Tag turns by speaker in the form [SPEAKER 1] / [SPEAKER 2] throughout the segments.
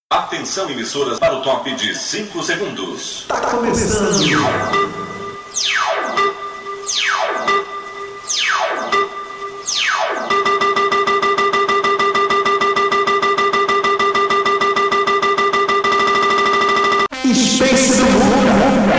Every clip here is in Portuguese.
[SPEAKER 1] Atenção, emissoras, para o top de 5 segundos.
[SPEAKER 2] Tá começando. Space do Mundo.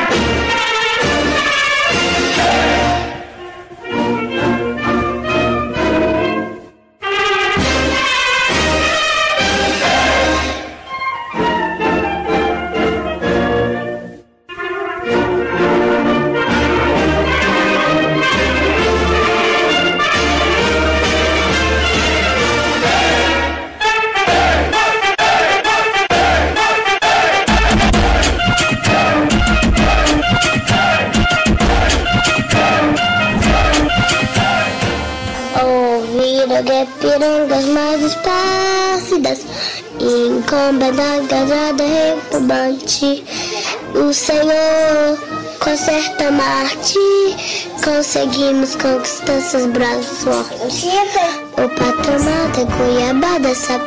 [SPEAKER 3] De pirangas mais espácidas, encomendada repugnante. O Senhor conserta Marte, conseguimos conquistar seus braços fortes. O patronato é goiabada, sabe?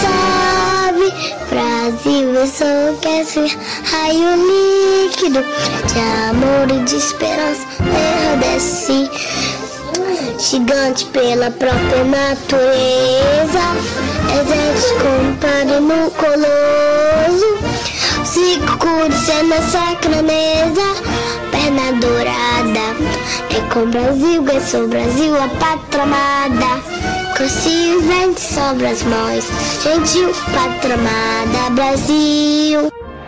[SPEAKER 3] Brasil enlouquece, raio líquido de amor e de esperança, desce. Gigante pela própria natureza, exército comparo no coloso, circundes é na sacra mesa, perna dourada, é com Brasil, sou Brasil, a pátria amada, cresci vente sobre as mãos, gentil, pátria amada, Brasil.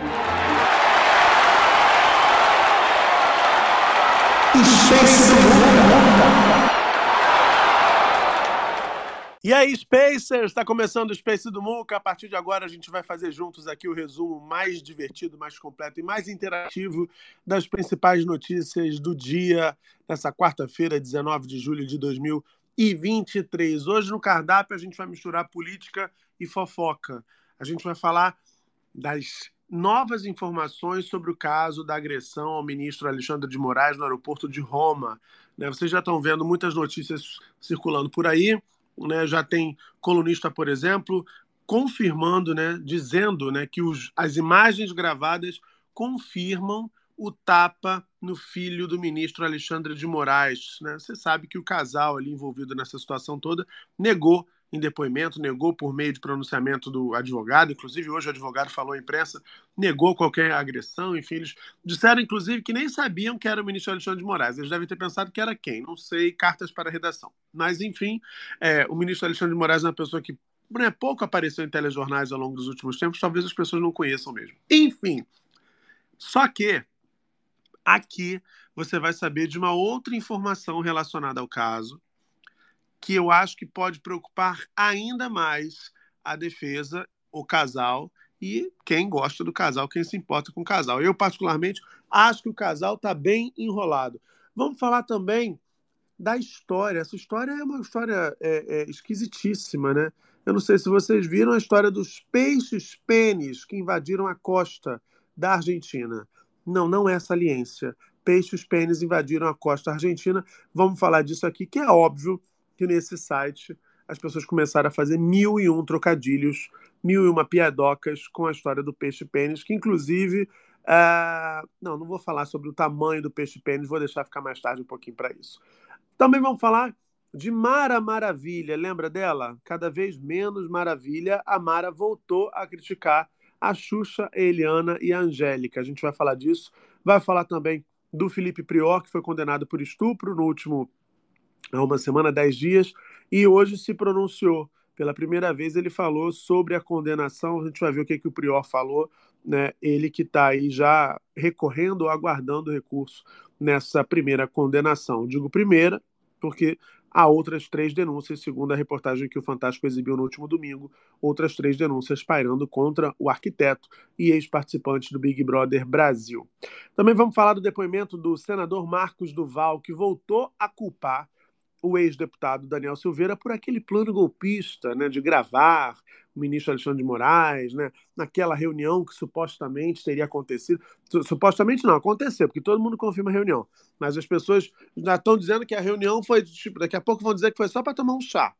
[SPEAKER 2] E aí, Spacers, está começando o Space do Muca. A partir de agora a gente vai fazer juntos aqui o resumo mais divertido, mais completo e mais interativo das principais notícias do dia, nessa quarta-feira, 19 de julho de 2023. Hoje no cardápio a gente vai misturar política e fofoca. A gente vai falar das novas informações sobre o caso da agressão ao ministro Alexandre de Moraes no aeroporto de Roma. Vocês já estão vendo muitas notícias circulando por aí. Já tem colunista, por exemplo, confirmando, dizendo que as imagens gravadas confirmam o tapa no filho do ministro Alexandre de Moraes. Você sabe que o casal ali envolvido nessa situação toda negou em depoimento, negou por meio de pronunciamento do advogado, inclusive hoje o advogado falou à imprensa, negou qualquer agressão, enfim, eles disseram inclusive que nem sabiam que era o ministro Alexandre de Moraes, eles devem ter pensado que era quem, não sei, cartas para a redação. Mas enfim, o ministro Alexandre de Moraes é uma pessoa que pouco apareceu em telejornais ao longo dos últimos tempos, talvez as pessoas não conheçam mesmo. Enfim, só que aqui você vai saber de uma outra informação relacionada ao caso, que eu acho que pode preocupar ainda mais a defesa, o casal e quem gosta do casal, quem se importa com o casal. Eu, particularmente, acho que o casal está bem enrolado. Vamos falar também da história. Essa história é uma história esquisitíssima, né? Eu não sei se vocês viram a história dos peixes-pênis que invadiram a costa da Argentina. Não é saliência. Peixes-pênis invadiram a costa argentina. Vamos falar disso aqui, que é óbvio que nesse site as pessoas começaram a fazer 1001 trocadilhos, 1001 piadocas com a história do peixe-pênis, que inclusive... não vou falar sobre o tamanho do peixe-pênis, vou deixar ficar mais tarde um pouquinho para isso. Também vamos falar de Mara Maravilha, lembra dela? Cada vez menos Maravilha, a Mara voltou a criticar a Xuxa, a Eliana e a Angélica. A gente vai falar disso. Vai falar também do Felipe Prior, que foi condenado por estupro há uma semana, 10 dias, e hoje se pronunciou. Pela primeira vez ele falou sobre a condenação, a gente vai ver o que o Prior falou, ele que está aí já recorrendo, aguardando recurso nessa primeira condenação. Digo primeira, porque há outras 3 denúncias, segundo a reportagem que o Fantástico exibiu no último domingo, outras 3 denúncias pairando contra o arquiteto e ex-participante do Big Brother Brasil. Também vamos falar do depoimento do senador Marcos Duval, que voltou a culpar o ex-deputado Daniel Silveira por aquele plano golpista, de gravar o ministro Alexandre de Moraes, naquela reunião que supostamente teria acontecido. Supostamente não, aconteceu, porque todo mundo confirma a reunião. Mas as pessoas já estão dizendo que a reunião foi, daqui a pouco vão dizer que foi só para tomar um chá.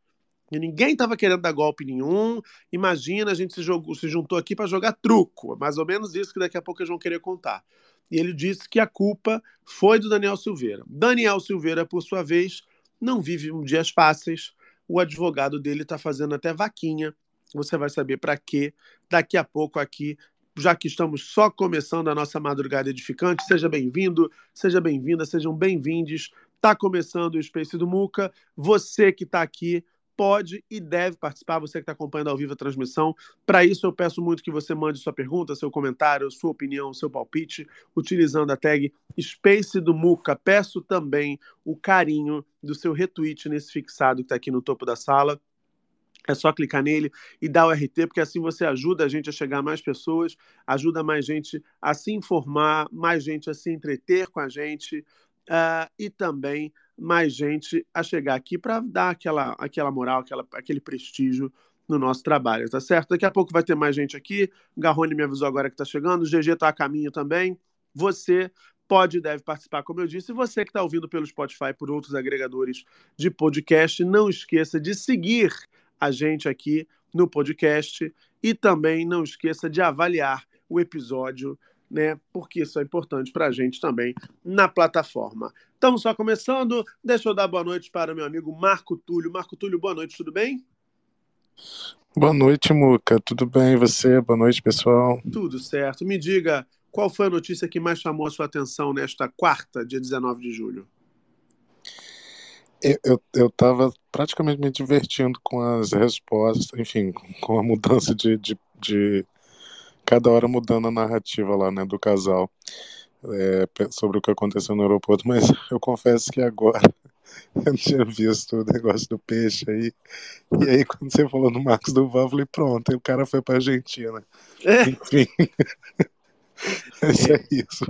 [SPEAKER 2] E ninguém estava querendo dar golpe nenhum. Imagina, a gente se juntou aqui para jogar truco. Mais ou menos isso que daqui a pouco eles vão querer contar. E ele disse que a culpa foi do Daniel Silveira. Daniel Silveira, por sua vez, não vive dias fáceis. O advogado dele está fazendo até vaquinha. Você vai saber para quê daqui a pouco aqui, já que estamos só começando a nossa madrugada edificante. Seja bem-vindo, seja bem-vinda, sejam bem-vindes. Está começando o Space do Muca. Você que está aqui pode e deve participar, você que está acompanhando ao vivo a transmissão. Para isso, eu peço muito que você mande sua pergunta, seu comentário, sua opinião, seu palpite, utilizando a tag Space do Muca. Peço também o carinho do seu retweet nesse fixado que está aqui no topo da sala. É só clicar nele e dar o RT, porque assim você ajuda a gente a chegar a mais pessoas, ajuda mais gente a se informar, mais gente a se entreter com a gente, e também mais gente a chegar aqui para dar aquela moral, aquele prestígio no nosso trabalho, tá certo? Daqui a pouco vai ter mais gente aqui. O Garrone me avisou agora que está chegando, o GG está a caminho também. Você pode e deve participar, como eu disse. E você que está ouvindo pelo Spotify, por outros agregadores de podcast, não esqueça de seguir a gente aqui no podcast e também não esqueça de avaliar o episódio, né? Porque isso é importante para a gente também na plataforma. Estamos só começando. Deixa eu dar boa noite para o meu amigo Marco Túlio. Marco Túlio, boa noite, tudo bem?
[SPEAKER 4] Boa noite, Muca. Tudo bem? E você? Boa noite, pessoal.
[SPEAKER 2] Tudo certo. Me diga, qual foi a notícia que mais chamou a sua atenção nesta quarta, dia 19 de julho?
[SPEAKER 4] Eu estava praticamente me divertindo com as respostas, enfim, com a mudança de cada hora mudando a narrativa lá, né, do casal, sobre o que aconteceu no aeroporto, mas eu confesso que agora eu tinha visto o negócio do peixe aí, e aí quando você falou no Marcos Duval, eu falei, pronto, aí o cara foi pra Argentina. Enfim, é isso.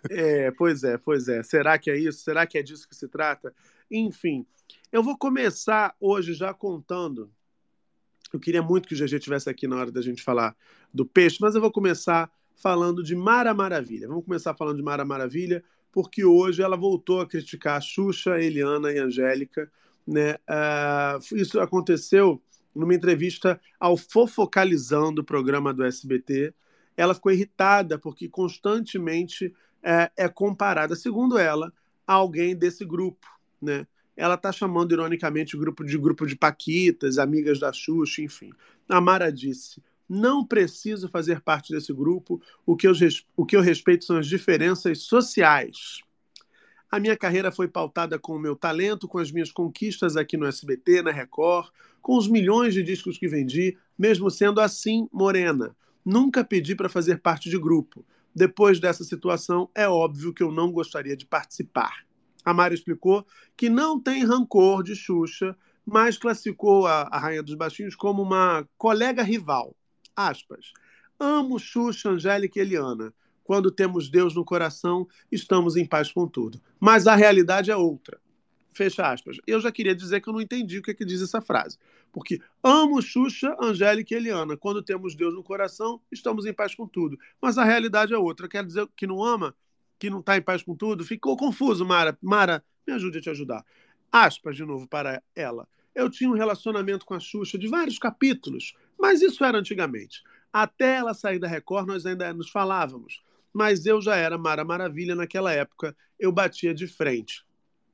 [SPEAKER 2] Pois é. Será que é isso? Será que é disso que se trata? Enfim, eu vou começar hoje já contando. Eu queria muito que o GG estivesse aqui na hora da gente falar do peixe, mas eu vou começar falando de Mara Maravilha. Vamos começar falando de Mara Maravilha, porque hoje ela voltou a criticar a Xuxa, Eliana e Angélica, né? Isso aconteceu numa entrevista ao Fofocalizando, o programa do SBT. Ela ficou irritada porque constantemente é comparada, segundo ela, a alguém desse grupo, né? Ela está chamando, ironicamente, o grupo de paquitas, amigas da Xuxa, enfim. A Mara disse, não preciso fazer parte desse grupo, o que eu respeito são as diferenças sociais. A minha carreira foi pautada com o meu talento, com as minhas conquistas aqui no SBT, na Record, com os milhões de discos que vendi, mesmo sendo assim morena. Nunca pedi para fazer parte de grupo. Depois dessa situação, é óbvio que eu não gostaria de participar. A Mara explicou que não tem rancor de Xuxa, mas classificou a Rainha dos Baixinhos como uma colega rival. Aspas. Amo Xuxa, Angélica e Eliana. Quando temos Deus no coração, estamos em paz com tudo. Mas a realidade é outra. Fecha aspas. Eu já queria dizer que eu não entendi o que diz essa frase. Porque amo Xuxa, Angélica e Eliana. Quando temos Deus no coração, estamos em paz com tudo. Mas a realidade é outra. Quer dizer que não ama? Que não está em paz com tudo? Ficou confuso, Mara. Mara, me ajude a te ajudar. Aspas, de novo, para ela. Eu tinha um relacionamento com a Xuxa de vários capítulos, mas isso era antigamente. Até ela sair da Record, nós ainda nos falávamos. Mas eu já era Mara Maravilha naquela época. Eu batia de frente.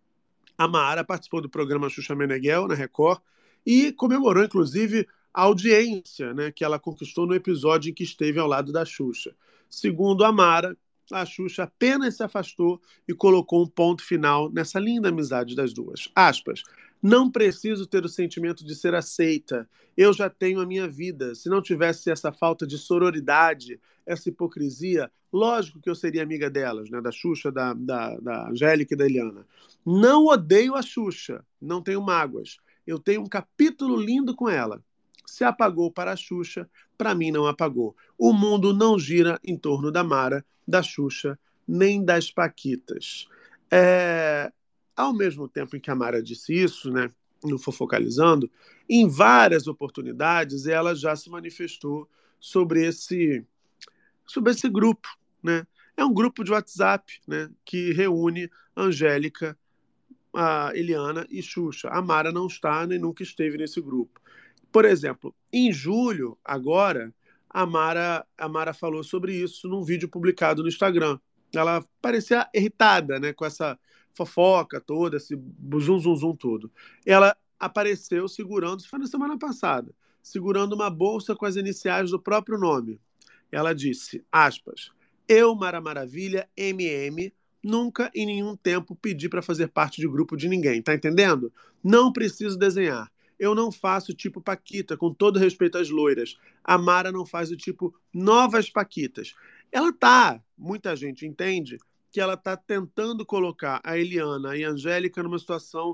[SPEAKER 2] A Mara participou do programa Xuxa Meneghel, na Record, e comemorou, inclusive, a audiência, né, que ela conquistou no episódio em que esteve ao lado da Xuxa. Segundo a Mara, a Xuxa apenas se afastou e colocou um ponto final nessa linda amizade das duas. Aspas. Não preciso ter o sentimento de ser aceita. Eu já tenho a minha vida. Se não tivesse essa falta de sororidade, essa hipocrisia, lógico que eu seria amiga delas, né? Da Xuxa, da Angélica e da Eliana. Não odeio a Xuxa. Não tenho mágoas. Eu tenho um capítulo lindo com ela. Se apagou para a Xuxa, para mim não apagou. O mundo não gira em torno da Mara, da Xuxa, nem das paquitas. Ao mesmo tempo em que a Mara disse isso, né, no Fofocalizando, em várias oportunidades ela já se manifestou sobre esse grupo, né? É um grupo de WhatsApp, né, que reúne Angélica, a Eliana e Xuxa. A Mara não está nem nunca esteve nesse grupo. Por exemplo, em julho, agora, a Mara falou sobre isso num vídeo publicado no Instagram. Ela parecia irritada, né, com essa fofoca toda, esse zum, zum, zum todo. Ela apareceu segurando, isso foi na semana passada, segurando uma bolsa com as iniciais do próprio nome. Ela disse, aspas, eu, Mara Maravilha, MM, nunca em nenhum tempo pedi para fazer parte de grupo de ninguém, tá entendendo? Não preciso desenhar. Eu não faço tipo Paquita, com todo respeito às loiras. A Mara não faz o tipo novas Paquitas. Ela tá, muita gente entende, que ela tá tentando colocar a Eliana e a Angélica numa situação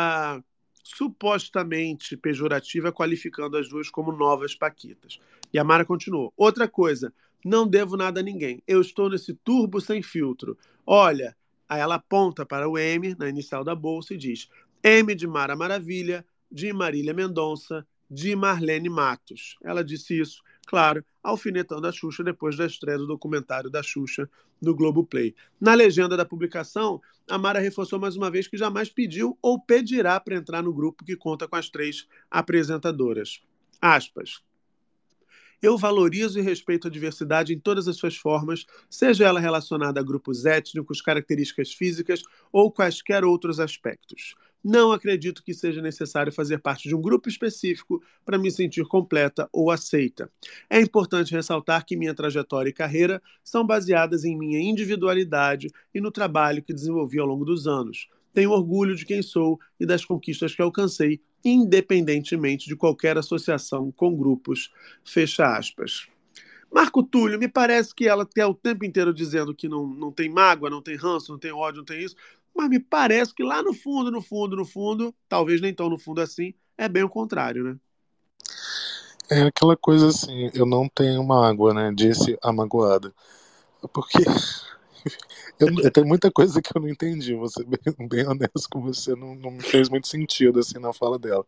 [SPEAKER 2] supostamente pejorativa, qualificando as duas como novas Paquitas. E a Mara continuou. Outra coisa, não devo nada a ninguém. Eu estou nesse turbo sem filtro. Olha, aí ela aponta para o M na inicial da bolsa e diz M de Mara Maravilha, de Marília Mendonça, de Marlene Matos. Ela disse isso, claro, alfinetando a Xuxa depois da estreia do documentário da Xuxa no Globoplay. Na legenda da publicação, a Mara reforçou mais uma vez que jamais pediu ou pedirá para entrar no grupo que conta com as 3 apresentadoras. Aspas. Eu valorizo e respeito a diversidade em todas as suas formas, seja ela relacionada a grupos étnicos, características físicas ou quaisquer outros aspectos. Não acredito que seja necessário fazer parte de um grupo específico para me sentir completa ou aceita. É importante ressaltar que minha trajetória e carreira são baseadas em minha individualidade e no trabalho que desenvolvi ao longo dos anos. Tenho orgulho de quem sou e das conquistas que alcancei, independentemente de qualquer associação com grupos, fecha aspas. Marco Túlio, me parece que ela quer o tempo inteiro dizendo que não tem mágoa, não tem ranço, não tem ódio, não tem isso, mas me parece que lá no fundo, no fundo, no fundo, talvez nem tão no fundo assim, é bem o contrário, né?
[SPEAKER 4] É aquela coisa assim, eu não tenho mágoa, né? Disse a magoada. Porque eu tenho muita coisa que eu não entendi, vou ser bem honesto com você, não me fez muito sentido assim na fala dela.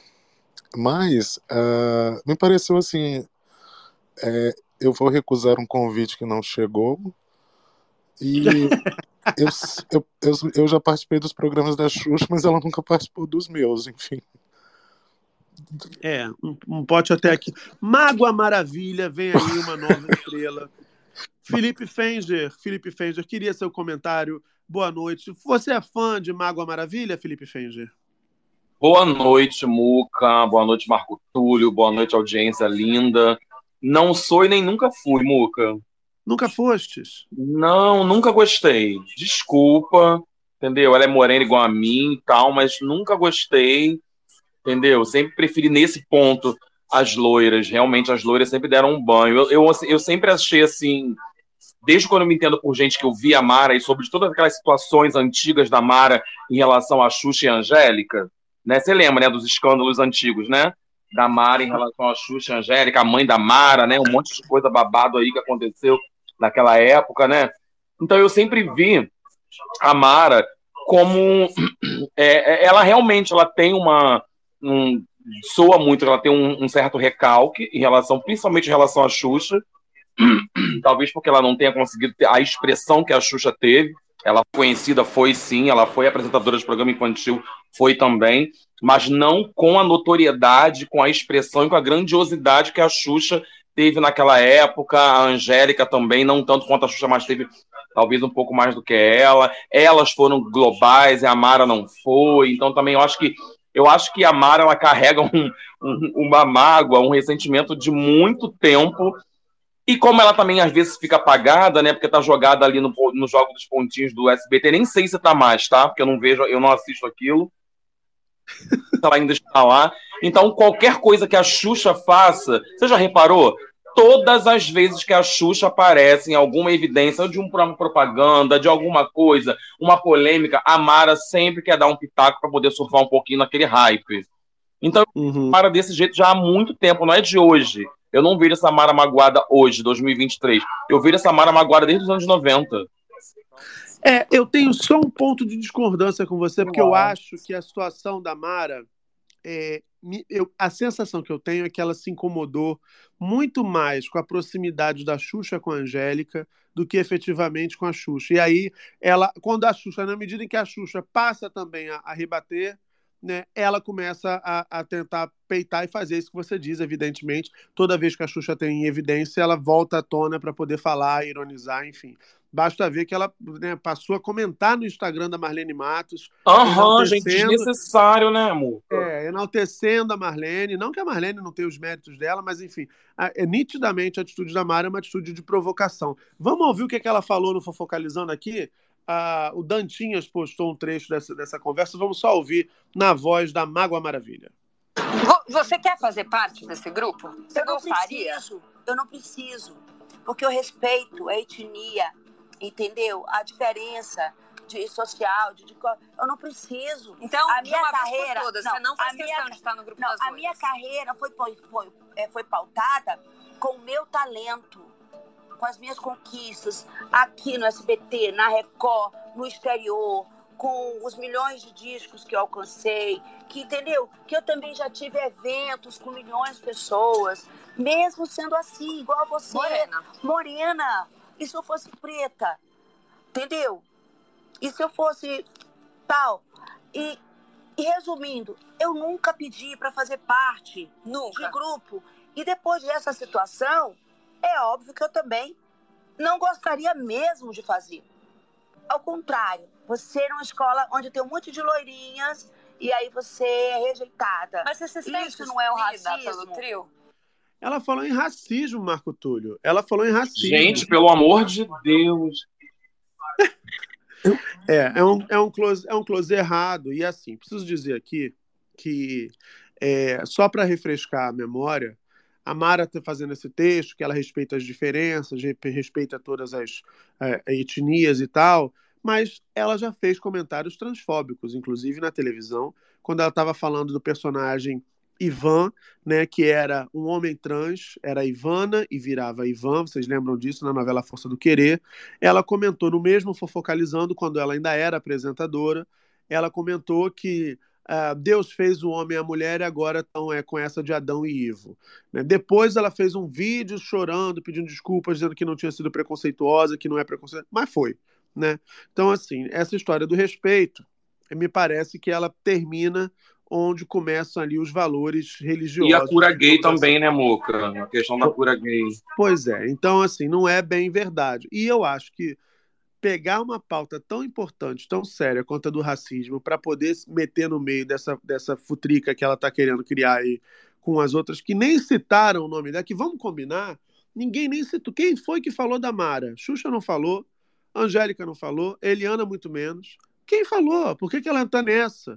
[SPEAKER 4] Mas me pareceu assim, eu vou recusar um convite que não chegou e eu já participei dos programas da Xuxa, mas ela nunca participou dos meus, enfim.
[SPEAKER 2] Um pote até aqui. Mágoa Maravilha, vem aí uma nova estrela. Felipe Fenger, queria seu comentário. Boa noite. Você é fã de Mágoa Maravilha, Felipe Fenger?
[SPEAKER 5] Boa noite, Muca. Boa noite, Marco Túlio. Boa noite, audiência linda. Não sou e nem nunca fui, Muca.
[SPEAKER 2] Nunca fostes?
[SPEAKER 5] Não, nunca gostei. Desculpa, entendeu? Ela é morena igual a mim e tal, mas nunca gostei, entendeu? Sempre preferi nesse ponto as loiras. Realmente, as loiras sempre deram um banho. Eu sempre achei assim, desde quando eu me entendo por gente que eu vi a Mara e soube de todas aquelas situações antigas da Mara em relação a Xuxa e a Angélica, né? Você lembra, né, dos escândalos antigos, né? Da Mara em relação a Xuxa e a Angélica, a mãe da Mara, né? Um monte de coisa babado aí que aconteceu naquela época, né? Então eu sempre vi a Mara como ela realmente ela tem soa muito, ela tem um certo recalque em relação, principalmente em relação à Xuxa, talvez porque ela não tenha conseguido ter a expressão que a Xuxa teve. Ela foi conhecida, foi sim, ela foi apresentadora de programa infantil, foi também, mas não com a notoriedade, com a expressão e com a grandiosidade que a Xuxa teve naquela época. A Angélica também, não tanto quanto a Xuxa, mas teve talvez um pouco mais do que ela. Elas foram globais e a Mara não foi. Então também eu acho que a Mara ela carrega uma mágoa, um ressentimento de muito tempo. E como ela também às vezes fica apagada, né? Porque tá jogada ali no jogo dos pontinhos do SBT, nem sei se tá mais, tá? Porque eu não assisto aquilo. Ela ainda está lá. Então, qualquer coisa que a Xuxa faça, você já reparou? Todas as vezes que a Xuxa aparece em alguma evidência de uma propaganda, de alguma coisa, uma polêmica, a Mara sempre quer dar um pitaco para poder surfar um pouquinho naquele hype. Então, a Mara desse jeito já há muito tempo, não é de hoje. Eu não vejo essa Mara magoada hoje, 2023. Eu vejo essa Mara magoada desde os anos 90.
[SPEAKER 2] Eu tenho só um ponto de discordância com você, porque eu acho que a situação da Mara a sensação que eu tenho é que ela se incomodou muito mais com a proximidade da Xuxa com a Angélica do que efetivamente com a Xuxa. E aí, quando a Xuxa, na medida em que a Xuxa passa também a rebater, né, ela começa a tentar peitar e fazer isso que você diz, evidentemente. Toda vez que a Xuxa tem evidência, ela volta à tona para poder falar, ironizar, enfim. Basta ver que ela, né, passou a comentar no Instagram da Marlene Matos,
[SPEAKER 5] gente, desnecessário, né, amor?
[SPEAKER 2] Enaltecendo a Marlene. Não que a Marlene não tenha os méritos dela, mas enfim, nitidamente a atitude da Mara é uma atitude de provocação. Vamos ouvir o que ela falou no Fofocalizando aqui? O Dantinhas postou um trecho dessa conversa. Vamos só ouvir na voz da Mágoa Maravilha.
[SPEAKER 6] Você quer fazer parte desse grupo? Você gostaria?
[SPEAKER 7] Eu não preciso, porque eu respeito a etnia, entendeu? A diferença social, eu não preciso.
[SPEAKER 6] Então,
[SPEAKER 7] a minha carreira,
[SPEAKER 6] você não faz questão de estar no grupo das
[SPEAKER 7] a minha carreira foi pautada com o meu talento, com as minhas conquistas aqui no SBT, na Record, no exterior, com os milhões de discos que eu alcancei, entendeu? Que eu também já tive eventos com milhões de pessoas, mesmo sendo assim, igual a você. Morena. E se eu fosse preta? Entendeu? E se eu fosse tal? E resumindo, eu nunca pedi para fazer parte de grupo. E depois dessa situação, é óbvio que eu também não gostaria mesmo de fazer. Ao contrário, você é numa escola onde tem um monte de loirinhas e aí você é rejeitada.
[SPEAKER 6] Mas você se sente
[SPEAKER 7] isso não é um racismo?
[SPEAKER 6] pelo trio?
[SPEAKER 2] Ela falou em racismo, Marco Túlio. Ela falou em racismo.
[SPEAKER 5] Gente, pelo amor de Deus.
[SPEAKER 2] É um close errado. E assim, preciso dizer aqui que, só para refrescar a memória, a Mara está fazendo esse texto, que ela respeita as diferenças, respeita todas as etnias e tal, mas ela já fez comentários transfóbicos, inclusive na televisão, quando ela estava falando do personagem Ivan, né, que era um homem trans, era Ivana e virava Ivan, vocês lembram disso na novela Força do Querer. Ela comentou no mesmo Fofocalizando, quando ela ainda era apresentadora, ela comentou que Deus fez o homem e a mulher e agora estão com essa de Adão e Ivo. Né? Depois ela fez um vídeo chorando, pedindo desculpas, dizendo que não tinha sido preconceituosa, que não é preconceituosa, mas foi. Né? Então, assim, essa história do respeito, me parece que ela termina onde começam ali os valores religiosos.
[SPEAKER 5] E a cura gay também, né, Muca? A questão da cura gay.
[SPEAKER 2] Pois é, então assim, não é bem verdade. E eu acho que pegar uma pauta tão importante, tão séria quanto a do racismo, para poder meter no meio dessa futrica que ela está querendo criar aí com as outras, que nem citaram o nome dela, que vamos combinar, ninguém nem citou. Quem foi que falou da Mara? Xuxa não falou, Angélica não falou, Eliana muito menos. Quem falou? Por que ela está nessa?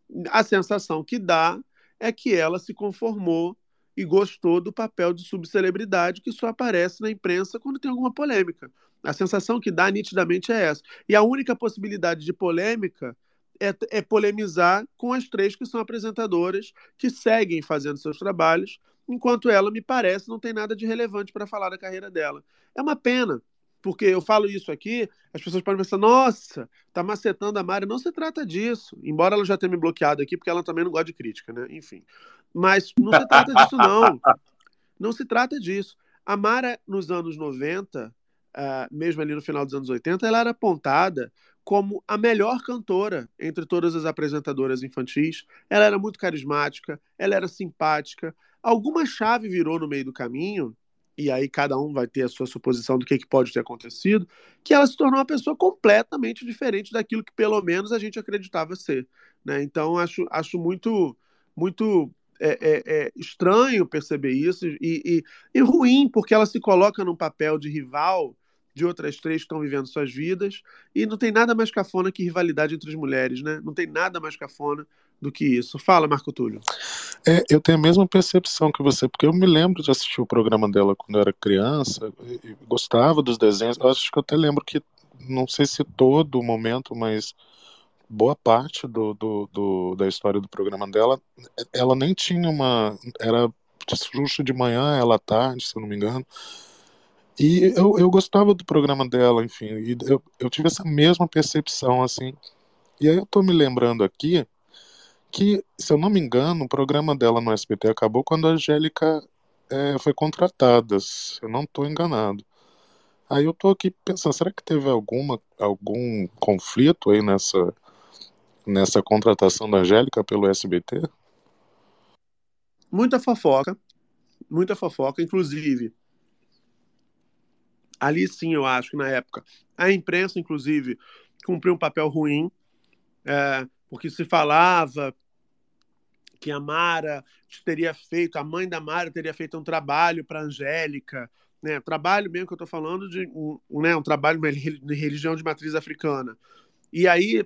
[SPEAKER 2] A sensação que dá é que ela se conformou e gostou do papel de subcelebridade que só aparece na imprensa quando tem alguma polêmica. A sensação que dá nitidamente é essa. E a única possibilidade de polêmica é polemizar com as três que são apresentadoras, que seguem fazendo seus trabalhos, enquanto ela, me parece, não tem nada de relevante para falar da carreira dela. É uma pena, porque eu falo isso aqui, as pessoas podem pensar, nossa, tá macetando a Mari. Não se trata disso, embora ela já tenha me bloqueado aqui, porque ela também não gosta de crítica, né? Enfim. Mas não se trata disso, não. Não se trata disso. A Mara, nos anos 90, mesmo ali no final dos anos 80, ela era apontada como a melhor cantora entre todas as apresentadoras infantis. Ela era muito carismática, ela era simpática. Alguma chave virou no meio do caminho, e aí cada um vai ter a sua suposição do que pode ter acontecido, que ela se tornou uma pessoa completamente diferente daquilo que pelo menos a gente acreditava ser. Né? Então acho muito, muito estranho perceber isso e ruim, porque ela se coloca num papel de rival de outras três que estão vivendo suas vidas, e não tem nada mais cafona que rivalidade entre as mulheres, né? Não tem nada mais cafona do que isso. Fala, Marco Túlio.
[SPEAKER 4] Eu tenho a mesma percepção que você, porque eu me lembro de assistir o programa dela quando eu era criança, e gostava dos desenhos. Eu acho que eu até lembro que, não sei se todo o momento, mas boa parte da história do programa dela, ela nem tinha era Xuxa de manhã, ela à tarde, se eu não me engano. E eu gostava do programa dela, enfim, e eu tive essa mesma percepção, assim. E aí eu tô me lembrando aqui que, se eu não me engano, o programa dela no SBT acabou quando a Angélica foi contratada, se eu não estou enganado. Aí eu tô aqui pensando, será que teve algum conflito aí nessa contratação da Angélica pelo SBT?
[SPEAKER 2] Muita fofoca, inclusive, ali sim eu acho que na época a imprensa, inclusive, cumpriu um papel ruim, porque se falava que a Mara a mãe da Mara teria feito um trabalho para a Angélica, né? Trabalho mesmo que eu estou falando de um trabalho de religião de matriz africana. E aí,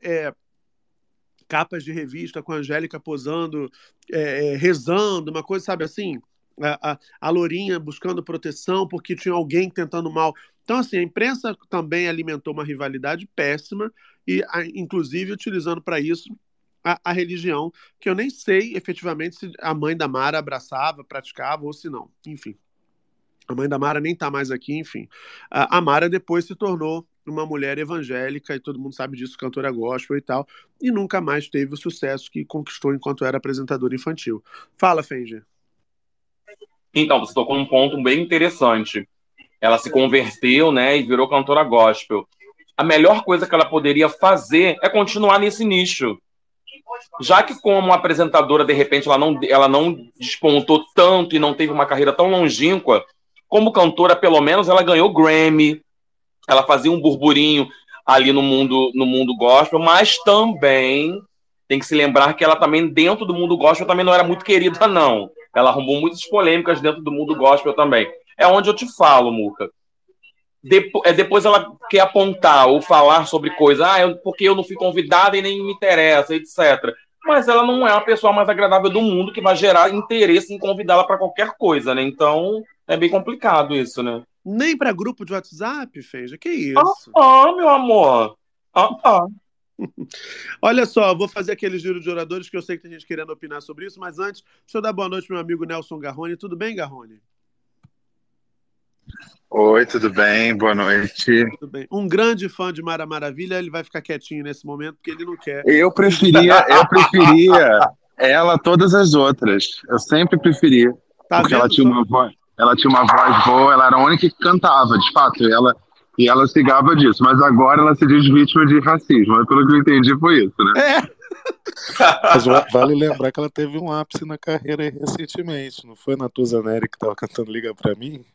[SPEAKER 2] capas de revista com a Angélica posando, rezando, uma coisa, sabe assim? A Lourinha buscando proteção porque tinha alguém tentando mal. Então, assim, a imprensa também alimentou uma rivalidade péssima e, inclusive, utilizando para isso a religião, que eu nem sei efetivamente se a mãe da Mara abraçava, praticava ou se não. Enfim, a mãe da Mara nem está mais aqui, enfim. A Mara depois se tornou uma mulher evangélica, e todo mundo sabe disso, cantora gospel e tal, e nunca mais teve o sucesso que conquistou enquanto era apresentadora infantil. Fala, Fenger.
[SPEAKER 5] Então, você tocou num ponto bem interessante. Ela se converteu, né, e virou cantora gospel. A melhor coisa que ela poderia fazer é continuar nesse nicho. Já que como apresentadora, de repente, ela não despontou tanto e não teve uma carreira tão longínqua, como cantora, pelo menos, ela ganhou Grammy, ela fazia um burburinho ali no mundo gospel, mas também tem que se lembrar que ela também, dentro do mundo gospel, também não era muito querida, não. Ela arrumou muitas polêmicas dentro do mundo gospel também. É onde eu te falo, Muca. Depois ela quer apontar ou falar sobre coisa, porque eu não fui convidada e nem me interessa, etc. Mas ela não é a pessoa mais agradável do mundo que vai gerar interesse em convidá-la para qualquer coisa, né? Então é bem complicado isso, né?
[SPEAKER 2] Nem para grupo de WhatsApp, Feija? Que isso?
[SPEAKER 5] Meu amor.
[SPEAKER 2] Olha só, vou fazer aquele giro de oradores que eu sei que tem gente querendo opinar sobre isso, mas antes, deixa eu dar boa noite pro meu amigo Nelson Garrone. Tudo bem, Garrone?
[SPEAKER 8] Oi, tudo bem? Boa noite.
[SPEAKER 2] Tudo bem. Um grande fã de Mara Maravilha, ele vai ficar quietinho nesse momento, porque ele não quer.
[SPEAKER 8] Eu preferia ela a todas as outras. Eu sempre preferi.
[SPEAKER 2] Tá
[SPEAKER 8] porque
[SPEAKER 2] vendo
[SPEAKER 8] ela tinha uma voz boa, ela era a única que cantava, de fato. E ela se gaba disso. Mas agora ela se diz vítima de racismo. Mas pelo que eu entendi foi isso, né?
[SPEAKER 4] Mas vale lembrar que ela teve um ápice na carreira recentemente. Não foi Natuza Neri que estava cantando Liga Pra Mim?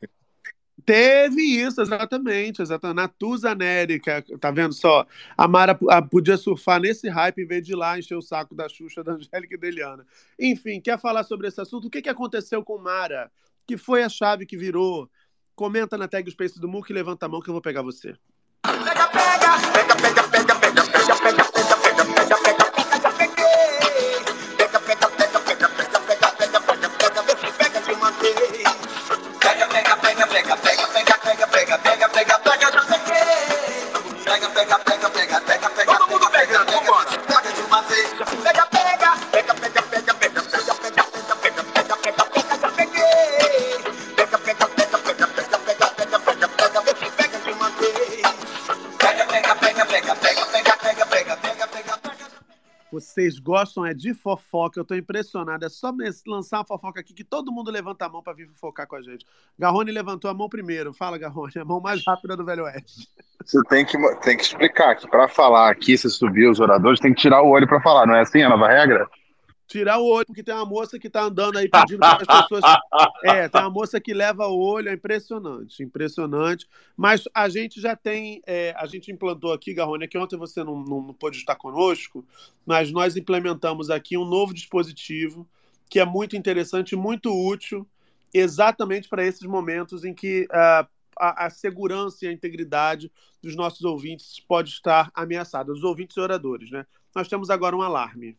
[SPEAKER 2] Teve isso, exatamente. Natuza Nérica, tá vendo só? A Mara podia surfar nesse hype em vez de ir lá encher o saco da Xuxa, da Angélica e da Eliana. Enfim, quer falar sobre esse assunto? O que aconteceu com Mara? Que foi a chave que virou? Comenta na tag Space do Muca e levanta a mão que eu vou pegar você.
[SPEAKER 9] Pega, pega, pega, pega, pega, pega, pega, pega, pega, pega, pega, pega, pega, já peguei. Pega, pega, pega, pega, pega, pega, pega, pega, pega, vê se pega de uma vez. Pega, pega, pega, pega, pega, pega, pega, pega, pega, pega, pega, já peguei. Pega, pega, pega, pega, pega, pega, todo mundo pegando, vambora. Pega de uma vez. Pega, pega, pega, pega, pega, pega, pega, pega, pega, pega, pega, pega, pega, já peguei. Pega, pega, pega, pega, pega, pega, pega, pega, pega, vê se pega de uma vez. Pega, pega, pega, pega, pega, pega, pega, pega, pega, pega, pega.
[SPEAKER 2] Vocês gostam de fofoca, eu tô impressionado. É só lançar uma fofoca aqui que todo mundo levanta a mão pra vir fofocar com a gente. Garrone levantou a mão primeiro. Fala, Garrone, a mão mais rápida do Velho Oeste.
[SPEAKER 8] Você tem que explicar que para falar aqui, se subir os oradores, tem que tirar o olho para falar, não é assim a nova regra?
[SPEAKER 2] Tirar o olho, porque tem uma moça que tá andando aí pedindo para as pessoas... tem uma moça que leva o olho, é impressionante, impressionante. Mas a gente já tem... a gente implantou aqui, Garrone, que ontem você não pôde estar conosco, mas nós implementamos aqui um novo dispositivo que é muito interessante, muito útil, exatamente para esses momentos em que a segurança e a integridade dos nossos ouvintes pode estar ameaçada, os ouvintes e oradores, né? Nós temos agora um alarme.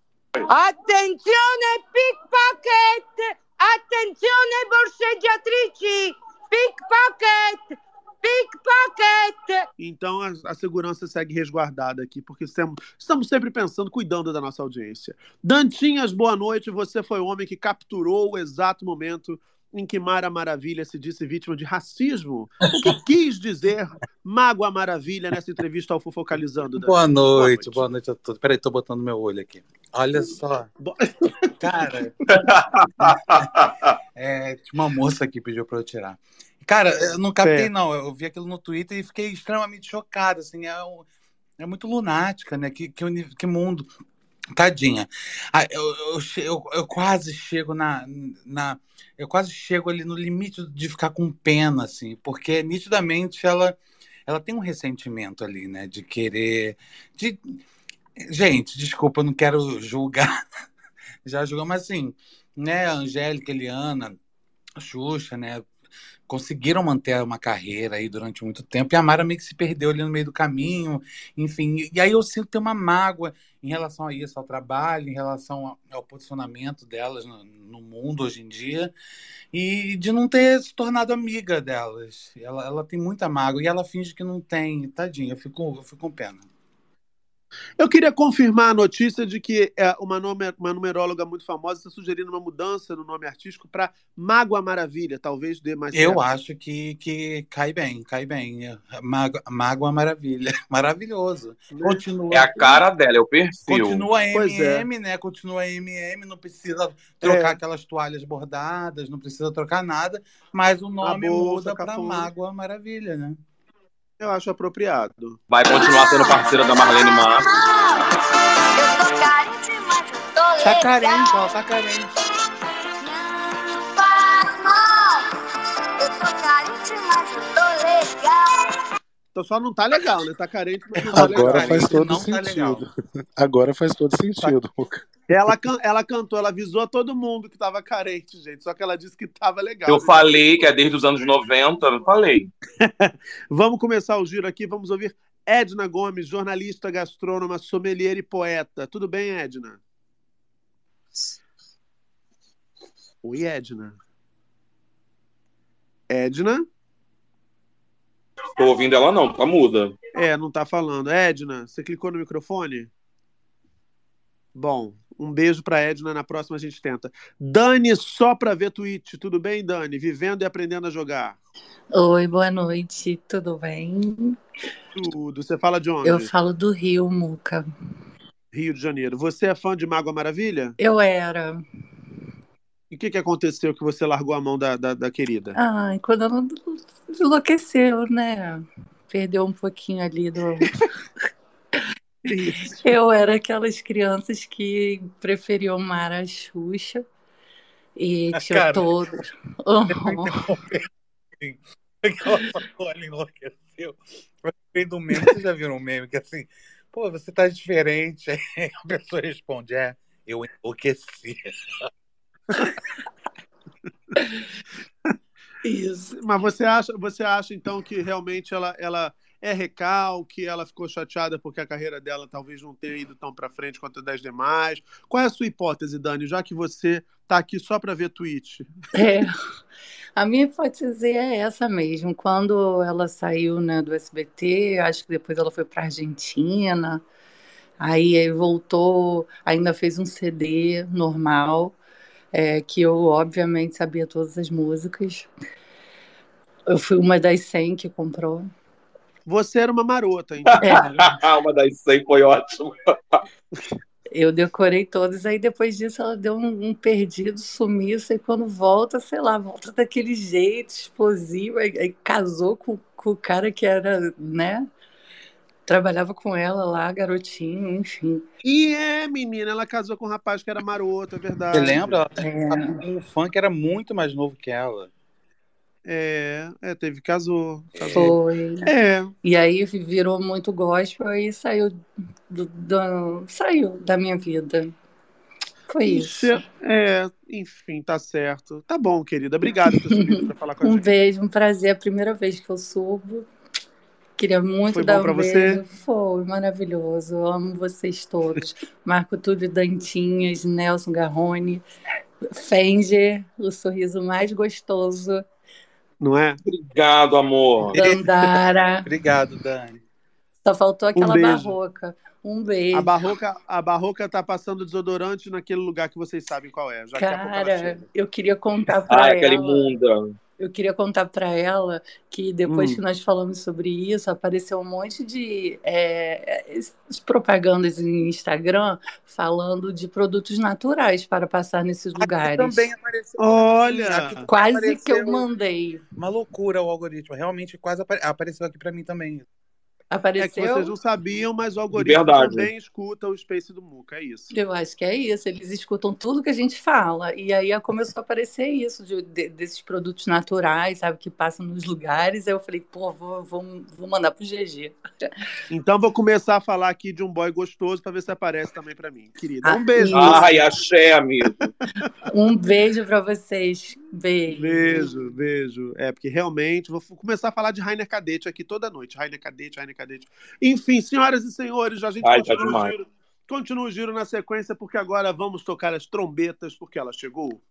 [SPEAKER 10] Attenzione pickpocket! Attenzione borseggiatrici! Pickpocket! Pickpocket!
[SPEAKER 2] Então a segurança segue resguardada aqui, porque estamos sempre pensando, cuidando da nossa audiência. Dantinhas, boa noite. Você foi o homem que capturou o exato momento em que Mara Maravilha se disse vítima de racismo. O que quis dizer Mágoa Maravilha nessa entrevista ao Fofocalizando, Dani?
[SPEAKER 11] Boa noite a todos. Peraí, tô botando meu olho aqui. Olha só. Cara, tinha uma moça que pediu pra eu tirar. Cara, eu não captei, não. Eu vi aquilo no Twitter e fiquei extremamente chocado. Assim, é muito lunática, né? Que mundo. Tadinha. Eu quase chego eu quase chego ali no limite de ficar com pena, assim, porque nitidamente ela tem um ressentimento ali, né? De querer. Gente, desculpa, eu não quero julgar. Já julgou, mas assim, né? A Angélica, Eliana, a Xuxa, né? Conseguiram manter uma carreira aí durante muito tempo, e a Mara meio que se perdeu ali no meio do caminho, enfim. E aí eu sinto ter uma mágoa em relação a isso, ao trabalho, em relação ao posicionamento delas no mundo hoje em dia, e de não ter se tornado amiga delas. Ela tem muita mágoa, e ela finge que não tem. Tadinha, eu fico com pena.
[SPEAKER 2] Eu queria confirmar a notícia de que uma numeróloga muito famosa está sugerindo uma mudança no nome artístico para Mágoa Maravilha, talvez dê mais certo.
[SPEAKER 11] Eu acho que cai bem. Mágoa Maravilha. Maravilhoso. Continua,
[SPEAKER 5] é a cara dela, é o perfil.
[SPEAKER 11] Continua MM, né? Continua MM, não precisa trocar aquelas toalhas bordadas, não precisa trocar nada, mas o nome muda para Mágoa Maravilha, né?
[SPEAKER 2] Eu acho apropriado.
[SPEAKER 5] Vai continuar sendo parceira da Marlene Matos.
[SPEAKER 11] Tá carente, ó, tá carente.
[SPEAKER 3] Não faz mal, eu tô carente, mas eu tô legal.
[SPEAKER 2] Então só não tá legal, né? Tá carente, mas não tá legal.
[SPEAKER 4] Agora faz todo sentido. Agora faz todo sentido.
[SPEAKER 2] Ela cantou, ela avisou a todo mundo que tava carente, gente. Só que ela disse que tava legal.
[SPEAKER 5] Eu falei que é desde os anos 90, eu falei.
[SPEAKER 2] Vamos começar o giro aqui, vamos ouvir Edna Gomes, jornalista, gastrônoma, sommelier e poeta. Tudo bem, Edna? Oi, Edna. Edna?
[SPEAKER 5] Tô ouvindo ela não, tá muda.
[SPEAKER 2] Não tá falando. Edna, você clicou no microfone? Bom, um beijo pra Edna, na próxima a gente tenta. Dani, só pra ver tweet. Tudo bem, Dani? Vivendo e aprendendo a jogar.
[SPEAKER 12] Oi, boa noite, tudo bem?
[SPEAKER 2] Tudo. Você fala de onde?
[SPEAKER 12] Eu falo do Rio, Muca.
[SPEAKER 2] Rio de Janeiro. Você é fã de Mágoa Maravilha?
[SPEAKER 12] Eu era.
[SPEAKER 2] E o que aconteceu que você largou a mão da querida?
[SPEAKER 12] Quando ela enlouqueceu, né? Perdeu um pouquinho ali do...
[SPEAKER 2] Isso.
[SPEAKER 12] Eu era aquelas crianças que preferiam Mara Xuxa. E tinha todos.
[SPEAKER 11] Ela falou, ela enlouqueceu. Eu do meme, vocês já viram um meme que assim, pô, você tá diferente. Aí a pessoa responde, eu enlouqueci.
[SPEAKER 2] Isso. Mas você acha então que realmente ela é recalque, ela ficou chateada porque a carreira dela talvez não tenha ido tão para frente quanto a das demais? Qual é a sua hipótese, Dani, já que você tá aqui só para ver tweet?
[SPEAKER 12] A minha hipótese é essa mesmo. Quando ela saiu, né, do SBT, acho que depois ela foi para Argentina, aí voltou, ainda fez um CD normal, que eu obviamente sabia todas as músicas. Eu fui uma das 100 que comprou.
[SPEAKER 2] Você era uma marota, hein?
[SPEAKER 5] Uma das 100 foi ótimo.
[SPEAKER 12] Eu decorei todas, aí depois disso ela deu um perdido, sumiço, e quando volta, sei lá, volta daquele jeito explosivo, aí casou com o cara que era, né? Trabalhava com ela lá, garotinho, enfim.
[SPEAKER 2] E menina, ela casou com um rapaz que era maroto, é verdade.
[SPEAKER 11] Você lembra? Um fã que era muito mais novo que ela.
[SPEAKER 2] Casou.
[SPEAKER 12] Foi. E aí virou muito gospel e saiu da minha vida. Foi isso.
[SPEAKER 2] Enfim, tá certo. Tá bom, querida. Obrigada por ter subido pra falar com a gente.
[SPEAKER 12] Um beijo, um prazer. É a primeira vez que eu subo. Queria muito
[SPEAKER 2] Foi
[SPEAKER 12] dar
[SPEAKER 2] bom pra
[SPEAKER 12] um beijo.
[SPEAKER 2] você?
[SPEAKER 12] Foi maravilhoso. Eu amo vocês todos. Marco Túlio Dantinhas, Nelson Garrone, Fenger, o sorriso mais gostoso.
[SPEAKER 2] Não é?
[SPEAKER 5] Obrigado, amor.
[SPEAKER 12] Dandara.
[SPEAKER 11] Obrigado, Dani.
[SPEAKER 12] Só faltou aquela
[SPEAKER 2] beijo.
[SPEAKER 12] barroca. Um beijo.
[SPEAKER 2] A barroca tá passando desodorante naquele lugar que vocês sabem qual é. Já que a pouco ela
[SPEAKER 12] Cara,
[SPEAKER 2] chega.
[SPEAKER 12] eu queria contar pra ela.
[SPEAKER 5] Aquela imunda.
[SPEAKER 12] Eu queria contar para ela que depois que nós falamos sobre isso, apareceu um monte de propagandas em Instagram falando de produtos naturais para passar nesses lugares.
[SPEAKER 11] Também apareceu.
[SPEAKER 2] Olha!
[SPEAKER 12] Quase que eu mandei.
[SPEAKER 11] Uma loucura o algoritmo. Realmente quase apareceu aqui para mim também.
[SPEAKER 12] Apareceu?
[SPEAKER 2] É que vocês não sabiam, mas o algoritmo também escuta o Space do Muca, é isso.
[SPEAKER 12] Eu acho que é isso, eles escutam tudo que a gente fala. E aí começou a aparecer isso, desses produtos naturais, sabe, que passam nos lugares. Aí eu falei, pô, vou mandar pro GG.
[SPEAKER 2] Então vou começar a falar aqui de um boy gostoso para ver se aparece também para mim, querida. Um beijo.
[SPEAKER 5] Ai, axé, amigo.
[SPEAKER 12] Um beijo para vocês. Beijo.
[SPEAKER 2] Beijo. É, porque realmente vou começar a falar de Rainer Cadete aqui toda noite. Rainer Cadete. Enfim, senhoras e senhores, a gente continua o giro na sequência, porque agora vamos tocar as trombetas, porque ela chegou.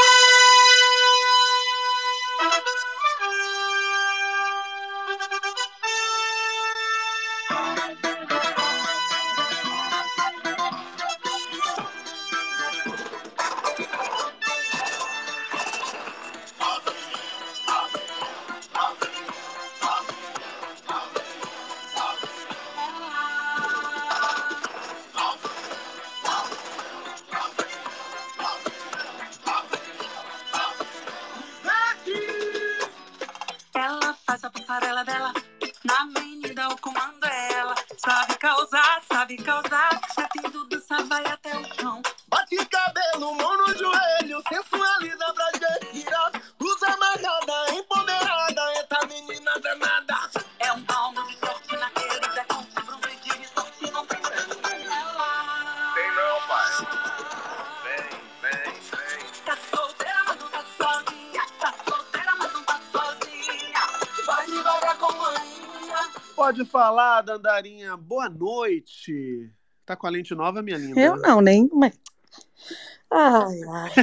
[SPEAKER 2] Pode falar, Dandarinha. Boa noite. Tá com a lente nova, minha linda?
[SPEAKER 13] Eu não, nem... Ai.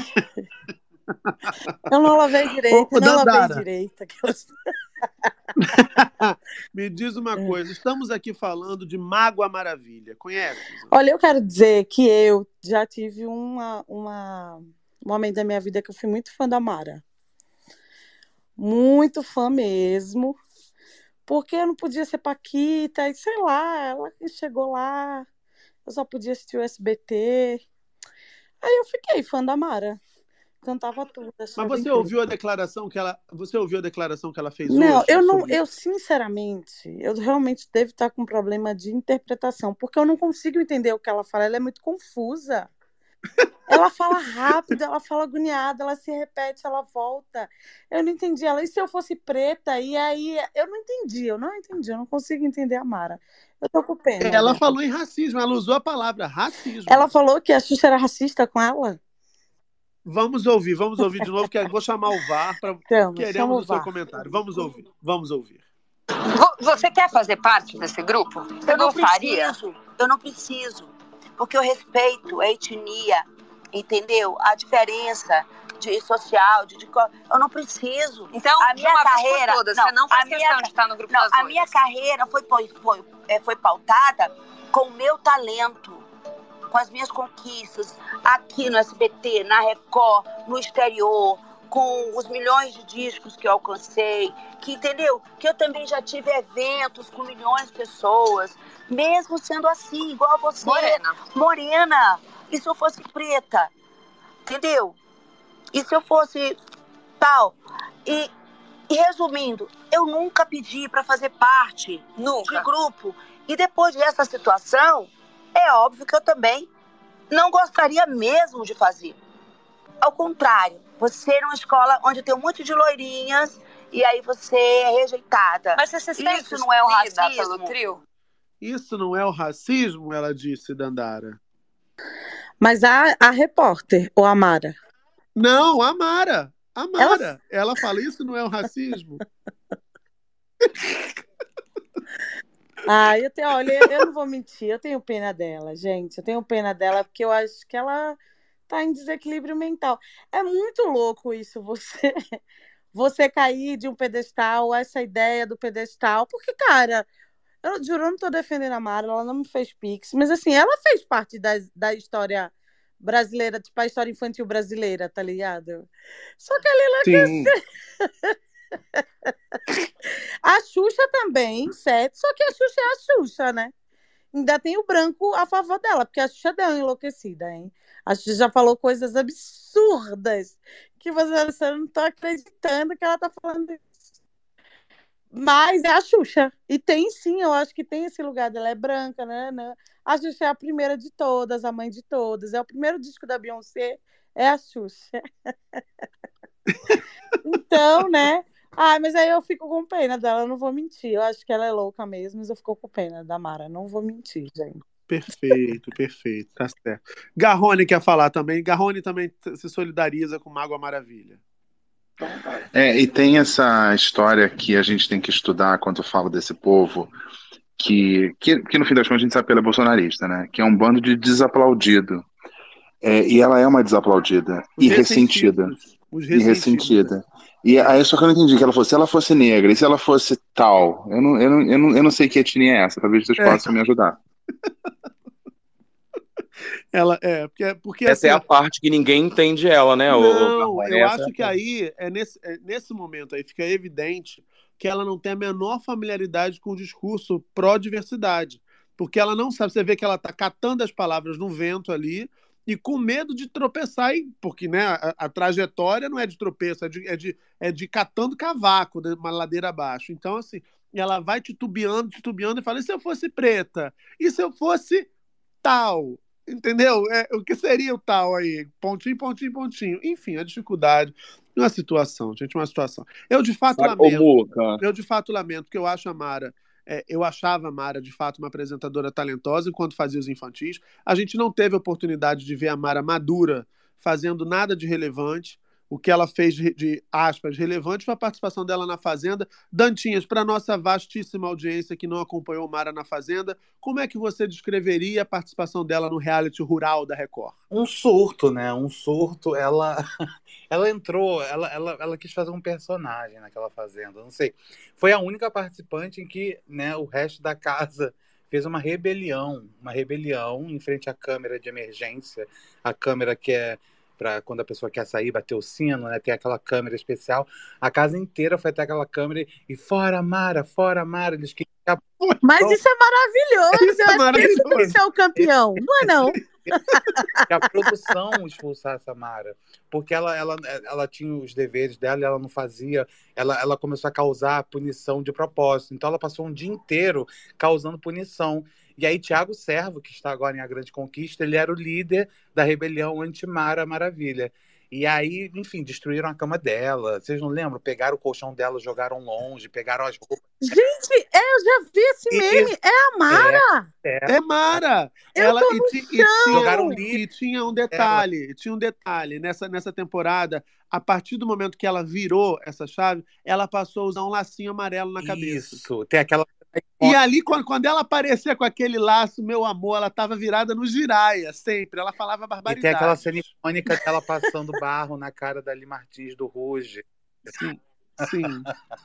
[SPEAKER 13] Eu não lavei direito,
[SPEAKER 2] Me diz uma coisa, estamos aqui falando de Mágoa Maravilha, conhece?
[SPEAKER 13] Olha, eu quero dizer que eu já tive um momento da minha vida que eu fui muito fã da Mara. Muito fã mesmo. Porque eu não podia ser paquita, e sei lá, ela chegou lá, eu só podia assistir o SBT. Aí eu fiquei fã da Mara. Cantava tudo.
[SPEAKER 2] Mas você ouviu a declaração que ela fez hoje?
[SPEAKER 13] Não, eu sinceramente, eu realmente devo estar com um problema de interpretação, porque eu não consigo entender o que ela fala, ela é muito confusa. Ela fala rápido, ela fala agoniada, ela se repete, ela volta. Eu não entendi ela. E se eu fosse preta? E aí, eu não consigo entender a Mara. Eu tô com pena.
[SPEAKER 2] Ela falou em racismo, ela usou a palavra racismo.
[SPEAKER 13] Ela falou que a Xuxa era racista com ela?
[SPEAKER 2] Vamos ouvir de novo, que eu vou chamar o VAR para queremos o seu comentário. Vamos ouvir.
[SPEAKER 6] Você quer fazer parte desse grupo? Você gostaria?
[SPEAKER 7] Eu não preciso. Porque eu respeito a etnia, entendeu? A diferença social, eu não preciso.
[SPEAKER 6] Então, a minha carreira, você não faz questão de estar no grupo das
[SPEAKER 7] a minha carreira foi pautada com o meu talento, com as minhas conquistas, aqui no SBT, na Record, no exterior, com os milhões de discos que eu alcancei, entendeu? Que eu também já tive eventos com milhões de pessoas, mesmo sendo assim, igual a você. Morena. E se eu fosse preta? Entendeu? E se eu fosse tal? E resumindo, eu nunca pedi para fazer parte de grupo. E depois dessa situação, é óbvio que eu também não gostaria mesmo de fazer. Ao contrário, você é numa escola onde tem um monte de loirinhas e aí você é rejeitada.
[SPEAKER 6] Mas você se sente
[SPEAKER 7] isso não é o racismo?
[SPEAKER 6] Pelo trio?
[SPEAKER 2] Isso não é o racismo, ela disse, Dandara.
[SPEAKER 13] Mas a repórter, ou a Mara?
[SPEAKER 2] Não, a Mara. Ela fala, isso não é o racismo?
[SPEAKER 13] Eu não vou mentir, eu tenho pena dela, gente. Eu tenho pena dela porque eu acho que ela tá em desequilíbrio mental. É muito louco isso, você cair de um pedestal, essa ideia do pedestal. Porque, cara, eu não tô defendendo a Mara, ela não me fez pix, mas assim, ela fez parte da história brasileira, tipo a história infantil brasileira, tá ligado? Só que ela
[SPEAKER 2] Sim.
[SPEAKER 13] enlouqueceu. A Xuxa também, certo? Só que a Xuxa é a Xuxa, né? Ainda tem o branco a favor dela, porque a Xuxa deu uma enlouquecida, hein? A Xuxa já falou coisas absurdas que você não tá acreditando que ela tá falando isso. Mas é a Xuxa. E tem sim, eu acho que tem esse lugar dela, é branca, né? A Xuxa é a primeira de todas, a mãe de todas. É o primeiro disco da Beyoncé, é a Xuxa. Então, né? Mas aí eu fico com pena dela, eu não vou mentir. Eu acho que ela é louca mesmo, mas eu fico com pena da Mara. Não vou mentir, gente.
[SPEAKER 2] Perfeito, tá certo. Garrone quer falar também. Garrone também se solidariza com Mágoa Maravilha.
[SPEAKER 8] E tem essa história que a gente tem que estudar quando eu falo desse povo, que no fim das contas a gente sabe que ela é bolsonarista, né? Que é um bando de desaplaudido. E ela é uma desaplaudida e ressentida. E ressentida. E aí só que eu não entendi que ela fosse, se ela fosse negra e se ela fosse tal, eu não sei que etnia é essa, talvez vocês possam me ajudar.
[SPEAKER 2] Ela porque
[SPEAKER 5] essa
[SPEAKER 2] assim,
[SPEAKER 5] é a parte que ninguém entende ela, né?
[SPEAKER 2] Não, eu acho que aí nesse momento aí fica evidente que ela não tem a menor familiaridade com o discurso pró-diversidade, porque ela não sabe, você vê que ela está catando as palavras no vento ali e com medo de tropeçar, porque né, a trajetória não é de tropeço, é de catando cavaco, de uma ladeira abaixo. Então, assim, ela vai titubeando e fala, e se eu fosse preta? E se eu fosse tal? Entendeu? O que seria o tal aí? Pontinho, pontinho, pontinho. Enfim, a dificuldade. Uma situação, gente, uma situação. Eu de fato lamento, porque eu acho a Mara. Eu achava a Mara, de fato, uma apresentadora talentosa enquanto fazia os infantis. A gente não teve a oportunidade de ver a Mara madura fazendo nada de relevante. O que ela fez de aspas, relevante foi a participação dela na Fazenda. Dantinhas, para nossa vastíssima audiência que não acompanhou Mara na Fazenda, como é que você descreveria a participação dela no reality rural da Record?
[SPEAKER 11] Um surto, né? Um surto. Ela entrou, ela quis fazer um personagem naquela Fazenda, não sei. Foi a única participante em que, né, o resto da casa fez uma rebelião em frente à câmera de emergência, a câmera que é para quando a pessoa quer sair, bater o sino, né? Tem aquela câmera especial. A casa inteira foi até aquela câmera e fora Mara, eles queriam...
[SPEAKER 13] Mas isso é maravilhoso, eu acho que esse tem que ser o campeão, não é não?
[SPEAKER 11] Que a produção expulsasse a Mara, porque ela tinha os deveres dela e ela não fazia, ela começou a causar punição de propósito, então ela passou um dia inteiro causando punição. E aí Thiago Servo, que está agora em A Grande Conquista, ele era o líder da rebelião anti-Mara Maravilha. E aí, enfim, destruíram a cama dela. Vocês não lembram? Pegaram o colchão dela, jogaram longe, pegaram as roupas.
[SPEAKER 13] Gente, eu já vi esse meme. É a Mara!
[SPEAKER 2] É Mara! E tinha um detalhe. Nessa temporada, a partir do momento que ela virou essa chave, ela passou a usar um lacinho amarelo na cabeça.
[SPEAKER 11] Isso, tem aquela...
[SPEAKER 2] E ali, quando ela aparecia com aquele laço, meu amor, ela estava virada no giraia, sempre. Ela falava barbaridade.
[SPEAKER 11] E tem aquela cena icônica dela passando barro na cara da Ali Martins do Ruge.
[SPEAKER 2] Sim.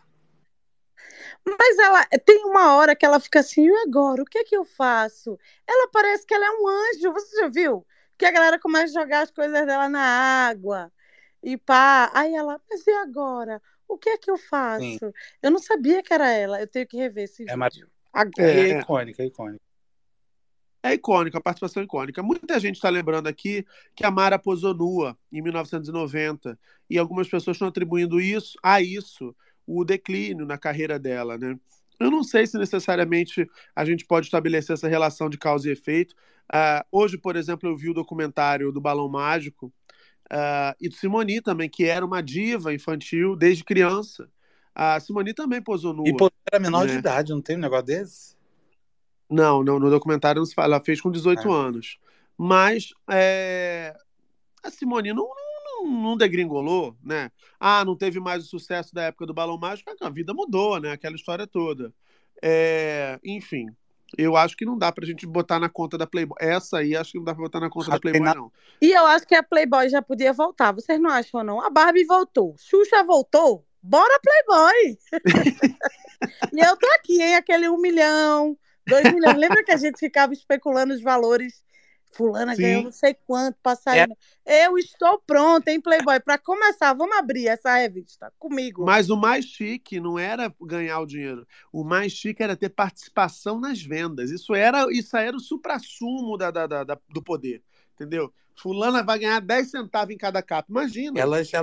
[SPEAKER 13] Mas ela tem uma hora que ela fica assim, e agora? O que é que eu faço? Ela parece que ela é um anjo, você já viu? Que a galera começa a jogar as coisas dela na água. E pá, aí ela, mas e agora? O que é que eu faço? Sim. Eu não sabia que era ela. Eu tenho que rever esse vídeo.
[SPEAKER 11] É icônica.
[SPEAKER 2] É icônica, a participação icônica. Muita gente está lembrando aqui que a Mara posou nua em 1990 e algumas pessoas estão atribuindo isso o declínio na carreira dela, né? Eu não sei se necessariamente a gente pode estabelecer essa relação de causa e efeito. Hoje, por exemplo, eu vi o documentário do Balão Mágico, e do Simoni também, que era uma diva infantil desde criança. A Simoni também posou nua.
[SPEAKER 11] E era menor de idade, não tem um negócio desse?
[SPEAKER 2] Não, no documentário não se fala, ela fez com 18 anos. Mas a Simoni não degringolou, né? Não teve mais o sucesso da época do Balão Mágico, a vida mudou, né? Aquela história toda. Enfim, eu acho que não dá pra gente botar na conta da Playboy. Essa aí, acho que não dá pra botar na conta da Playboy, não.
[SPEAKER 13] E eu acho que a Playboy já podia voltar. Vocês não acham, não? A Barbie voltou. Xuxa voltou. Bora, Playboy! E eu tô aqui, hein? Aquele 1 milhão, 2 milhões. Lembra que a gente ficava especulando os valores? Fulana ganhou
[SPEAKER 2] Sim.
[SPEAKER 13] não sei quanto, passarinho. Eu estou pronta, hein, Playboy? Para começar, vamos abrir essa revista comigo.
[SPEAKER 2] Mas o mais chique não era ganhar o dinheiro. O mais chique era ter participação nas vendas. Isso era o suprassumo do poder. Entendeu? Fulana vai ganhar 10 centavos em cada capa. Imagina.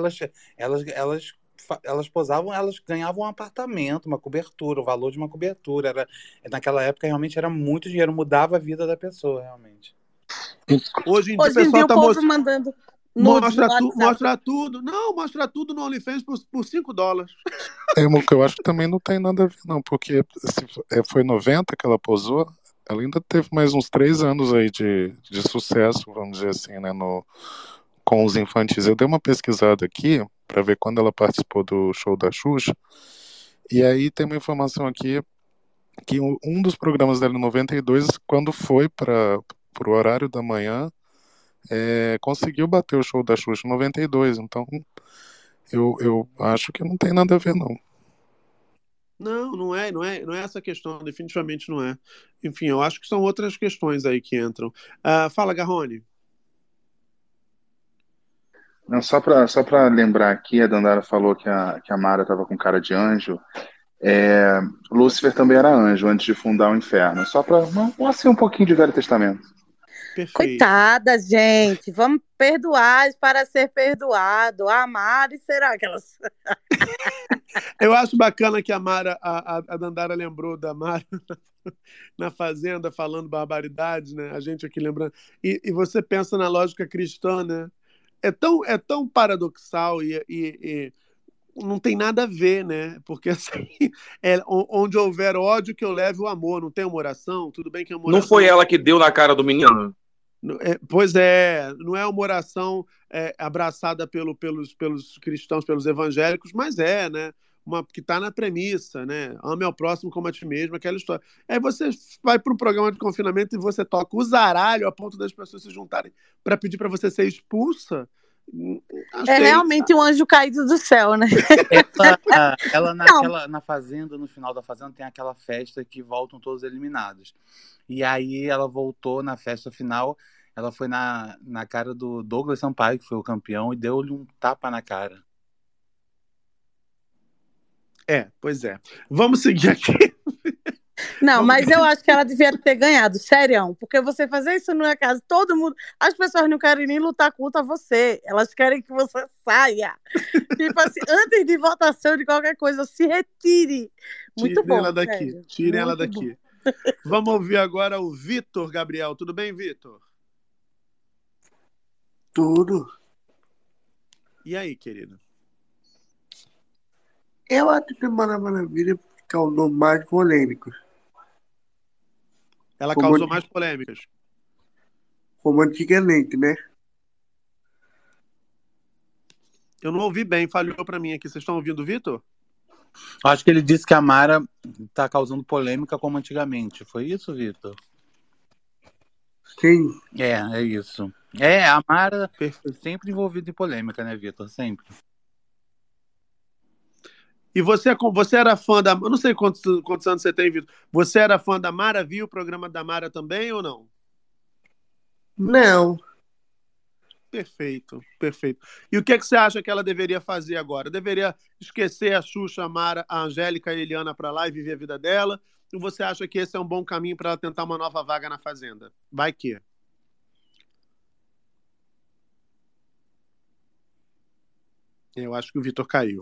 [SPEAKER 11] Elas posavam, elas ganhavam um apartamento, uma cobertura, o valor de uma cobertura. Naquela época realmente era muito dinheiro, mudava a vida da pessoa, realmente.
[SPEAKER 2] Hoje em dia, o pessoal tá
[SPEAKER 13] povo mandando nudes no WhatsApp.
[SPEAKER 2] mostra tudo. Não, mostra tudo no OnlyFans por $5.
[SPEAKER 4] Que eu acho que também não tem nada a ver, não, porque foi 90 que ela posou, ela ainda teve mais uns 3 anos aí de sucesso, vamos dizer assim, né, com os infantis. Eu dei uma pesquisada aqui para ver quando ela participou do show da Xuxa, e aí tem uma informação aqui que um dos programas dela em 92, quando foi para o horário da manhã, conseguiu bater o show da Xuxa em 92, então eu acho que não tem nada a ver, não.
[SPEAKER 2] Não é essa questão, definitivamente não é. Enfim, eu acho que são outras questões aí que entram. Fala, Garrone.
[SPEAKER 8] Não, só para lembrar aqui, a Dandara falou que a Mara estava com cara de anjo. Lúcifer também era anjo antes de fundar o inferno. Só para assim, um pouquinho de Velho Testamento.
[SPEAKER 2] Perfeito.
[SPEAKER 13] Coitada, gente. Vamos perdoar para ser perdoado. Amar e será aquelas.
[SPEAKER 2] Eu acho bacana que a Dandara lembrou da Mara na Fazenda, falando barbaridade, né? A gente aqui lembrando. E você pensa na lógica cristã, né? É tão paradoxal e não tem nada a ver, né? Porque assim, onde houver ódio, que eu leve o amor. Não tem uma oração? Tudo bem que é uma oração.
[SPEAKER 5] Não foi ela que deu na cara do menino?
[SPEAKER 2] Pois é, não é uma oração abraçada pelos cristãos, pelos evangélicos, mas né? Que está na premissa, né? Ame ao próximo como a ti mesmo, aquela história. Aí você vai para um programa de confinamento e você toca o zaralho a ponto das pessoas se juntarem para pedir para você ser expulsa.
[SPEAKER 13] Realmente um anjo caído do céu, né?
[SPEAKER 11] Ela na Fazenda, no final da Fazenda, tem aquela festa que voltam todos eliminados. E aí ela voltou na festa final, ela foi na cara do Douglas Sampaio, que foi o campeão, e deu-lhe um tapa na cara.
[SPEAKER 2] Pois é. Vamos seguir aqui.
[SPEAKER 13] Não, mas eu acho que ela devia ter ganhado, sério, porque você fazer isso não é caso, todo mundo, as pessoas não querem nem lutar contra você, elas querem que você saia. Tipo assim, antes de votação de qualquer coisa, se retire. Muito bom.
[SPEAKER 2] Ela daqui. Tirem ela daqui. Vamos ouvir agora o Vitor Gabriel. Tudo bem, Vitor?
[SPEAKER 14] Tudo.
[SPEAKER 2] E aí, querido?
[SPEAKER 14] Eu acho que Mara Maravilha causou mais polêmicas.
[SPEAKER 2] Ela causou mais polêmicas.
[SPEAKER 14] Como antigamente, né?
[SPEAKER 2] Eu não ouvi bem, falhou para mim aqui. Vocês estão ouvindo o Vitor?
[SPEAKER 11] Acho que ele disse que a Mara está causando polêmica como antigamente. Foi isso, Vitor?
[SPEAKER 14] Sim.
[SPEAKER 11] É isso. A Mara sempre envolvida em polêmica, né, Vitor? Sempre.
[SPEAKER 2] E você era fã da... Eu não sei quantos anos você tem, Vitor. Você era fã da Mara? Viu o programa da Mara também ou não?
[SPEAKER 14] Não.
[SPEAKER 2] Perfeito. E o que você acha que ela deveria fazer agora? Deveria esquecer a Xuxa, a Mara, a Angélica e a Eliana para lá e viver a vida dela? Ou você acha que esse é um bom caminho para ela tentar uma nova vaga na Fazenda? Vai que... Eu acho que o Vitor caiu.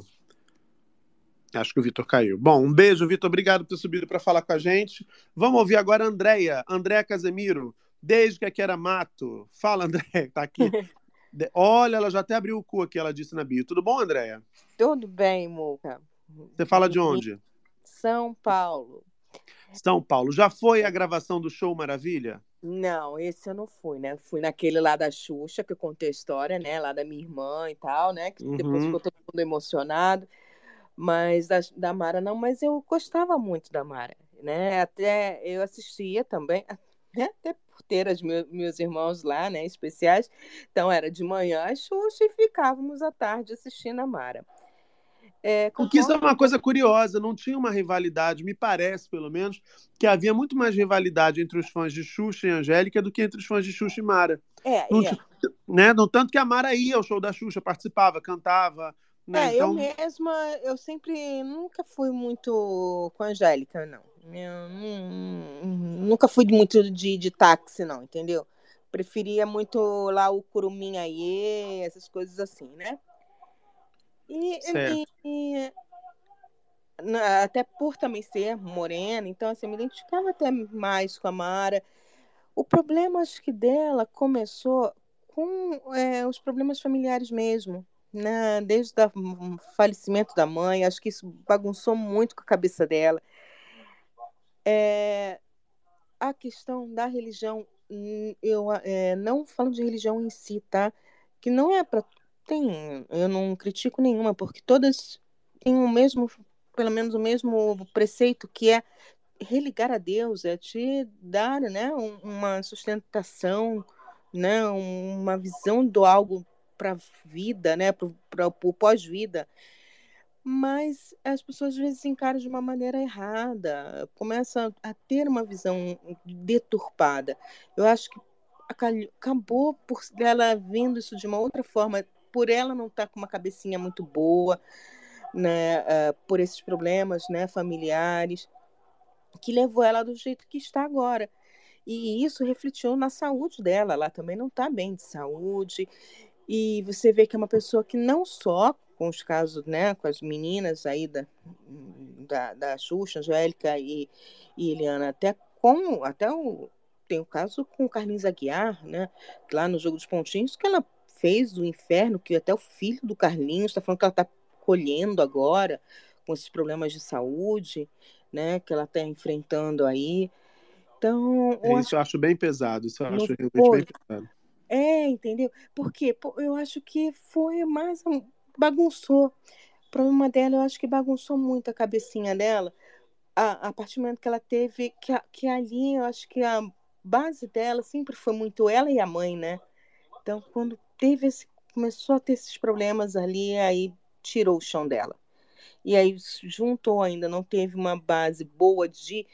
[SPEAKER 2] Bom, um beijo, Vitor. Obrigado por ter subido para falar com a gente. Vamos ouvir agora a Andréia Casemiro, desde que aqui era mato. Fala, Andréia, tá aqui. Olha, ela já até abriu o cu aqui, ela disse na bio. Tudo bom, Andréia?
[SPEAKER 15] Tudo bem, Muca.
[SPEAKER 2] Você fala de onde?
[SPEAKER 15] São Paulo.
[SPEAKER 2] São Paulo. Já foi a gravação do Show Maravilha?
[SPEAKER 15] Não, esse eu não fui, né? Fui naquele lá da Xuxa, que eu contei a história, né? Lá da minha irmã e tal, né? Que depois ficou todo mundo emocionado. Mas da Mara não, mas eu gostava muito da Mara, né? Até eu assistia também, né? Até por ter meus irmãos lá, né? Especiais. Então era de manhã a Xuxa e ficávamos à tarde assistindo a Mara.
[SPEAKER 2] Porque isso é
[SPEAKER 15] Concordo.
[SPEAKER 2] uma coisa curiosa, não tinha uma rivalidade, me parece, pelo menos, que havia muito mais rivalidade entre os fãs de Xuxa e Angélica do que entre os fãs de Xuxa e Mara. Não, né? Não tanto que a Mara ia ao show da Xuxa, participava, cantava, né?
[SPEAKER 15] Eu
[SPEAKER 2] Então,
[SPEAKER 15] mesma, eu nunca fui muito com a Angélica, não. Nunca fui muito de táxi, não, entendeu? Preferia muito lá o Curumim Aiê, essas coisas assim, né?
[SPEAKER 2] certo.
[SPEAKER 15] Até por também ser morena, então assim, eu me identificava até mais com a Mara. O problema, acho que dela começou com os problemas familiares mesmo, né? Desde o falecimento da mãe, acho que isso bagunçou muito com a cabeça dela. A questão da religião, eu não falando de religião em si, tá? Que não é para eu não critico nenhuma, porque todas têm o mesmo, pelo menos o mesmo preceito, que é religar a Deus, é te dar, né, uma sustentação, né, uma visão do algo para a vida, né, para o pós-vida. Mas as pessoas às vezes encaram de uma maneira errada, começam a ter uma visão deturpada. Eu acho que acabou por ela vendo isso de uma outra forma, por ela não estar com uma cabecinha muito boa, né, por esses problemas, né, familiares, que levou ela do jeito que está agora. E isso refletiu na saúde dela. Ela também não está bem de saúde. E você vê que é uma pessoa que não só com os casos, né, com as meninas aí da Xuxa, Angélica e Eliana, tem o caso com o Carlinhos Aguiar, né, lá no Jogo dos Pontinhos, que ela fez o inferno, que até o filho do Carlinhos está falando que ela está colhendo agora com esses problemas de saúde, né, que ela está enfrentando aí. Então,
[SPEAKER 2] Isso eu acho bem pesado, isso eu
[SPEAKER 15] não
[SPEAKER 2] acho realmente
[SPEAKER 15] foi.
[SPEAKER 2] bem pesado.
[SPEAKER 15] Entendeu? Porque eu acho que foi mais bagunçou. O problema dela, eu acho que bagunçou muito a cabecinha dela. A partir do momento que ela teve que ali, eu acho que a base dela sempre foi muito ela e a mãe, né? Então, quando começou a ter esses problemas ali, aí tirou o chão dela. E aí juntou ainda, não teve uma base boa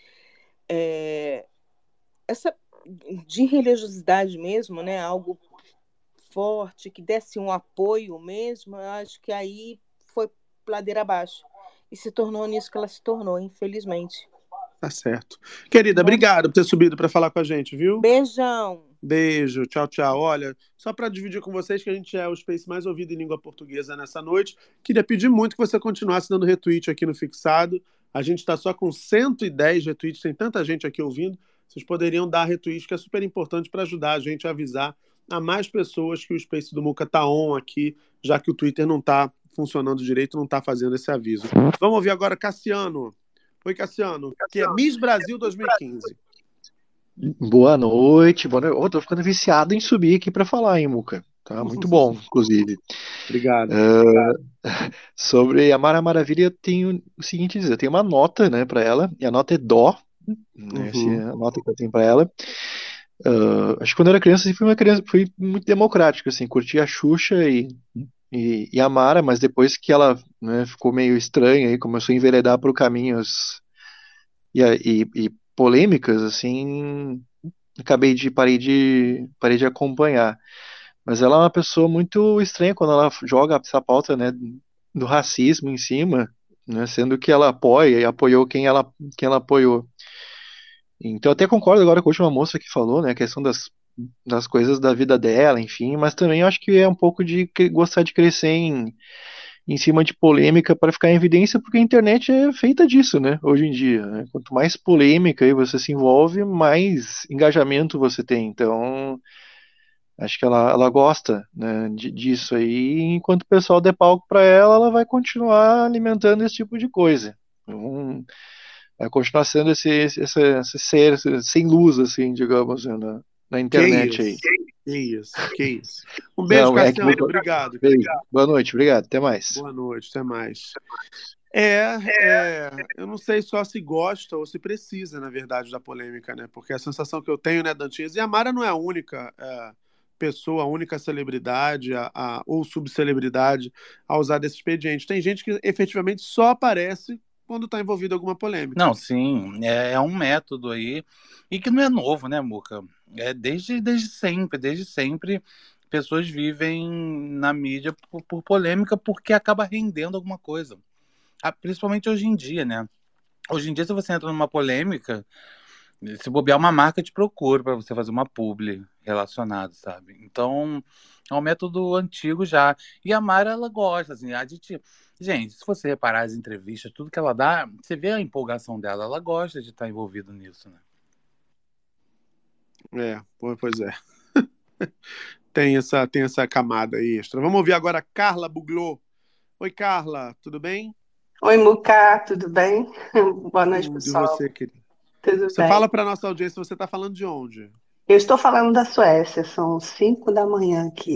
[SPEAKER 15] de religiosidade mesmo, né? Algo forte, que desse um apoio mesmo, eu acho que aí foi ladeira abaixo. E se tornou nisso que ela se tornou, infelizmente.
[SPEAKER 2] Tá certo. Querida, obrigado por ter subido para falar com a gente, viu?
[SPEAKER 15] Beijão.
[SPEAKER 2] Beijo, tchau, tchau. Olha, só para dividir com vocês que a gente é o Space mais ouvido em língua portuguesa nessa noite, queria pedir muito que você continuasse dando retweet aqui no Fixado. A gente está só com 110 retweets, tem tanta gente aqui ouvindo. Vocês poderiam dar retweet, que é super importante para ajudar a gente a avisar a mais pessoas que o Space do Muca tá on aqui, já que o Twitter não está funcionando direito, não está fazendo esse aviso. Vamos ouvir agora Cassiano. Oi, Cassiano, que é Miss Brasil 2015.
[SPEAKER 16] Boa noite, boa noite. Tô ficando viciado em subir aqui para falar, hein, Muca? Tá muito bom, inclusive.
[SPEAKER 2] Obrigado.
[SPEAKER 16] Sobre a Mara Maravilha, eu tenho o seguinte a dizer: eu tenho uma nota, né, para ela, e a nota é dó, né, essa é a nota que eu tenho para ela. Acho que quando eu era criança, fui muito democrático, assim, curti a Xuxa e a Mara, mas depois que ela, né, ficou meio estranha e começou a enveredar por caminhos e polêmicas, assim, parei de acompanhar. Mas ela é uma pessoa muito estranha quando ela joga essa pauta, né, do racismo em cima, né, sendo que ela apoia e apoiou quem ela apoiou. Então eu até concordo agora com a última moça que falou, né, a questão das coisas da vida dela, enfim, mas também eu acho que é um pouco de gostar de crescer em cima de polêmica para ficar em evidência, porque a internet é feita disso, né, hoje em dia, né? Quanto mais polêmica aí você se envolve, mais engajamento você tem. Então, acho que ela gosta, né, disso aí, e enquanto o pessoal der palco para ela, ela vai continuar alimentando esse tipo de coisa. Então, vai continuar sendo esse ser sem luz, assim, digamos, né, na internet aí.
[SPEAKER 2] Que isso. Um beijo,
[SPEAKER 16] Não,
[SPEAKER 2] Cassiano, obrigado.
[SPEAKER 16] Beijo. Boa noite, obrigado, até mais.
[SPEAKER 2] Boa noite, até mais. Eu não sei só se gosta ou se precisa, na verdade, da polêmica, né? Porque a sensação que eu tenho, né, Dantinhas, e a Mara não é a única pessoa, a única celebridade ou subcelebridade a usar desse expediente. Tem gente que efetivamente só aparece quando está envolvido em alguma polêmica.
[SPEAKER 11] Não, sim, é um método aí, e que não é novo, né, Muca? É desde sempre, pessoas vivem na mídia por polêmica porque acaba rendendo alguma coisa. Principalmente hoje em dia, né? Hoje em dia, se você entra numa polêmica, se bobear, uma marca te procura para você fazer uma publi relacionada, sabe? Então, é um método antigo já. E a Mara, ela gosta, assim, Gente, se você reparar as entrevistas, tudo que ela dá, você vê a empolgação dela, ela gosta de estar envolvida nisso, né?
[SPEAKER 2] Pois é. Tem essa camada aí extra. Vamos ouvir agora a Carla Buglô. Oi, Carla, tudo bem?
[SPEAKER 17] Oi, Muca, tudo bem? Boa noite,
[SPEAKER 2] E
[SPEAKER 17] pessoal.
[SPEAKER 2] você, querida?
[SPEAKER 17] Tudo
[SPEAKER 2] Você
[SPEAKER 17] bem?
[SPEAKER 2] fala para nossa audiência, você está falando de onde?
[SPEAKER 17] Eu estou falando da Suécia, são 5 da manhã aqui.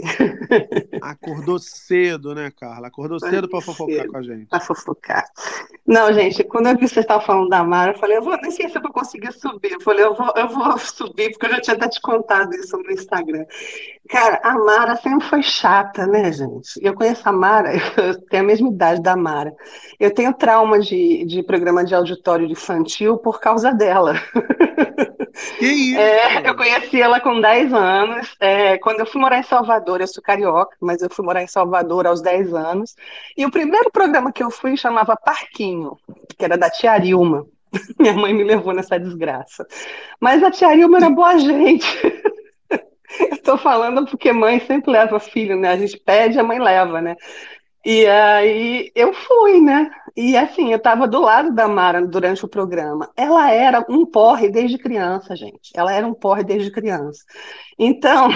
[SPEAKER 2] Acordou cedo, né, Carla? Acordou cedo para fofocar com a gente.
[SPEAKER 17] Para fofocar. Não, gente, quando eu vi que vocês estavam falando da Mara, eu falei, nem sei se eu vou conseguir subir. Eu falei, eu vou subir, porque eu já tinha até te contado isso no Instagram. Cara, a Mara sempre foi chata, né, gente? Eu conheço a Mara, eu tenho a mesma idade da Mara. Eu tenho trauma de programa de auditório infantil por causa dela.
[SPEAKER 2] Que isso?
[SPEAKER 17] Eu conheci ela com 10 anos. Quando eu fui morar em Salvador, eu sou carioca, mas eu fui morar em Salvador aos 10 anos. E o primeiro programa que eu fui chamava Parquinho, que era da tia Arilma. Minha mãe me levou nessa desgraça. Mas a tia Arilma era boa gente. Estou falando porque mãe sempre leva filho, né? A gente pede, a mãe leva, né? E aí eu fui, né? E assim, eu estava do lado da Mara durante o programa. Ela era um porre desde criança, gente. Ela era um porre desde criança. Então,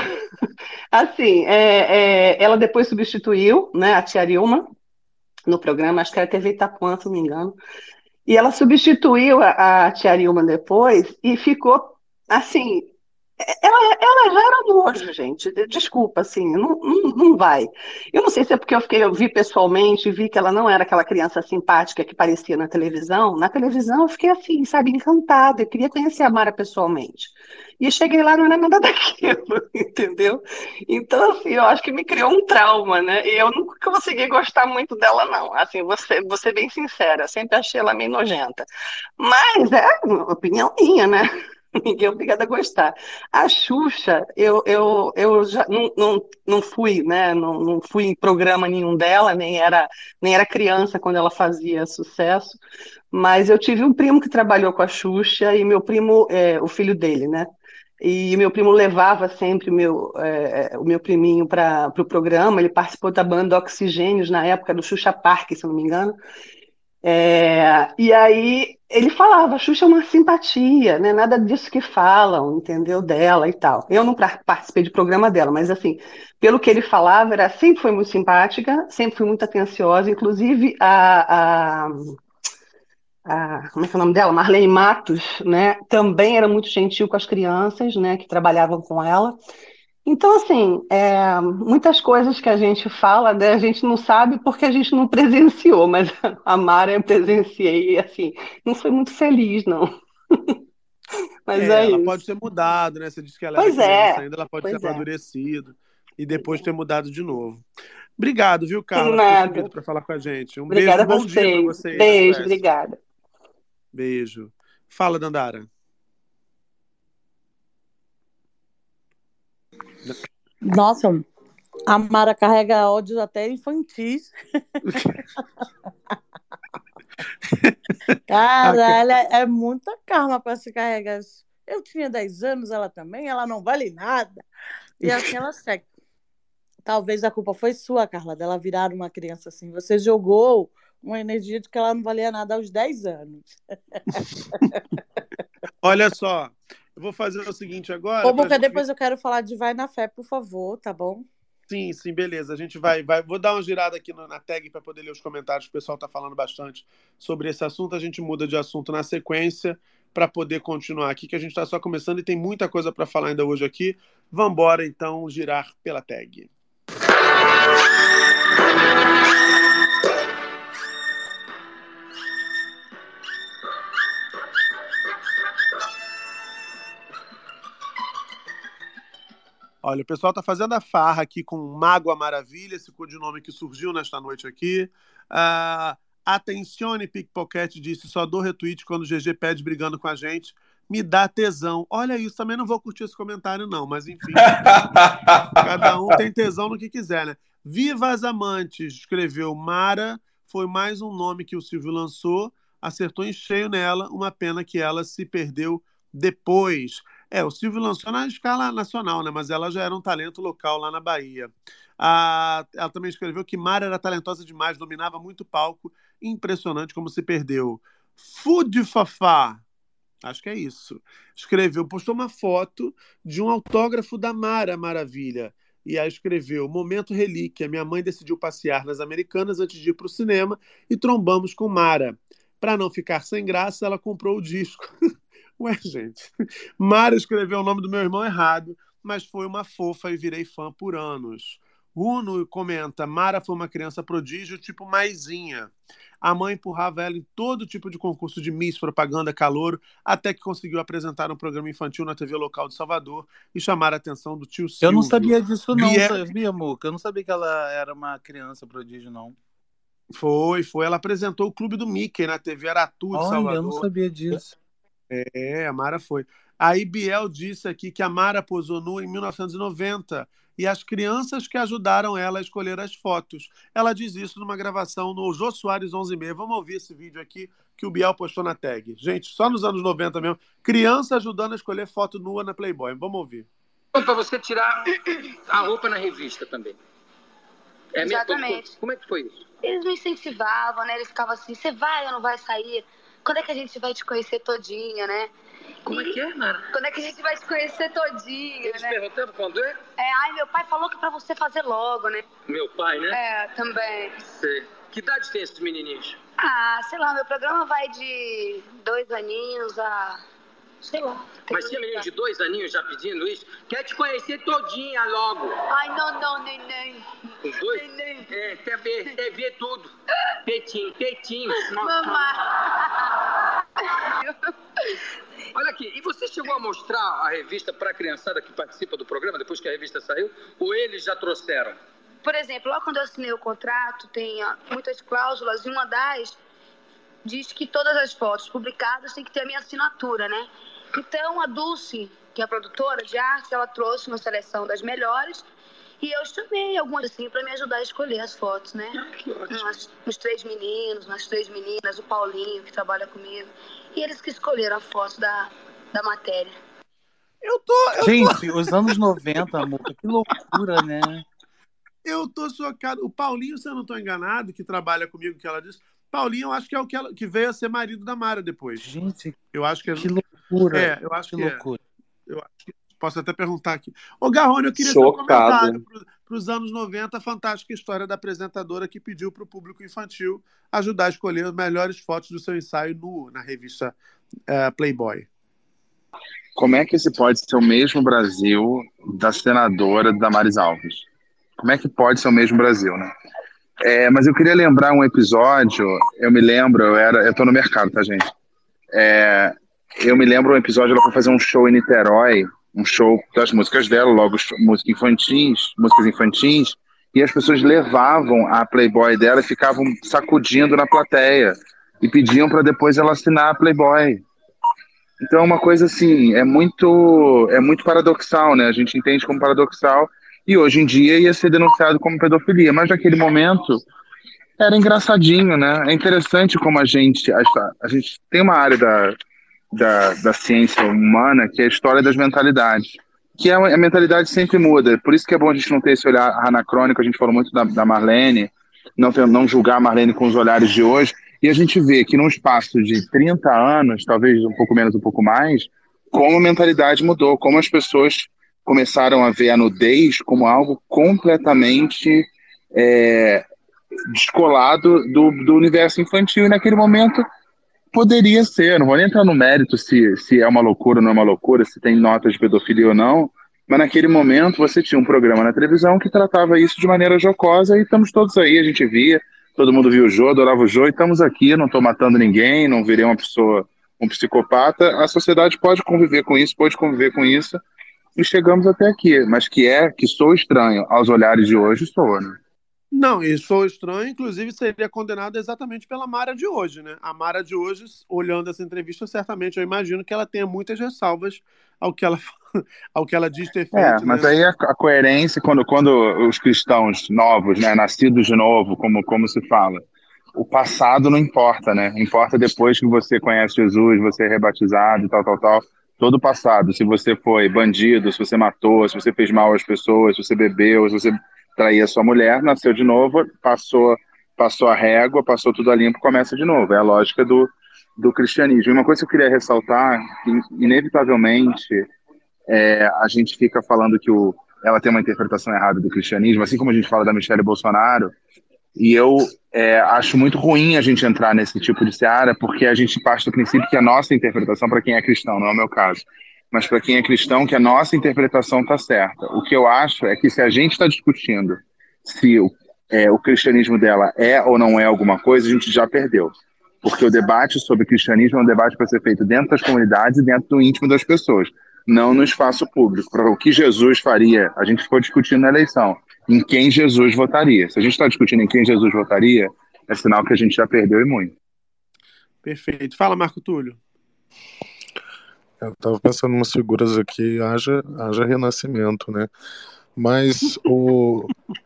[SPEAKER 17] assim, ela depois substituiu, né, a tia Arilma no programa, acho que era TV Itapuã, se não me engano. E ela substituiu a tia Arilma depois e ficou, assim, ela já era nojo, gente. Desculpa, assim, não vai. Eu não sei se é porque eu vi pessoalmente, vi que ela não era aquela criança simpática que parecia na televisão. Na televisão eu fiquei assim, sabe, encantada. Eu queria conhecer a Mara pessoalmente. E cheguei lá, não era nada daquilo, entendeu? Então, assim, eu acho que me criou um trauma, né? E eu nunca consegui gostar muito dela, não. Assim, vou ser bem sincera, sempre achei ela meio nojenta. Mas é uma opinião minha, né? Ninguém é obrigado a gostar. A Xuxa, eu já não fui, né? Não fui em programa nenhum dela, nem era criança quando ela fazia sucesso. Mas eu tive um primo que trabalhou com a Xuxa e meu primo, o filho dele, né? E meu primo levava sempre o meu priminho para o programa. Ele participou da banda Oxigênios na época do Xuxa Park, se eu não me engano. E aí ele falava, a Xuxa é uma simpatia, né? Nada disso que falam, entendeu? Dela e tal. Eu não participei de programa dela, mas assim, pelo que ele falava, sempre foi muito simpática, sempre foi muito atenciosa, inclusive como é que é o nome dela? Marlene Matos, né? Também era muito gentil com as crianças, né? Que trabalhavam com ela. Então, assim, muitas coisas que a gente fala, né, a gente não sabe porque a gente não presenciou, mas a Mara eu presenciei e, assim, não foi muito feliz, não. Mas é
[SPEAKER 2] Ela
[SPEAKER 17] isso.
[SPEAKER 2] pode ter mudado, né? Você disse que ela
[SPEAKER 17] Pois
[SPEAKER 2] era
[SPEAKER 17] é,
[SPEAKER 2] criança ainda, ela pode ter
[SPEAKER 17] pois é.
[SPEAKER 2] amadurecido e depois ter mudado de novo. Obrigado, viu, Carla, por ter
[SPEAKER 17] Nada.
[SPEAKER 2] subido para falar com a gente. Um
[SPEAKER 17] Obrigada
[SPEAKER 2] beijo,
[SPEAKER 17] a
[SPEAKER 2] bom dia para
[SPEAKER 17] vocês.
[SPEAKER 2] você aí na
[SPEAKER 17] Beijo,
[SPEAKER 2] Suécia.
[SPEAKER 17] obrigada.
[SPEAKER 2] Beijo. Fala, Dandara.
[SPEAKER 13] Nossa, a Mara carrega ódios até infantis. Cara, ela é muita karma para se carregar. Eu tinha 10 anos, ela também, ela não vale nada. E assim ela segue. Talvez a culpa foi sua, Carla, dela virar uma criança assim. Você jogou uma energia de que ela não valia nada aos 10 anos.
[SPEAKER 2] Olha só, eu vou fazer o seguinte agora.
[SPEAKER 13] Ô, Boca, depois eu quero falar de Vai na Fé, por favor, tá bom?
[SPEAKER 2] Sim, beleza. A gente vai. Vou dar uma girada aqui na tag para poder ler os comentários. O pessoal está falando bastante sobre esse assunto. A gente muda de assunto na sequência para poder continuar aqui, que a gente está só começando e tem muita coisa para falar ainda hoje aqui. Vambora, então, girar pela tag. Olha, o pessoal tá fazendo a farra aqui com o Mago a Maravilha, esse codinome que surgiu nesta noite aqui. Atencione Pickpocket disse, só dou retweet quando o GG pede brigando com a gente. Me dá tesão. Olha isso, também não vou curtir esse comentário não, mas enfim. Cada um tem tesão no que quiser, né? Viva as Amantes, escreveu Mara, foi mais um nome que o Silvio lançou, acertou em cheio nela, uma pena que ela se perdeu depois. O Silvio lançou na escala nacional, né? Mas ela já era um talento local lá na Bahia. Ela também escreveu que Mara era talentosa demais, dominava muito o palco, impressionante como se perdeu. Food Fafá, acho que é isso. Escreveu, postou uma foto de um autógrafo da Mara Maravilha. E aí escreveu, momento relíquia, minha mãe decidiu passear nas Americanas antes de ir para o cinema e trombamos com Mara. Para não ficar sem graça, ela comprou o disco. Ué, gente. Mara escreveu o nome do meu irmão errado, mas foi uma fofa e virei fã por anos. Uno comenta, Mara foi uma criança prodígio tipo Maisinha. A mãe empurrava ela em todo tipo de concurso de Miss, propaganda, calouro, até que conseguiu apresentar um programa infantil na TV local de Salvador e chamar a atenção do tio Silvio.
[SPEAKER 11] Eu não sabia disso não, sabia, Muca? Eu não sabia que ela era uma criança prodígio, não.
[SPEAKER 2] Foi. Ela apresentou o Clube do Mickey na TV Aratu de Salvador.
[SPEAKER 11] Olha, eu não sabia disso.
[SPEAKER 2] A Mara foi. Aí Biel disse aqui que a Mara posou nua em 1990 e as crianças que ajudaram ela a escolher as fotos. Ela diz isso numa gravação no Jô Soares 11h30. Vamos ouvir esse vídeo aqui que o Biel postou na tag. Gente, só nos anos 90 mesmo. Criança ajudando a escolher foto nua na Playboy. Vamos ouvir.
[SPEAKER 18] Para você tirar a roupa na revista também.
[SPEAKER 6] Exatamente.
[SPEAKER 18] Como é que foi isso?
[SPEAKER 6] Eles me incentivavam, né? Eles ficavam assim, você vai ou não vai sair? Quando é que a gente vai te conhecer todinha, né?
[SPEAKER 18] Como é que é, Mara?
[SPEAKER 6] Quando é que a gente vai te conhecer todinha,
[SPEAKER 18] Eles
[SPEAKER 6] né?
[SPEAKER 18] perguntando quando é?
[SPEAKER 6] Ai, meu pai falou que pra você fazer logo, né?
[SPEAKER 18] Meu pai, né?
[SPEAKER 6] Também.
[SPEAKER 18] Sei. Que idade tem esses menininhos?
[SPEAKER 6] Sei lá, meu programa vai de 2 aninhos a... sei lá.
[SPEAKER 18] Mas tinha menino de 2 aninhos já pedindo isso? Quer te conhecer todinha logo.
[SPEAKER 6] Ai, não, neném.
[SPEAKER 18] Os 2?
[SPEAKER 6] Neném.
[SPEAKER 18] Quer ver tudo. Petinho.
[SPEAKER 6] Mamãe.
[SPEAKER 18] Olha aqui, e você chegou a mostrar a revista para a criançada que participa do programa, depois que a revista saiu? Ou eles já trouxeram?
[SPEAKER 6] Por exemplo, logo quando eu assinei o contrato, tem muitas cláusulas, e uma das diz que todas as fotos publicadas têm que ter a minha assinatura, né? Então, a Dulce, que é a produtora de arte, ela trouxe uma seleção das melhores e eu chamei algumas assim para me ajudar a escolher as fotos, né?
[SPEAKER 18] Que ótimo.
[SPEAKER 6] Os 3 meninos, as 3 meninas, o Paulinho, que trabalha comigo. E eles que escolheram a foto da matéria.
[SPEAKER 11] Gente, os anos 90, Muca, que loucura, né?
[SPEAKER 2] Eu tô chocado. O Paulinho, se eu não tô enganado, que trabalha comigo, que ela disse... Paulinho, eu acho que é o que veio a ser marido da Mara depois.
[SPEAKER 11] Gente,
[SPEAKER 2] eu acho que
[SPEAKER 11] loucura.
[SPEAKER 2] Eu acho que
[SPEAKER 11] loucura.
[SPEAKER 2] Eu acho que posso até perguntar aqui. Ô, Garrone, eu queria seu comentário para os anos 90, a fantástica história da apresentadora que pediu para o público infantil ajudar a escolher as melhores fotos do seu ensaio na revista Playboy.
[SPEAKER 8] Como é que esse pode ser o mesmo Brasil da senadora Damares Alves? Como é que pode ser o mesmo Brasil, né? Mas eu queria lembrar um episódio, eu me lembro, eu tô no mercado, tá, gente? Eu me lembro um episódio, ela foi fazer um show em Niterói, um show das músicas dela, logo músicas infantis, e as pessoas levavam a Playboy dela e ficavam sacudindo na plateia, e pediam para depois ela assinar a Playboy. Então é uma coisa assim, é muito paradoxal, né? A gente entende como paradoxal, e hoje em dia ia ser denunciado como pedofilia, mas naquele momento era engraçadinho, né? É interessante como a gente tem uma área da ciência humana que é a história das mentalidades, que a mentalidade sempre muda, por isso que é bom a gente não ter esse olhar anacrônico, a gente falou muito da Marlene, não julgar a Marlene com os olhares de hoje, e a gente vê que num espaço de 30 anos, talvez um pouco menos, um pouco mais, como a mentalidade mudou, como as pessoas começaram a ver a nudez como algo completamente descolado do universo infantil, e naquele momento poderia ser, não vou nem entrar no mérito se é uma loucura ou não é uma loucura, se tem notas de pedofilia ou não, mas naquele momento você tinha um programa na televisão que tratava isso de maneira jocosa e estamos todos aí, a gente via, todo mundo viu o Jô, adorava o Jô, e estamos aqui, não estou matando ninguém, não virei uma pessoa, um psicopata, a sociedade pode conviver com isso, e chegamos até aqui, mas que sou estranho aos olhares de hoje, sou, né?
[SPEAKER 2] Não, e sou estranho, inclusive seria condenado exatamente pela Mara de hoje, né? A Mara de hoje, olhando essa entrevista, certamente eu imagino que ela tenha muitas ressalvas ao que ela, ao que ela diz ter feito,
[SPEAKER 8] Mas
[SPEAKER 2] né?
[SPEAKER 8] aí a coerência, quando os cristãos novos, né, nascidos de novo, como se fala, o passado não importa, né? Importa depois que você conhece Jesus, você é rebatizado, tal, tal, tal. Todo o passado, se você foi bandido, se você matou, se você fez mal às pessoas, se você bebeu, se você traía sua mulher, nasceu de novo, passou a régua, passou tudo a limpo, começa de novo. É a lógica do cristianismo. E uma coisa que eu queria ressaltar, que inevitavelmente a gente fica falando que ela tem uma interpretação errada do cristianismo, assim como a gente fala da Michelle Bolsonaro, e eu acho muito ruim a gente entrar nesse tipo de seara, porque a gente parte do princípio que a nossa interpretação, para quem é cristão, não é o meu caso, mas para quem é cristão, que a nossa interpretação está certa. O que eu acho é que se a gente está discutindo se o cristianismo dela é ou não é alguma coisa, a gente já perdeu. Porque o debate sobre cristianismo é um debate para ser feito dentro das comunidades e dentro do íntimo das pessoas, não no espaço público. Para o que Jesus faria, a gente ficou discutindo na eleição, em quem Jesus votaria. Se a gente está discutindo em quem Jesus votaria, é sinal que a gente já perdeu e muito.
[SPEAKER 2] Perfeito. Fala, Marco Túlio.
[SPEAKER 4] Eu estava pensando em umas figuras aqui, haja renascimento, né? Mas o...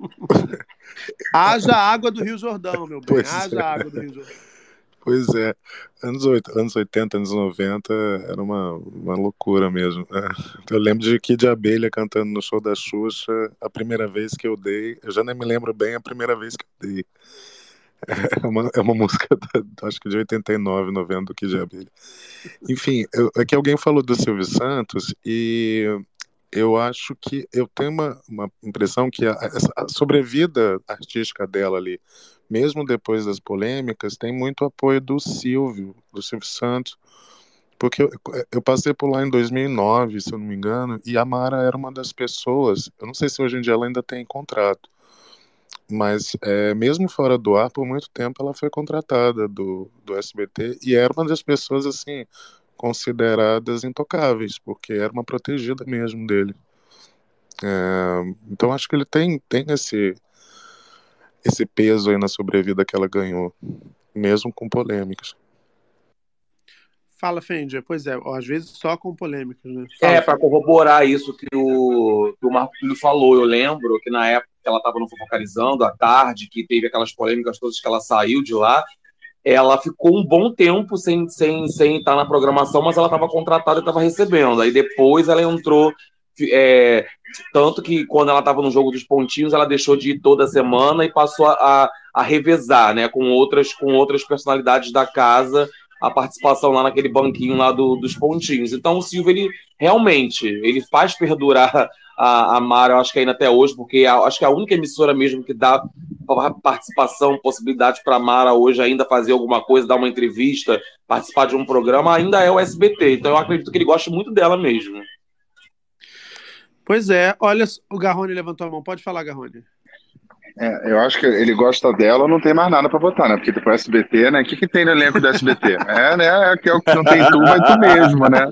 [SPEAKER 2] Haja água do Rio Jordão, meu bem.
[SPEAKER 4] Pois
[SPEAKER 2] Haja
[SPEAKER 4] é.
[SPEAKER 2] água do Rio Jordão.
[SPEAKER 4] Pois é. Anos 80, anos 90 era uma loucura mesmo. Eu lembro de Kid Abelha cantando no show da Xuxa a primeira vez que eu dei. Eu já nem me lembro bem a primeira vez que eu dei. É uma música, acho que de 89, 90, do Kid Abelha. Enfim, é que alguém falou do Silvio Santos e eu acho que eu tenho uma impressão que a sobrevida artística dela ali, mesmo depois das polêmicas, tem muito apoio do Silvio Santos, porque eu passei por lá em 2009, se eu não me engano, e a Mara era uma das pessoas, eu não sei se hoje em dia ela ainda tem contrato, mas mesmo fora do ar, por muito tempo ela foi contratada do SBT e era uma das pessoas, assim, consideradas intocáveis, porque era uma protegida mesmo dele. Então acho que ele tem esse peso aí na sobrevida que ela ganhou, mesmo com polêmicas.
[SPEAKER 2] Fala, Fendi. Pois é, às vezes só com polêmicas, né? Fala,
[SPEAKER 5] para corroborar isso que o Marco Túlio falou, eu lembro que na época que ela estava no Fofocalizando, à tarde, que teve aquelas polêmicas todas que ela saiu de lá, ela ficou um bom tempo sem estar na programação, mas ela estava contratada e estava recebendo. Aí depois ela entrou, tanto que quando ela estava no Jogo dos Pontinhos, ela deixou de ir toda semana e passou a revezar, né, com outras personalidades da casa, a participação lá naquele banquinho lá dos pontinhos. Então o Silvio, ele realmente faz perdurar a Mara, eu acho que ainda até hoje, porque acho que a única emissora mesmo que dá participação, possibilidade para a Mara hoje ainda fazer alguma coisa, dar uma entrevista, participar de um programa, ainda é o SBT. Então eu acredito que ele gosta muito dela mesmo.
[SPEAKER 2] Pois é. Olha, o Garrone levantou a mão. Pode falar, Garrone.
[SPEAKER 8] Eu acho que ele gosta dela, não tem mais nada pra botar, né? Porque tipo, o SBT, né? O que tem no elenco do SBT? Né? Que é o que não tem tu, vai tu mesmo, né?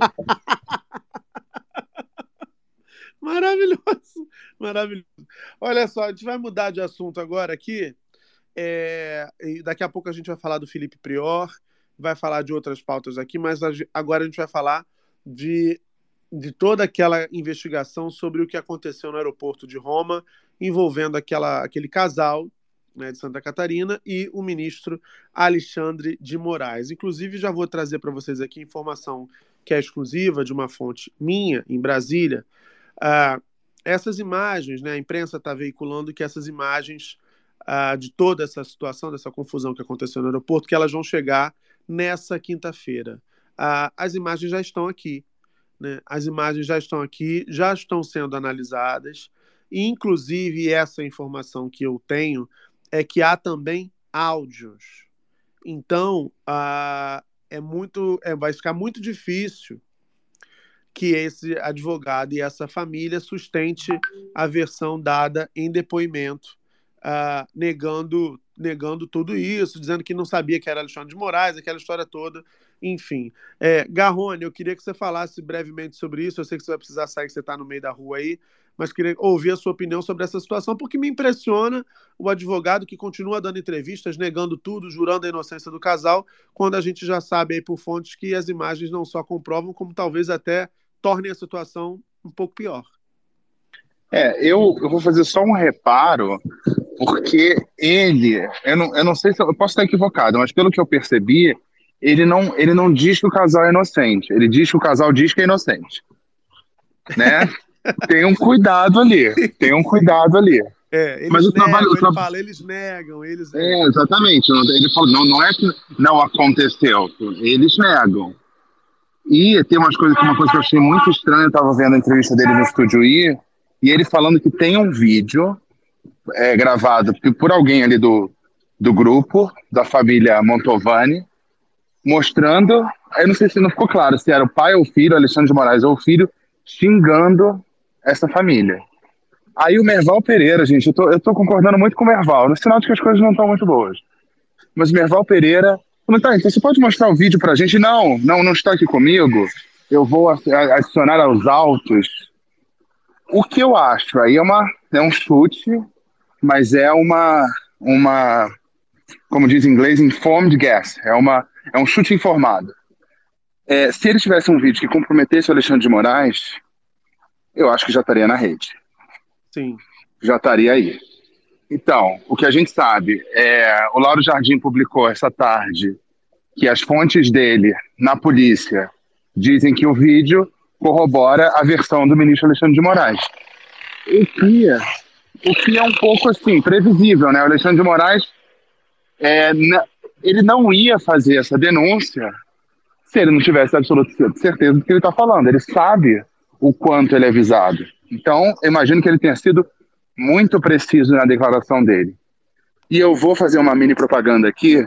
[SPEAKER 2] Maravilhoso, maravilhoso. Olha só, a gente vai mudar de assunto agora aqui. E daqui a pouco a gente vai falar do Felipe Prior, vai falar de outras pautas aqui, mas agora a gente vai falar de toda aquela investigação sobre o que aconteceu no aeroporto de Roma, envolvendo aquele casal, né, de Santa Catarina e o ministro Alexandre de Moraes. Inclusive, já vou trazer para vocês aqui informação que é exclusiva de uma fonte minha, em Brasília. Essas imagens, né, a imprensa está veiculando que essas imagens de toda essa situação, dessa confusão que aconteceu no aeroporto, que elas vão chegar nessa quinta-feira. As imagens já estão aqui. Né? As imagens já estão aqui, já estão sendo analisadas, e inclusive essa informação que eu tenho é que há também áudios. Então, vai ficar muito difícil que esse advogado e essa família sustente a versão dada em depoimento negando tudo isso, dizendo que não sabia que era Alexandre de Moraes, aquela história toda, enfim. Garrone, eu queria que você falasse brevemente sobre isso, eu sei que você vai precisar sair, que você está no meio da rua aí, mas queria ouvir a sua opinião sobre essa situação, porque me impressiona o advogado que continua dando entrevistas, negando tudo, jurando a inocência do casal, quando a gente já sabe aí por fontes que as imagens não só comprovam, como talvez até tornem a situação um pouco pior.
[SPEAKER 8] Eu vou fazer só um reparo, porque eu não sei se eu posso estar equivocado, mas pelo que eu percebi, ele não diz que o casal é inocente, ele diz que o casal diz que é inocente, né? Tem um cuidado ali.
[SPEAKER 2] Mas eles negam.
[SPEAKER 8] Exatamente. Ele falou, não é que não aconteceu, eles negam. E tem uma coisa que eu achei muito estranha, eu estava vendo a entrevista dele no Estúdio I, e ele falando que tem um vídeo gravado por alguém ali do grupo, da família Mantovani, mostrando, eu não sei se não ficou claro se era o pai ou o filho, Alexandre de Moraes ou o filho, xingando essa família. Aí o Merval Pereira, gente, eu tô concordando muito com o Merval, no sinal de que as coisas não estão muito boas. Mas o Merval Pereira falou, tá, então você pode mostrar o vídeo pra gente? Não está aqui comigo, eu vou adicionar aos autos. O que eu acho, aí é um chute, mas é uma como diz em inglês, informed guess, é um chute informado. Se ele tivesse um vídeo que comprometesse o Alexandre de Moraes, eu acho que já estaria na rede.
[SPEAKER 2] Sim.
[SPEAKER 8] Já estaria aí. Então, o que a gente sabe o Lauro Jardim publicou essa tarde que as fontes dele na polícia dizem que o vídeo corrobora a versão do ministro Alexandre de Moraes. O que é um pouco assim, previsível, né? O Alexandre de Moraes ele não ia fazer essa denúncia se ele não tivesse absoluta certeza do que ele está falando. Ele sabe o quanto ele é visado. Então, eu imagino que ele tenha sido muito preciso na declaração dele. E eu vou fazer uma mini propaganda aqui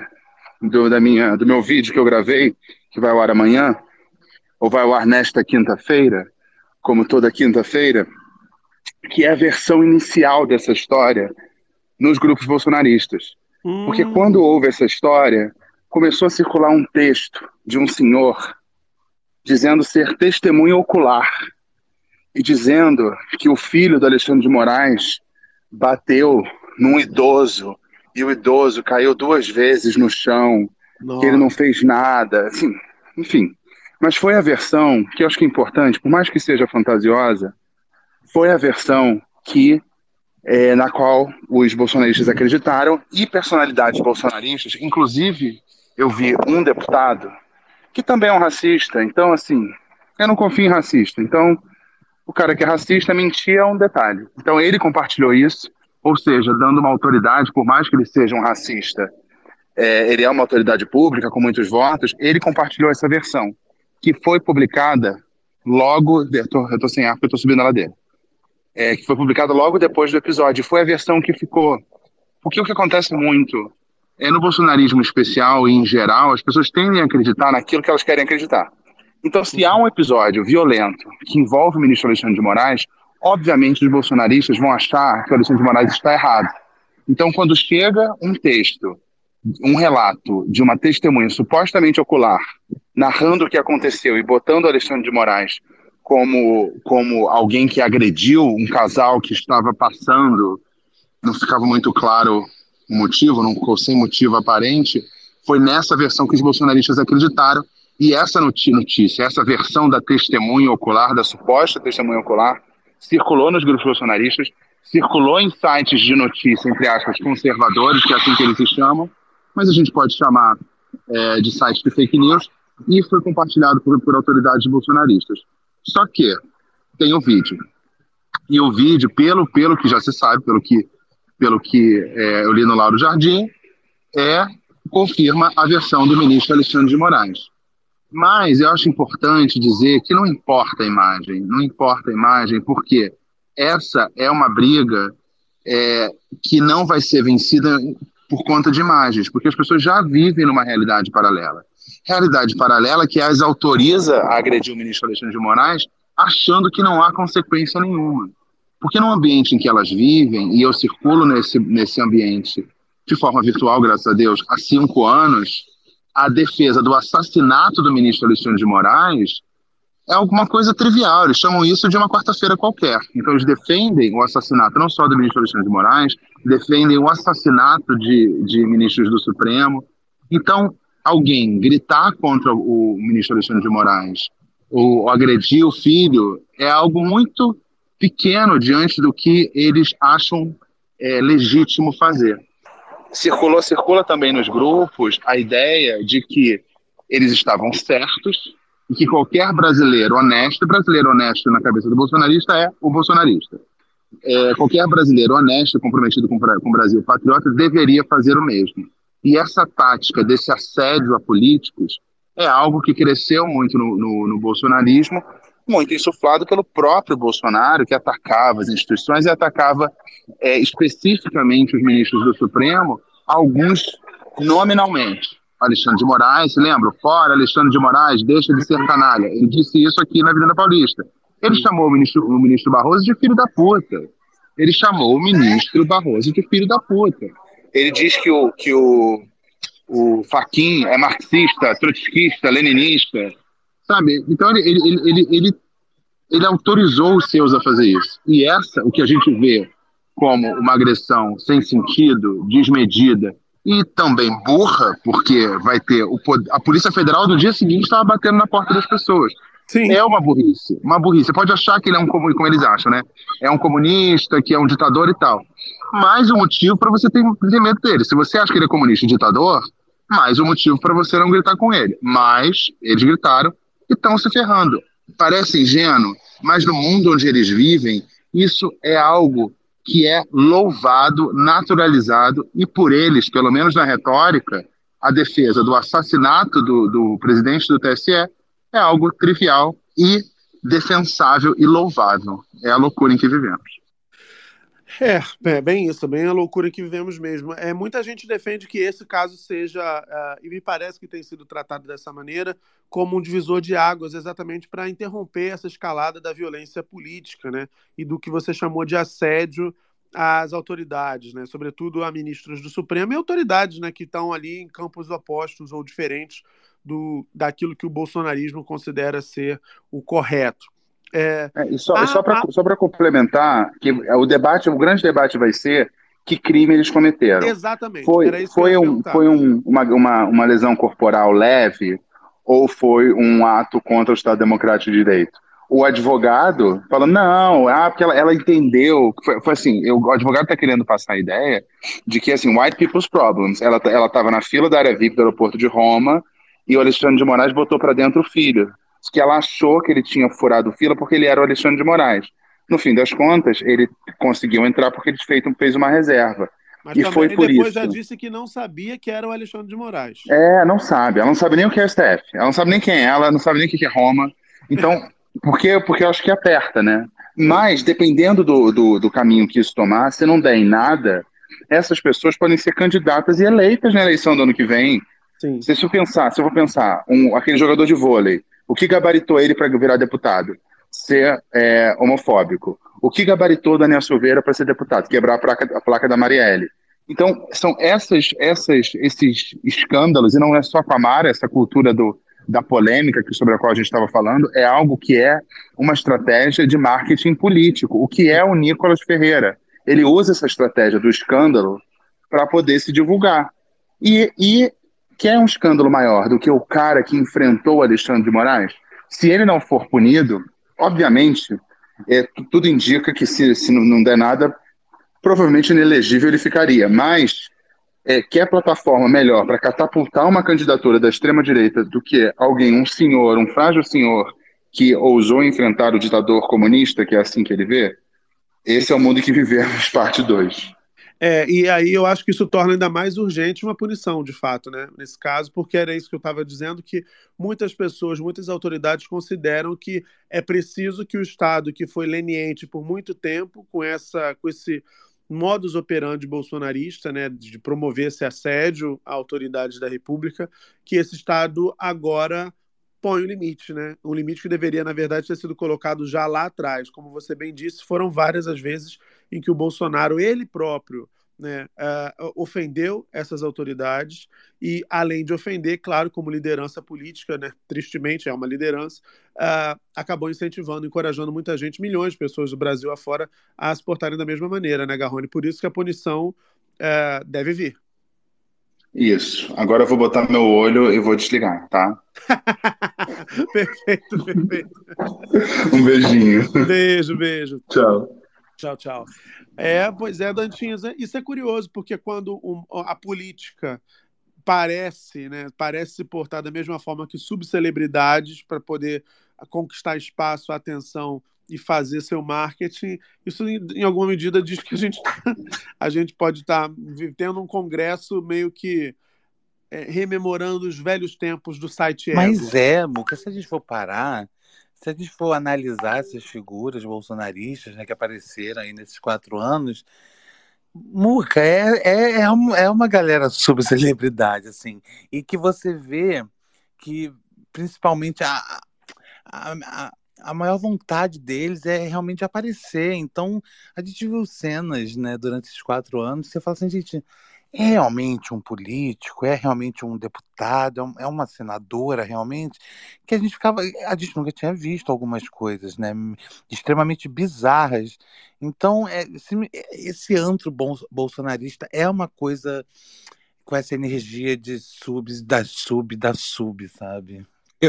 [SPEAKER 8] do meu vídeo que eu gravei, que vai ao ar amanhã, ou vai ao ar nesta quinta-feira, como toda quinta-feira, que é a versão inicial dessa história nos grupos bolsonaristas. Porque quando houve essa história, começou a circular um texto de um senhor dizendo ser testemunha ocular e dizendo que o filho do Alexandre de Moraes bateu num idoso e o idoso caiu 2 vezes no chão, que ele não fez nada, assim, enfim. Mas foi a versão que eu acho que é importante, por mais que seja fantasiosa, foi a versão na qual os bolsonaristas acreditaram e personalidades bolsonaristas, inclusive eu vi um deputado que também é um racista, então assim, eu não confio em racista, então o cara que é racista mentir é um detalhe. Então ele compartilhou isso, ou seja, dando uma autoridade, por mais que ele seja um racista, ele é uma autoridade pública com muitos votos, ele compartilhou essa versão, que foi publicada logo, eu tô sem ar porque eu tô subindo a ladeira, que foi publicada logo depois do episódio, foi a versão que ficou. Porque o que acontece muito no bolsonarismo especial e em geral, as pessoas tendem a acreditar naquilo que elas querem acreditar. Então, se há um episódio violento que envolve o ministro Alexandre de Moraes, obviamente os bolsonaristas vão achar que o Alexandre de Moraes está errado. Então, quando chega um texto, um relato de uma testemunha supostamente ocular, narrando o que aconteceu e botando o Alexandre de Moraes como alguém que agrediu um casal que estava passando, não ficava muito claro o motivo, não ficou sem motivo aparente, foi nessa versão que os bolsonaristas acreditaram, e essa notícia, essa versão da testemunha ocular, da suposta testemunha ocular, circulou nos grupos bolsonaristas, circulou em sites de notícia, entre aspas, conservadores, que é assim que eles se chamam, mas a gente pode chamar de sites de fake news, e foi compartilhado por autoridades bolsonaristas. Só que tem o vídeo. E o vídeo, pelo que já se sabe, pelo que eu li no Lauro Jardim, confirma a versão do ministro Alexandre de Moraes. Mas eu acho importante dizer que não importa a imagem, porque essa é uma briga que não vai ser vencida por conta de imagens, porque as pessoas já vivem numa realidade paralela. Realidade paralela que as autoriza a agredir o ministro Alexandre de Moraes, achando que não há consequência nenhuma. Porque no ambiente em que elas vivem, e eu circulo nesse ambiente de forma virtual, graças a Deus, há 5 anos, a defesa do assassinato do ministro Alexandre de Moraes é alguma coisa trivial. Eles chamam isso de uma quarta-feira qualquer. Então, eles defendem o assassinato não só do ministro Alexandre de Moraes, defendem o assassinato de ministros do Supremo. Então, alguém gritar contra o ministro Alexandre de Moraes ou agredir o filho é algo muito pequeno diante do que eles acham legítimo fazer. Circula também nos grupos a ideia de que eles estavam certos e que qualquer brasileiro honesto na cabeça do bolsonarista é o bolsonarista. Qualquer brasileiro honesto, comprometido com o Brasil patriota, deveria fazer o mesmo. E essa tática desse assédio a políticos é algo que cresceu muito no bolsonarismo, muito insuflado pelo próprio Bolsonaro, que atacava as instituições e atacava especificamente os ministros do Supremo, alguns nominalmente. Alexandre de Moraes, se lembra? Fora Alexandre de Moraes, deixa de ser canalha. Ele disse isso aqui na Avenida Paulista. Ele chamou o ministro Barroso de filho da puta. Ele chamou o ministro Barroso de filho da puta. Ele diz que o Fachin é marxista, trotskista, leninista, sabe? Então ele autorizou os seus a fazer isso. E o que a gente vê como uma agressão sem sentido, desmedida e também burra, porque vai ter a Polícia Federal no dia seguinte estava batendo na porta das pessoas. Sim. É uma burrice. Uma burrice. Você pode achar que ele é um comunista, como eles acham, né? É um comunista, que é um ditador e tal. Mais um motivo para você ter medo dele. Se você acha que ele é comunista e ditador, mais um motivo para você não gritar com ele. Mas eles gritaram e estão se ferrando. Parece ingênuo, mas no mundo onde eles vivem, isso é algo que é louvado, naturalizado, e por eles, pelo menos na retórica, a defesa do assassinato do presidente do TSE é algo trivial e defensável e louvável. É a loucura em que vivemos.
[SPEAKER 2] Bem isso, bem a loucura que vivemos mesmo. Muita gente defende que esse caso seja, e me parece que tem sido tratado dessa maneira, como um divisor de águas, exatamente para interromper essa escalada da violência política, né? E do que você chamou de assédio às autoridades, né? Sobretudo a ministros do Supremo e autoridades, né, que estão ali em campos opostos ou diferentes daquilo que o bolsonarismo considera ser o correto.
[SPEAKER 8] Só para complementar, que o grande debate vai ser que crime eles cometeram.
[SPEAKER 2] Exatamente.
[SPEAKER 8] Foi uma lesão corporal leve ou foi um ato contra o Estado Democrático de Direito? O advogado falou, não, porque ela entendeu. Foi assim, o advogado está querendo passar a ideia de que, assim, white people's problems. Ela estava na fila da área VIP do aeroporto de Roma e o Alexandre de Moraes botou para dentro o filho. Que ela achou que ele tinha furado fila porque ele era o Alexandre de Moraes. No fim das contas, ele conseguiu entrar porque ele fez uma reserva.
[SPEAKER 2] Mas foi por depois já disse que não sabia que era o Alexandre de Moraes.
[SPEAKER 8] Não sabe. Ela não sabe nem o que é o STF. Ela não sabe nem quem é ela, não sabe nem o que é Roma. Então, porque eu acho que aperta, né? Mas, dependendo do caminho que isso tomar, se não der em nada, essas pessoas podem ser candidatas e eleitas na eleição do ano que vem.
[SPEAKER 2] Sim.
[SPEAKER 8] Se eu for pensar, aquele jogador de vôlei, o que gabaritou ele para virar deputado? Ser homofóbico. O que gabaritou Daniel Silveira para ser deputado? Quebrar a placa da Marielle. Então, são esses escândalos, e não é só com a Mara, essa cultura da polêmica sobre a qual a gente estava falando, é algo que é uma estratégia de marketing político. O que é o Nicolas Ferreira? Ele usa essa estratégia do escândalo para poder se divulgar. E quer um escândalo maior do que o cara que enfrentou o Alexandre de Moraes? Se ele não for punido, obviamente, tudo indica que se não der nada, provavelmente inelegível ele ficaria. Mas quer plataforma melhor para catapultar uma candidatura da extrema-direita do que um senhor, um frágil senhor que ousou enfrentar o ditador comunista, que é assim que ele vê? Esse é o mundo em que vivemos, parte 2.
[SPEAKER 2] E aí eu acho que isso torna ainda mais urgente uma punição, de fato, né? Nesse caso, porque era isso que eu estava dizendo, que muitas pessoas, muitas autoridades consideram que é preciso que o Estado, que foi leniente por muito tempo com esse modus operandi bolsonarista, né, de promover esse assédio a autoridades da República, que esse Estado agora põe o limite, né? Um limite que deveria, na verdade, ter sido colocado já lá atrás. Como você bem disse, foram várias as vezes em que o Bolsonaro, ele próprio, né, ofendeu essas autoridades e, além de ofender, claro, como liderança política, né, tristemente é uma liderança, acabou incentivando, encorajando muita gente, milhões de pessoas do Brasil afora, a se portarem da mesma maneira, né, Garrone? Por isso que a punição deve vir.
[SPEAKER 8] Isso. Agora eu vou botar meu olho e vou desligar, tá?
[SPEAKER 2] Perfeito, perfeito.
[SPEAKER 8] Um beijinho.
[SPEAKER 2] Beijo.
[SPEAKER 8] Tchau.
[SPEAKER 2] Tchau. Pois é, Dantinhas, isso é curioso, porque quando a política parece se portar da mesma forma que subcelebridades para poder conquistar espaço, atenção e fazer seu marketing, isso em alguma medida diz que a gente pode estar tendo um congresso meio que rememorando os velhos tempos do site Ego.
[SPEAKER 11] Mas Muca, se a gente for parar, se a gente for analisar essas figuras bolsonaristas, né, que apareceram aí nesses 4 anos, Muca, é uma galera subcelebridade, assim, e que você vê que, principalmente, a maior vontade deles é realmente aparecer. Então, a gente viu cenas, né, durante esses 4 anos, você fala assim, gente, é realmente um político, é realmente um deputado, é uma senadora realmente, que a gente nunca tinha visto algumas coisas, né, extremamente bizarras. Então, esse antro bolsonarista é uma coisa com essa energia de da sub, sabe?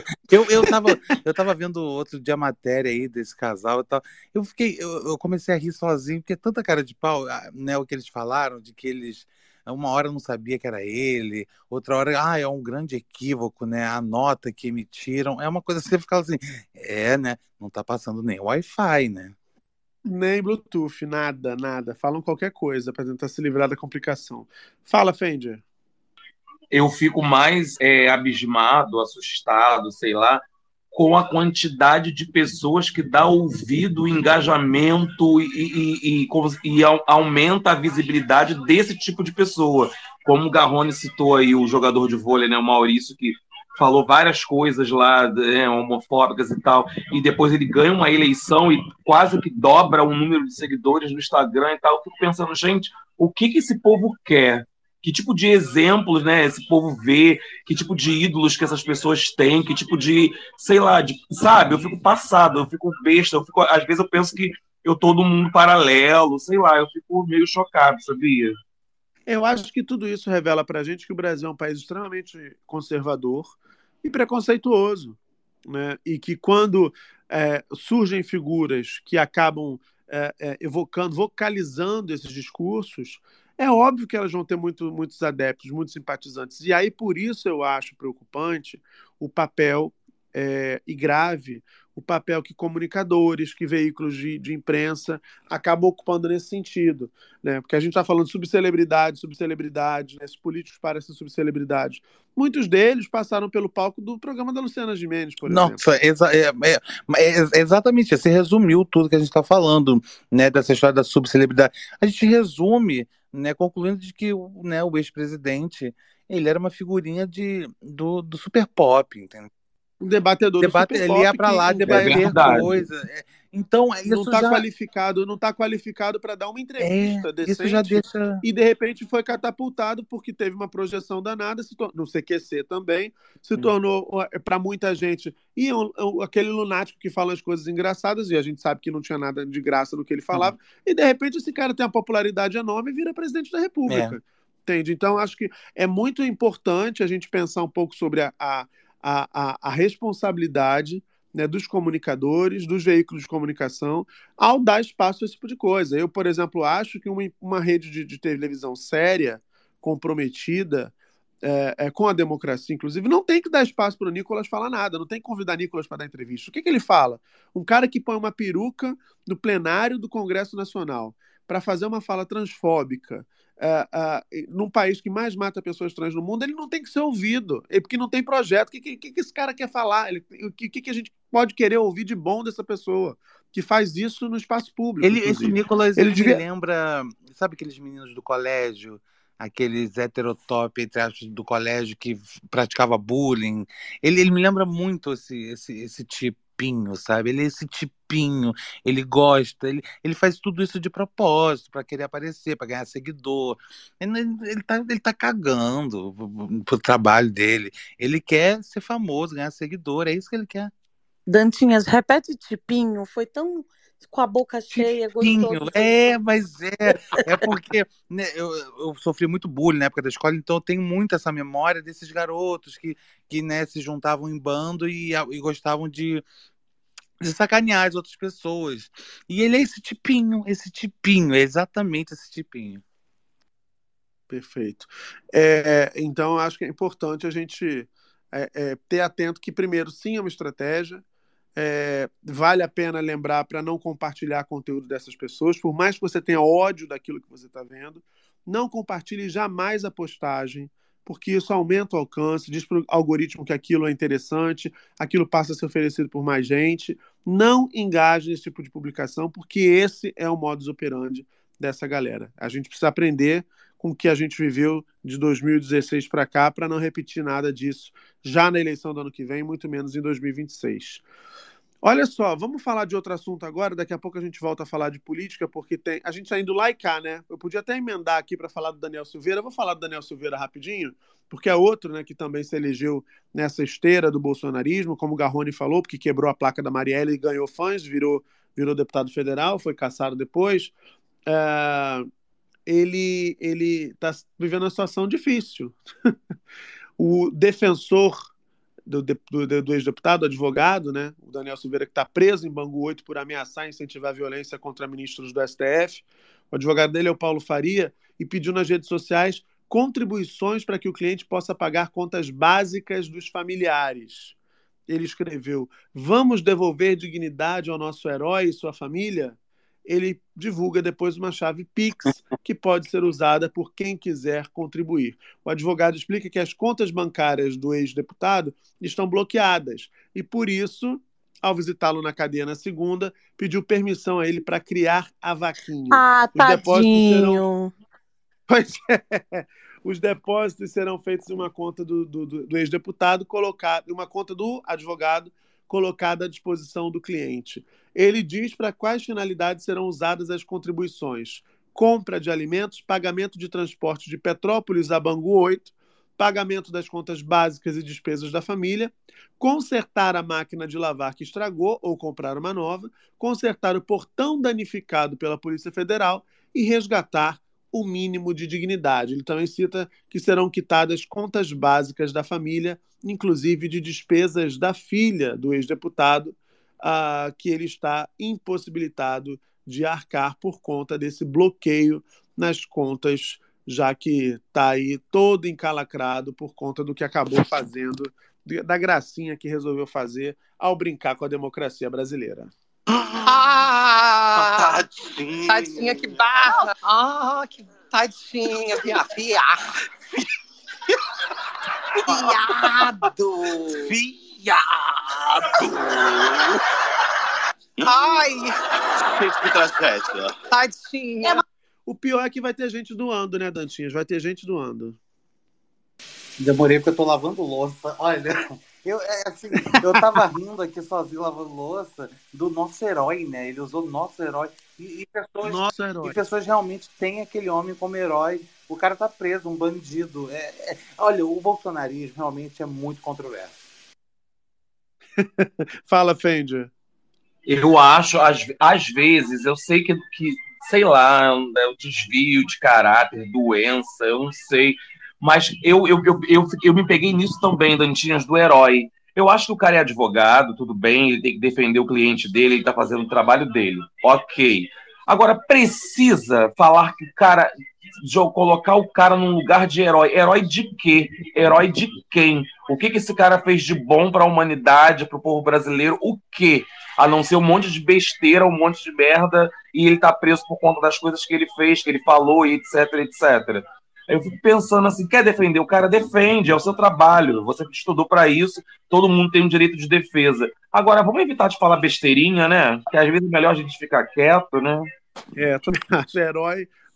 [SPEAKER 11] Eu tava vendo outro dia a matéria aí desse casal e tal. Eu comecei a rir sozinho, porque é tanta cara de pau, né? O que eles falaram, de que eles uma hora não sabia que era ele, outra hora, é um grande equívoco, né? A nota que emitiram é uma coisa que você fica assim, né? Não tá passando nem Wi-Fi, né?
[SPEAKER 2] Nem Bluetooth, nada. Falam qualquer coisa para tentar se livrar da complicação. Fala, Fender.
[SPEAKER 5] Eu fico mais abismado, assustado, sei lá, com a quantidade de pessoas que dá ouvido, engajamento e aumenta a visibilidade desse tipo de pessoa. Como o Garrone citou aí, o jogador de vôlei, né, o Maurício, que falou várias coisas lá, homofóbicas e tal, e depois ele ganha uma eleição e quase que dobra o número de seguidores no Instagram e tal. Eu fico pensando, gente, o que esse povo quer? Que tipo de exemplos, né, esse povo vê, que tipo de ídolos que essas pessoas têm, que tipo de, sei lá, sabe? Eu fico passado, eu fico besta, às vezes eu penso que eu tô num mundo paralelo, sei lá, eu fico meio chocado, sabia?
[SPEAKER 2] Eu acho que tudo isso revela pra gente que o Brasil é um país extremamente conservador e preconceituoso, né? E que quando surgem figuras que acabam vocalizando esses discursos, é óbvio que elas vão ter muitos adeptos, muitos simpatizantes. E aí, por isso, eu acho preocupante o papel e grave o papel que comunicadores, que veículos de imprensa acabam ocupando nesse sentido, né? Porque a gente está falando de subcelebridades, né? Esses políticos parecem subcelebridades. Muitos deles passaram pelo palco do programa da Luciana Gimenez, por exemplo.
[SPEAKER 11] Nossa, exatamente. Você resumiu tudo que a gente está falando, né, dessa história da subcelebridade. A gente resume, né, concluindo de que né, o ex-presidente ele era uma figurinha do super pop, entendeu?
[SPEAKER 2] Um debatedor do super
[SPEAKER 11] ele
[SPEAKER 2] pop
[SPEAKER 11] ia para lá debater coisa. Então, isso
[SPEAKER 2] não está qualificado para dar uma entrevista decente.
[SPEAKER 11] Isso já deixa...
[SPEAKER 2] E de repente foi catapultado porque teve uma projeção danada, no CQC também, se tornou para muita gente aquele lunático que fala as coisas engraçadas, e a gente sabe que não tinha nada de graça no que ele falava, e de repente esse cara tem uma popularidade enorme e vira presidente da República. Entende? Então acho que é muito importante a gente pensar um pouco sobre a responsabilidade, né, dos comunicadores, dos veículos de comunicação, ao dar espaço a esse tipo de coisa. Eu, por exemplo, acho que uma rede de televisão séria, comprometida com a democracia, inclusive, não tem que dar espaço para o Nicolas falar nada, não tem que convidar Nicolas para dar entrevista. O que ele fala? Um cara que põe uma peruca no plenário do Congresso Nacional para fazer uma fala transfóbica, num país que mais mata pessoas trans no mundo, ele não tem que ser ouvido, porque não tem projeto. O que esse cara quer falar? O que a gente pode querer ouvir de bom dessa pessoa que faz isso no espaço público?
[SPEAKER 11] Esse Nicolas, ele me lembra, sabe aqueles meninos do colégio, aqueles heterotop, entre aspas, do colégio que praticava bullying. Ele me lembra muito esse tipinho, sabe? Ele é esse tipinho, ele gosta, ele faz tudo isso de propósito, para querer aparecer, para ganhar seguidor. Ele tá cagando pro trabalho dele. Ele quer ser famoso, ganhar seguidor, é isso que ele quer.
[SPEAKER 13] Dantinhas, repete tipinho, foi tão com a boca cheia, gostoso.
[SPEAKER 11] Mas é porque né, eu sofri muito bullying na época da escola, então eu tenho muito essa memória desses garotos que né, se juntavam em bando e gostavam de sacanear as outras pessoas. E ele é esse tipinho, é exatamente esse tipinho.
[SPEAKER 2] Perfeito. Então, acho que é importante a gente ter atento que, primeiro, sim, é uma estratégia. Vale a pena lembrar para não compartilhar conteúdo dessas pessoas, por mais que você tenha ódio daquilo que você está vendo, não compartilhe jamais a postagem, porque isso aumenta o alcance, diz para o algoritmo que aquilo é interessante, aquilo passa a ser oferecido por mais gente. Não engaje nesse tipo de publicação, porque esse é o modus operandi dessa galera. A gente precisa aprender com o que a gente viveu de 2016 para cá, para não repetir nada disso já na eleição do ano que vem, muito menos em 2026. Olha só, vamos falar de outro assunto agora, daqui a pouco a gente volta a falar de política, porque a gente está indo lá e cá, né? Eu podia até emendar aqui para falar do Daniel Silveira, vou falar do Daniel Silveira rapidinho, porque é outro, né, que também se elegeu nessa esteira do bolsonarismo, como o Garrone falou, porque quebrou a placa da Marielle e ganhou fãs, virou deputado federal, foi cassado depois. Ele está vivendo uma situação difícil. O defensor do ex-deputado, advogado, né, o Daniel Silveira, que está preso em Bangu 8 por ameaçar e incentivar a violência contra ministros do STF. O advogado dele é o Paulo Faria e pediu nas redes sociais contribuições para que o cliente possa pagar contas básicas dos familiares. Ele escreveu: vamos devolver dignidade ao nosso herói e sua família? Ele divulga depois uma chave Pix que pode ser usada por quem quiser contribuir. O advogado explica que as contas bancárias do ex-deputado estão bloqueadas e, por isso, ao visitá-lo na cadeia na segunda, pediu permissão a ele para criar a vaquinha.
[SPEAKER 13] Tadinho!
[SPEAKER 2] Pois é. Os depósitos serão feitos em uma conta do ex-deputado, uma conta do advogado, colocada à disposição do cliente. Ele diz para quais finalidades serão usadas as contribuições: compra de alimentos, pagamento de transporte de Petrópolis a Bangu 8, pagamento das contas básicas e despesas da família, consertar a máquina de lavar que estragou ou comprar uma nova, consertar o portão danificado pela Polícia Federal e resgatar o mínimo de dignidade. Ele também cita que serão quitadas contas básicas da família, inclusive de despesas da filha do ex-deputado, que ele está impossibilitado de arcar por conta desse bloqueio nas contas, já que está aí todo encalacrado por conta do que acabou fazendo, da gracinha que resolveu fazer ao brincar com a democracia brasileira.
[SPEAKER 19] Tadinha. Tadinha, que barra. Que tadinha, viado. Ai.
[SPEAKER 20] Gente, que tragédia.
[SPEAKER 19] Tadinha.
[SPEAKER 2] O pior é que vai ter gente doando, né, Dantinhas? Vai ter gente doando.
[SPEAKER 11] Demorei porque eu tô lavando louça. Olha, eu tava rindo aqui sozinho lavando louça do nosso herói, né? Ele usou nosso herói. E pessoas realmente têm aquele homem como herói. O cara tá preso, um bandido. Olha, o bolsonarismo realmente é muito controverso.
[SPEAKER 2] Fala, Fendia.
[SPEAKER 5] Eu acho, às vezes, eu sei que sei lá, é o desvio de caráter, doença, eu não sei. Mas eu me peguei nisso também, Dantinhas, do herói. Eu acho que o cara é advogado, tudo bem, ele tem que defender o cliente dele, ele tá fazendo o trabalho dele. Ok. Agora, precisa falar que o cara... colocar o cara num lugar de herói. Herói de quê? Herói de quem? O que esse cara fez de bom para a humanidade, para o povo brasileiro? O quê? A não ser um monte de besteira, um monte de merda, e ele tá preso por conta das coisas que ele fez, que ele falou, e etc, etc. Eu fico pensando assim, quer defender? O cara defende, é o seu trabalho. Você estudou para isso, todo mundo tem um direito de defesa. Agora, vamos evitar de falar besteirinha, né? Que às vezes é melhor a gente ficar quieto, né?
[SPEAKER 2] Também acho. Herói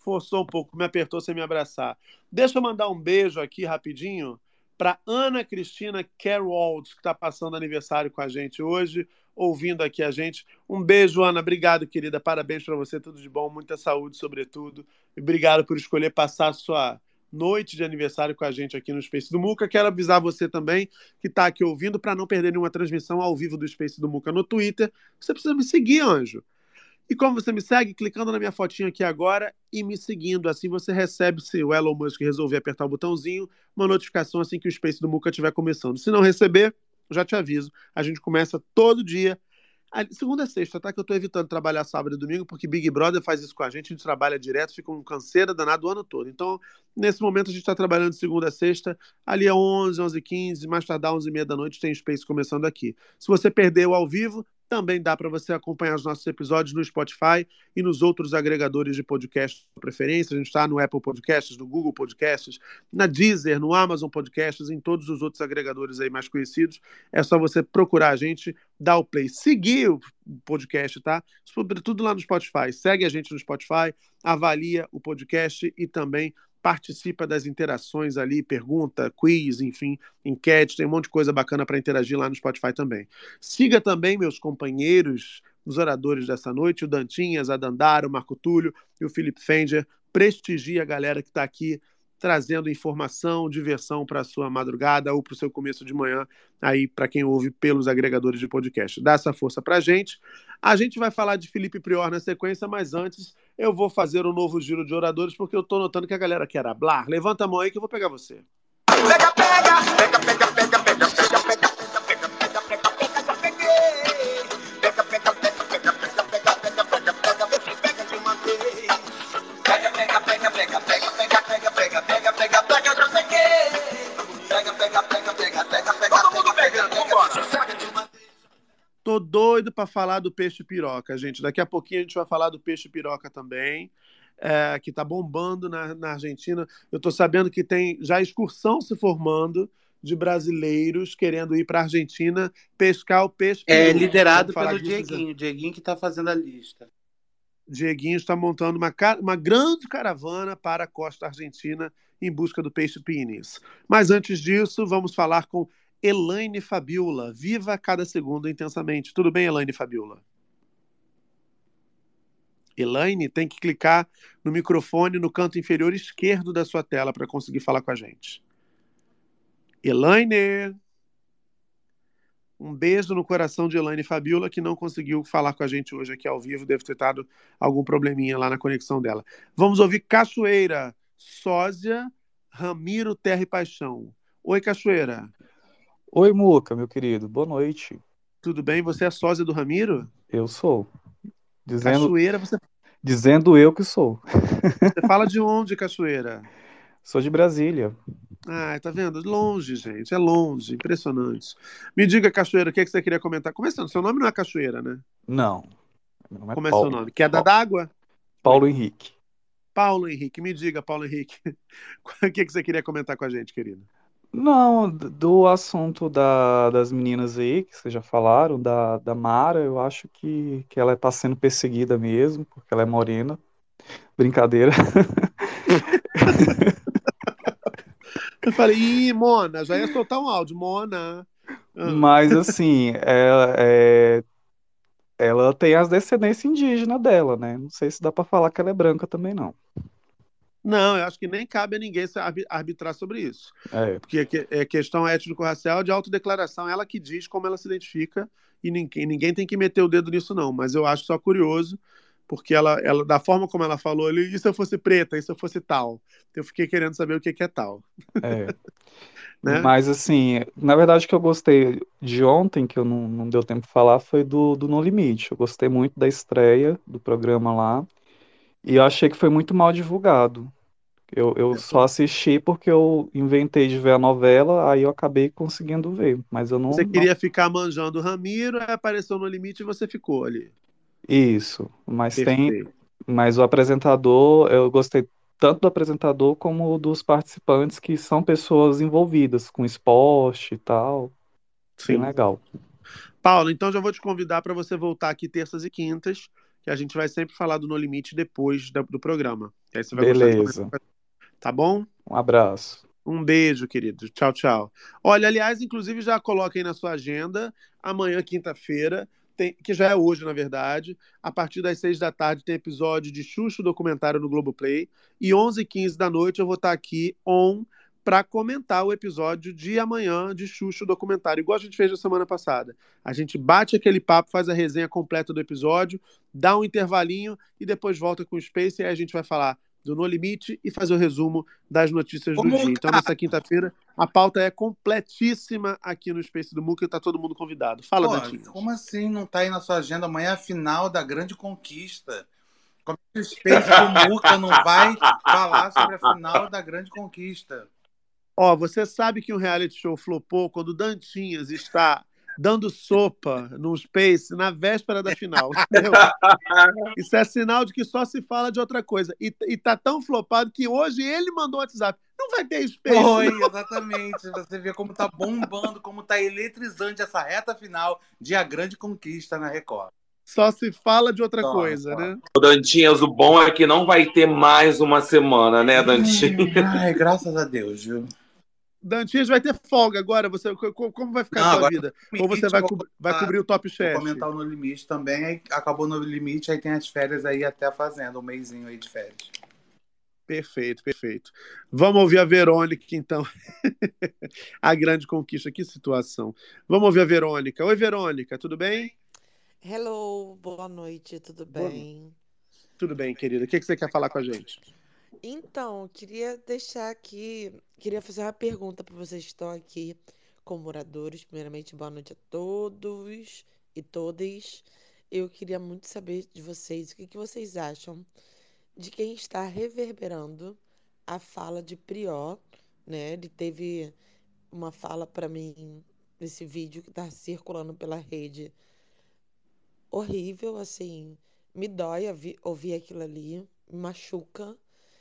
[SPEAKER 2] Forçou um pouco, me apertou sem me abraçar. Deixa eu mandar um beijo aqui rapidinho para Ana Cristina Carroll, que está passando aniversário com a gente hoje, ouvindo aqui a gente. Um beijo, Ana. Obrigado, querida. Parabéns para você. Tudo de bom. Muita saúde, sobretudo. E obrigado por escolher passar a sua noite de aniversário com a gente aqui no Space do Muca. Quero avisar você também que está aqui ouvindo, para não perder nenhuma transmissão ao vivo do Space do Muca no Twitter. Você precisa me seguir, anjo. E como você me segue? Clicando na minha fotinha aqui agora e me seguindo. Assim você recebe, se o Elon Musk resolver apertar o botãozinho, uma notificação assim que o Space do Muca estiver começando. Se não receber, já te aviso. A gente começa todo dia. Segunda a sexta, tá? Que eu tô evitando trabalhar sábado e domingo, porque Big Brother faz isso com a gente trabalha direto, fica um canseira danado o ano todo. Então, nesse momento, a gente tá trabalhando de segunda a sexta, ali é 11, 11h15, mais tardar 11h30 da noite, tem Space começando aqui. Se você perdeu ao vivo, também dá para você acompanhar os nossos episódios no Spotify e nos outros agregadores de podcast de preferência. A gente está no Apple Podcasts, no Google Podcasts, na Deezer, no Amazon Podcasts, em todos os outros agregadores aí mais conhecidos. É só você procurar a gente, dar o play, seguir o podcast, tá? Sobretudo lá no Spotify. Segue a gente no Spotify, avalia o podcast e também participa das interações ali, pergunta, quiz, enfim, enquete, tem um monte de coisa bacana para interagir lá no Spotify também. Siga também meus companheiros, os oradores dessa noite, o Dantinhas, a Dandara, o Marco Túlio e o Felipe Fenger. Prestigie a galera que está aqui trazendo informação, diversão para a sua madrugada ou para o seu começo de manhã, aí para quem ouve pelos agregadores de podcast. Dá essa força para a gente. A gente vai falar de Felipe Prior na sequência, mas antes eu vou fazer um novo giro de oradores, porque eu estou notando que a galera quer hablar. Levanta a mão aí que eu vou pegar você.
[SPEAKER 9] Pega, pega, pega, pega, pega, pega, pega, pega, pega, pega, pega, pega, já peguei. Pega, pega, pega, pega, pega, pega, pega, pega, pega, vê se pega de uma vez. Pega, pega, pega, pega, pega, pega, pega, pega, pega, pega, pega, já peguei. Pega, pega, pega, pega, pega, pega, todo mundo pegando, vambora. Pega de uma vez.
[SPEAKER 2] Tô doido para falar do peixe piroca, gente. Daqui a pouquinho a gente vai falar do peixe piroca também. Que está bombando na Argentina. Eu estou sabendo que tem já excursão se formando de brasileiros querendo ir para a Argentina pescar o peixe piroca.
[SPEAKER 11] É liderado pelo Dieguinho. Dieguinho que está fazendo a lista.
[SPEAKER 2] Dieguinho está montando uma grande caravana para a costa argentina em busca do peixe pinis. Mas antes disso, vamos falar com Elaine Fabiola. Viva cada segundo intensamente. Tudo bem, Elaine Fabiola? Elaine, tem que clicar no microfone no canto inferior esquerdo da sua tela para conseguir falar com a gente. Elaine! Um beijo no coração de Elaine Fabiola, que não conseguiu falar com a gente hoje aqui ao vivo, deve ter dado algum probleminha lá na conexão dela. Vamos ouvir Cachoeira, Sósia, Ramiro, Terra e Paixão. Oi, Cachoeira.
[SPEAKER 21] Oi, Muca, meu querido, boa noite.
[SPEAKER 2] Tudo bem? Você é sósia do Ramiro?
[SPEAKER 21] Eu sou.
[SPEAKER 2] Cachoeira, você...
[SPEAKER 21] Dizendo eu que sou.
[SPEAKER 2] Você fala de onde, Cachoeira?
[SPEAKER 21] Sou de Brasília.
[SPEAKER 2] Ah, tá vendo? Longe, gente. É longe. Impressionante. Me diga, Cachoeira, o que você queria comentar? Começando, seu nome não é Cachoeira, né?
[SPEAKER 21] Não. Meu nome é
[SPEAKER 2] Como
[SPEAKER 21] Paulo.
[SPEAKER 2] É seu nome? Queda d'água?
[SPEAKER 21] Paulo Henrique.
[SPEAKER 2] Paulo Henrique. Me diga, Paulo Henrique. O que você queria comentar com a gente, querido?
[SPEAKER 21] Não, do assunto das meninas aí, que vocês já falaram, da Mara, eu acho que ela tá sendo perseguida mesmo, porque ela é morena. Brincadeira.
[SPEAKER 2] Eu falei, ih, Mona, já ia soltar um áudio, Mona.
[SPEAKER 21] Mas assim, ela tem as descendências indígenas dela, né? Não sei se dá pra falar que ela é branca também, não.
[SPEAKER 2] Não, eu acho que nem cabe a ninguém se arbitrar sobre isso.
[SPEAKER 21] É.
[SPEAKER 2] Porque é questão étnico-racial de autodeclaração, ela que diz como ela se identifica e ninguém tem que meter o dedo nisso, não. Mas eu acho só curioso, porque ela da forma como ela falou ali, e se eu fosse preta, e se eu fosse tal? Eu fiquei querendo saber o que é tal.
[SPEAKER 21] É.
[SPEAKER 2] Né?
[SPEAKER 21] Mas assim, na verdade o que eu gostei de ontem, que eu não deu tempo de falar, foi do No Limite. Eu gostei muito da estreia do programa lá. E eu achei que foi muito mal divulgado. Eu só assisti porque eu inventei de ver a novela, aí eu acabei conseguindo ver. Mas eu não.
[SPEAKER 2] Você queria ficar manjando o Ramiro, aí apareceu No Limite e você ficou ali.
[SPEAKER 21] Isso. Mas
[SPEAKER 2] Perfeito.
[SPEAKER 21] Mas o apresentador, eu gostei tanto do apresentador como dos participantes, que são pessoas envolvidas com esporte e tal.
[SPEAKER 2] Sim.
[SPEAKER 21] Bem legal.
[SPEAKER 2] Paulo, então já vou te convidar para você voltar aqui terças e quintas, que a gente vai sempre falar do No Limite depois do programa. E aí você vai gostar de
[SPEAKER 21] Beleza.
[SPEAKER 2] comentar. Tá bom?
[SPEAKER 21] Um abraço.
[SPEAKER 2] Um beijo, querido. Tchau, tchau. Olha, aliás, inclusive já coloca aí na sua agenda, amanhã, quinta-feira, que já é hoje, na verdade, a partir das 6 da tarde tem episódio de Xuxa, o documentário no Globoplay, e 11h15 da noite eu vou estar aqui para comentar o episódio de amanhã de Xuxa, o documentário, igual a gente fez na semana passada. A gente bate aquele papo, faz a resenha completa do episódio, dá um intervalinho e depois volta com o Space e aí a gente vai falar do No Limite e fazer o resumo das notícias do dia. Então, nessa quinta-feira, a pauta é completíssima aqui no Space do Muca e tá todo mundo convidado. Fala, Dantinho.
[SPEAKER 11] Como assim não tá aí na sua agenda? Amanhã é a final da Grande Conquista. Como é que o Space do Muca não vai falar sobre a final da Grande Conquista?
[SPEAKER 2] Ó, você sabe que um reality show flopou quando o Dantinhas está dando sopa no Space na véspera da final, entendeu? Isso é sinal de que só se fala de outra coisa. E tá tão flopado que hoje ele mandou um WhatsApp. Não vai ter Space.
[SPEAKER 11] Foi,
[SPEAKER 2] não.
[SPEAKER 11] exatamente. Você vê como tá bombando, como tá eletrizante essa reta final de A Grande Conquista na Record.
[SPEAKER 2] Só se fala de outra coisa, né?
[SPEAKER 5] O Dantinhas, o bom é que não vai ter mais uma semana, né, Dantinhas?
[SPEAKER 11] Ai, graças a Deus, viu?
[SPEAKER 2] Dantinhas vai ter folga agora. Como vai ficar a sua vida? Ou você vai cobrir o Top Chef?
[SPEAKER 11] Vou comentar o No Limite também. Aí acabou No Limite, aí tem as férias aí até a Fazenda, um mêsinho aí de férias.
[SPEAKER 2] Perfeito, perfeito. Vamos ouvir a Verônica, então. A Grande Conquista, que situação. Vamos ouvir a Verônica. Oi, Verônica, tudo bem?
[SPEAKER 1] Hello, boa noite, tudo bem?
[SPEAKER 2] Tudo bem, querida. O que você quer falar com a gente?
[SPEAKER 1] Então, queria deixar aqui, queria fazer uma pergunta para vocês que estão aqui como moradores. Primeiramente, boa noite a todos e todas. Eu queria muito saber de vocês, o que vocês acham de quem está reverberando a fala de Prior, né? Ele teve uma fala para mim nesse vídeo que está circulando pela rede horrível, assim, me dói ouvir aquilo ali, me machuca.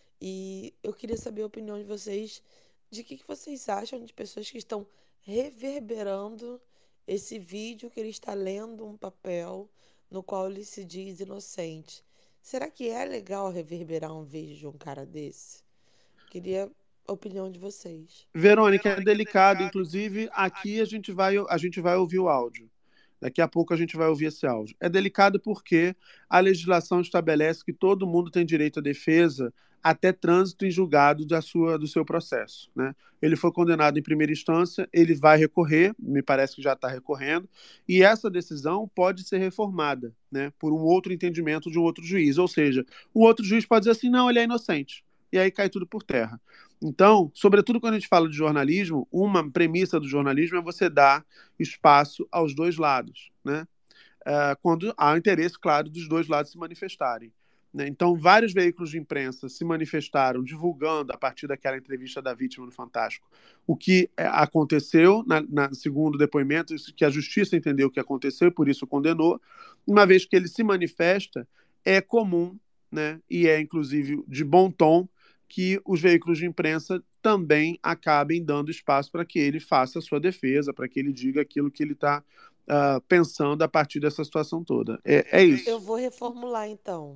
[SPEAKER 1] E eu queria saber a opinião de vocês de que vocês acham de pessoas que estão reverberando esse vídeo que ele está lendo um papel no qual ele se diz inocente. Será que é legal reverberar um vídeo de um cara desse? Queria a opinião de vocês.
[SPEAKER 2] Verônica, é delicado. Inclusive, aqui a gente vai ouvir o áudio. Daqui a pouco a gente vai ouvir esse áudio. É delicado porque a legislação estabelece que todo mundo tem direito à defesa até trânsito em julgado do seu processo, né? Ele foi condenado em primeira instância, ele vai recorrer, me parece que já está recorrendo, e essa decisão pode ser reformada, né, por um outro entendimento de um outro juiz. Ou seja, o outro juiz pode dizer assim, não, ele é inocente. E aí cai tudo por terra. Então, sobretudo quando a gente fala de jornalismo, uma premissa do jornalismo é você dar espaço aos dois lados, né? Quando há interesse, claro, dos dois lados se manifestarem, né? Então, vários veículos de imprensa se manifestaram divulgando, a partir daquela entrevista da vítima no Fantástico, o que aconteceu, segundo o depoimento, que a justiça entendeu o que aconteceu e por isso condenou. Uma vez que ele se manifesta, é comum, né, e é inclusive de bom tom, que os veículos de imprensa também acabem dando espaço para que ele faça a sua defesa, para que ele diga aquilo que ele está pensando a partir dessa situação toda. É isso.
[SPEAKER 1] Eu vou reformular, então.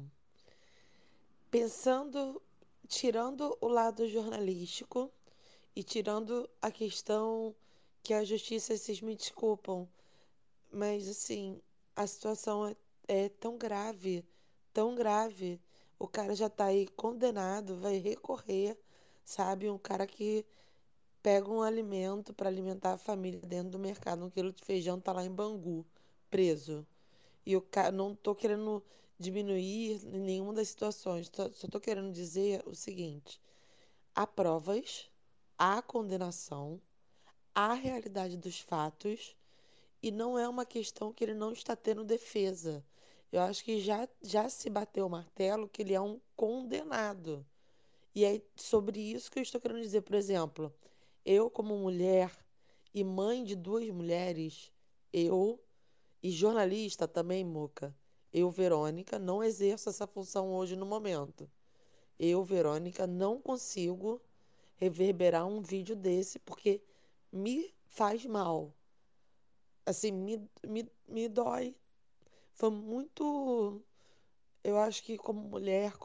[SPEAKER 1] Tirando o lado jornalístico e tirando a questão que a justiça, vocês me desculpam, mas, assim, a situação é tão grave, o cara já tá aí condenado, vai recorrer, sabe? Um cara que pega um alimento para alimentar a família dentro do mercado, 1 quilo de feijão tá lá em Bangu, preso. E o cara, não tô querendo diminuir em nenhuma das situações, só tô querendo dizer o seguinte: há provas, há condenação, há realidade dos fatos, e não é uma questão que ele não está tendo defesa. Eu acho que já se bateu o martelo que ele é um condenado. E é sobre isso que eu estou querendo dizer. Por exemplo, eu como mulher e mãe de 2 mulheres, e jornalista também, Muca, eu, Verônica, não exerço essa função hoje no momento. Eu, Verônica, não consigo reverberar um vídeo desse porque me faz mal. Assim, me dói. Foi muito Eu acho que como mulher,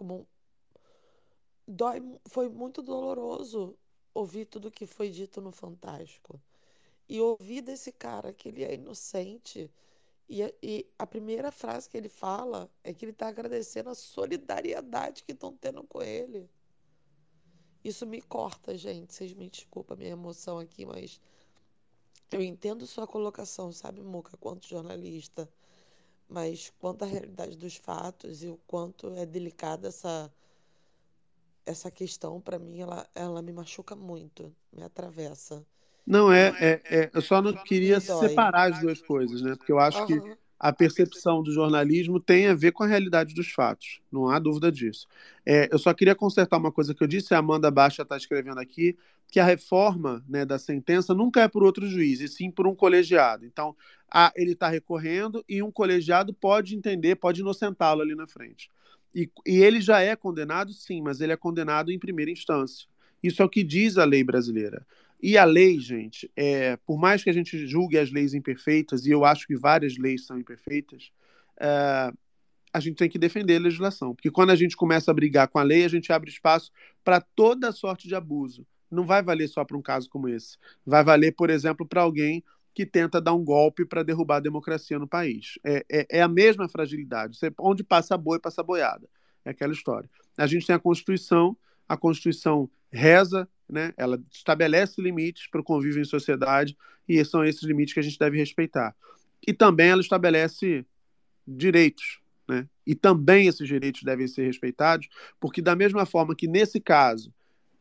[SPEAKER 1] foi muito doloroso ouvir tudo que foi dito no Fantástico. E ouvir desse cara que ele é inocente. E a primeira frase que ele fala é que ele está agradecendo a solidariedade que estão tendo com ele. Isso me corta, gente. Vocês me desculpem a minha emoção aqui, mas eu entendo sua colocação, sabe, Muca, quanto jornalista. Mas quanto à realidade dos fatos e o quanto é delicada essa questão, para mim, ela me machuca muito, me atravessa.
[SPEAKER 2] Não, eu só não queria
[SPEAKER 1] Me dói.
[SPEAKER 2] separar as duas coisas, né? Porque eu acho que
[SPEAKER 1] Aham.
[SPEAKER 2] a percepção do jornalismo tem a ver com a realidade dos fatos, não há dúvida disso. Eu só queria consertar uma coisa que eu disse, a Amanda Baixa está escrevendo aqui, que a reforma, né, da sentença nunca é por outro juiz, e sim por um colegiado. Então, ele está recorrendo e um colegiado pode entender, pode inocentá-lo ali na frente. E ele já é condenado, sim, mas ele é condenado em primeira instância. Isso é o que diz a lei brasileira. E a lei, gente, por mais que a gente julgue as leis imperfeitas, e eu acho que várias leis são imperfeitas, a gente tem que defender a legislação. Porque quando a gente começa a brigar com a lei, a gente abre espaço para toda sorte de abuso. Não vai valer só para um caso como esse. Vai valer, por exemplo, para alguém que tenta dar um golpe para derrubar a democracia no país. É a mesma fragilidade. Onde passa boi, passa boiada. É aquela história. A gente tem a Constituição reza, né? Ela estabelece limites para o convívio em sociedade e são esses limites que a gente deve respeitar. E também ela estabelece direitos, né? E também esses direitos devem ser respeitados, porque da mesma forma que nesse caso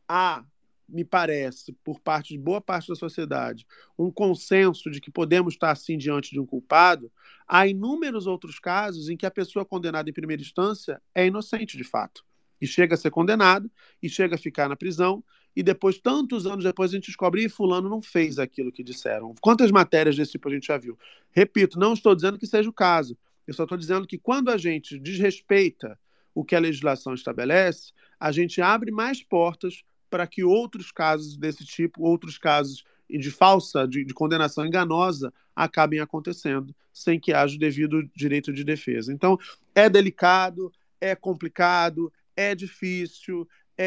[SPEAKER 2] me parece, por parte de boa parte da sociedade, um consenso de que podemos estar assim diante de um culpado, há inúmeros outros casos em que a pessoa condenada em primeira instância é inocente de fato. E chega a ser condenado, e chega a ficar na prisão, e depois, tantos anos depois, a gente descobre que fulano não fez aquilo que disseram. Quantas matérias desse tipo a gente já viu? Repito, não estou dizendo que seja o caso. Eu só estou dizendo que quando a gente desrespeita o que a legislação estabelece, a gente abre mais portas para que outros casos desse tipo, outros casos de condenação enganosa, acabem acontecendo, sem que haja o devido direito de defesa. Então, é delicado, é complicado, é difícil,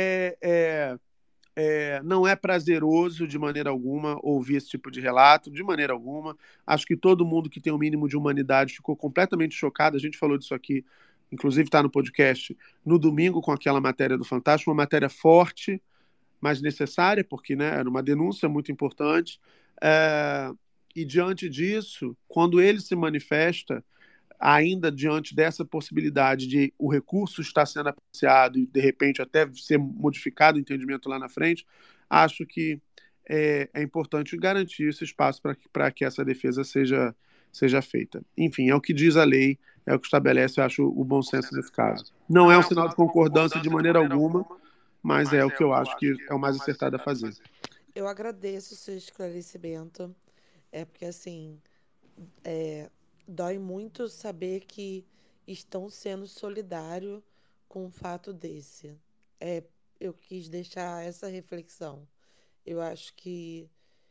[SPEAKER 2] não é prazeroso de maneira alguma ouvir esse tipo de relato, de maneira alguma. Acho que todo mundo que tem um mínimo de humanidade ficou completamente chocado. A gente falou disso aqui, inclusive está no podcast, no domingo com aquela matéria do Fantástico, uma matéria forte, mas necessária, porque, né, era uma denúncia muito importante. E diante disso, quando ele se manifesta, ainda diante dessa possibilidade de o recurso estar sendo apreciado e, de repente, até ser modificado o entendimento lá na frente, acho que é importante garantir esse espaço para que essa defesa seja feita. Enfim, é o que diz a lei, é o que estabelece, eu acho, o bom senso nesse caso. Não é um sinal de concordância de maneira alguma, mas é o que eu acho que é o mais acertado a fazer.
[SPEAKER 1] Eu agradeço o seu esclarecimento. Porque, assim, dói muito saber que estão sendo solidários com um fato desse. Eu quis deixar essa reflexão. Eu acho que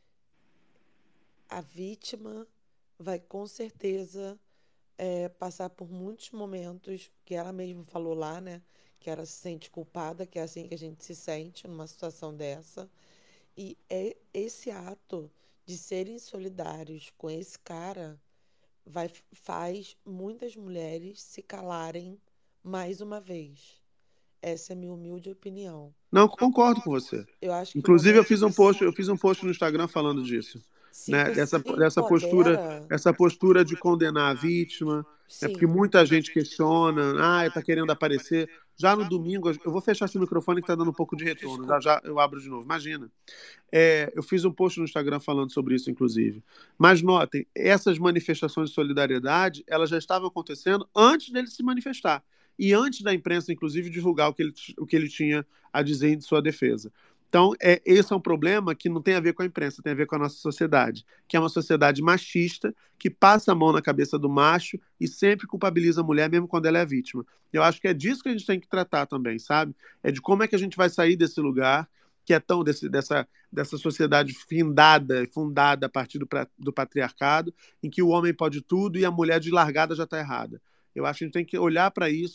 [SPEAKER 1] a vítima vai, com certeza, passar por muitos momentos que ela mesma falou lá, né? Que ela se sente culpada, que é assim que a gente se sente numa situação dessa. E esse ato de serem solidários com esse cara faz muitas mulheres se calarem mais uma vez. Essa é a minha humilde opinião.
[SPEAKER 2] Não, concordo com você.
[SPEAKER 1] Eu acho que
[SPEAKER 2] inclusive, eu fiz um post no Instagram falando disso. Né? Dessa postura de condenar a vítima. Porque muita gente questiona, está querendo aparecer. Já no domingo, eu vou fechar esse microfone que está dando um pouco de retorno. Já eu abro de novo. Imagina. Eu fiz um post no Instagram falando sobre isso, inclusive. Mas notem, essas manifestações de solidariedade, elas já estavam acontecendo antes dele se manifestar. E antes da imprensa, inclusive, divulgar o que ele tinha a dizer em sua defesa. Então, esse é um problema que não tem a ver com a imprensa, tem a ver com a nossa sociedade, que é uma sociedade machista, que passa a mão na cabeça do macho e sempre culpabiliza a mulher, mesmo quando ela é vítima. Eu acho que é disso que a gente tem que tratar também, sabe? É de como é que a gente vai sair desse lugar, que é tão dessa sociedade fundada a partir do patriarcado, em que o homem pode tudo e a mulher de largada já está errada. Eu acho que a gente tem que olhar para isso,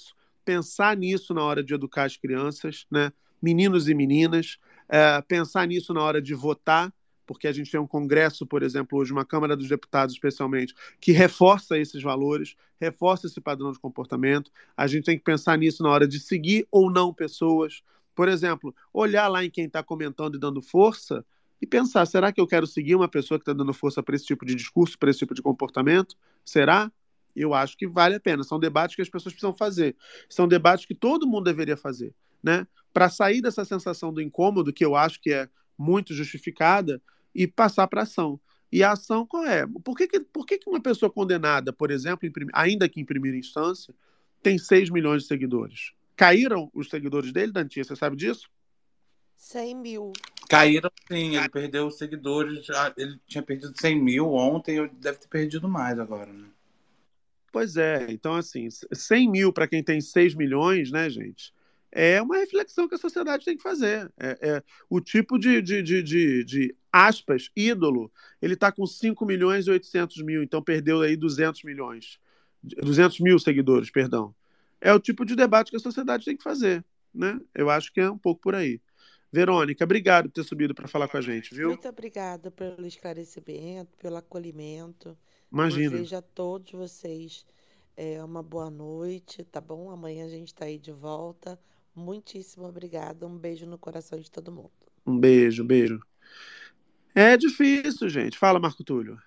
[SPEAKER 2] pensar nisso na hora de educar as crianças, né? Meninos e meninas, pensar nisso na hora de votar, porque a gente tem um Congresso, por exemplo, hoje, uma Câmara dos Deputados, especialmente, que reforça esses valores, reforça esse padrão de comportamento. A gente tem que pensar nisso na hora de seguir ou não pessoas. Por exemplo, olhar lá em quem está comentando e dando força e pensar, será que eu quero seguir uma pessoa que está dando força para esse tipo de discurso, para esse tipo de comportamento? Será? Eu acho que vale a pena. São debates que as pessoas precisam fazer. São debates que todo mundo deveria fazer, né? Para sair dessa sensação do incômodo, que eu acho que é muito justificada, e passar para a ação. E a ação qual é? Por que uma pessoa condenada, por exemplo, ainda que em primeira instância, tem 6 milhões de seguidores? Caíram os seguidores dele, Dantinha? Você sabe disso?
[SPEAKER 1] 100 mil.
[SPEAKER 11] Caíram sim, ele perdeu os seguidores. Ele tinha perdido 100 mil ontem, deve ter perdido mais agora, né?
[SPEAKER 2] Pois é, então assim, 100 mil para quem tem 6 milhões, né, gente? É uma reflexão que a sociedade tem que fazer. O tipo de aspas, ídolo, ele está com 5 milhões e 800 mil, então perdeu aí 200 milhões. 200 mil seguidores, perdão. É o tipo de debate que a sociedade tem que fazer, né? Eu acho que é um pouco por aí. Verônica, obrigado por ter subido para falar com a gente, viu?
[SPEAKER 1] Muito obrigada pelo esclarecimento, pelo acolhimento.
[SPEAKER 2] Imagina.
[SPEAKER 1] Desejo a todos vocês uma boa noite, tá bom? Amanhã a gente está aí de volta. Muitíssimo obrigada. Um beijo no coração de todo mundo.
[SPEAKER 2] Um beijo, beijo. É difícil, gente. Fala, Marco Túlio.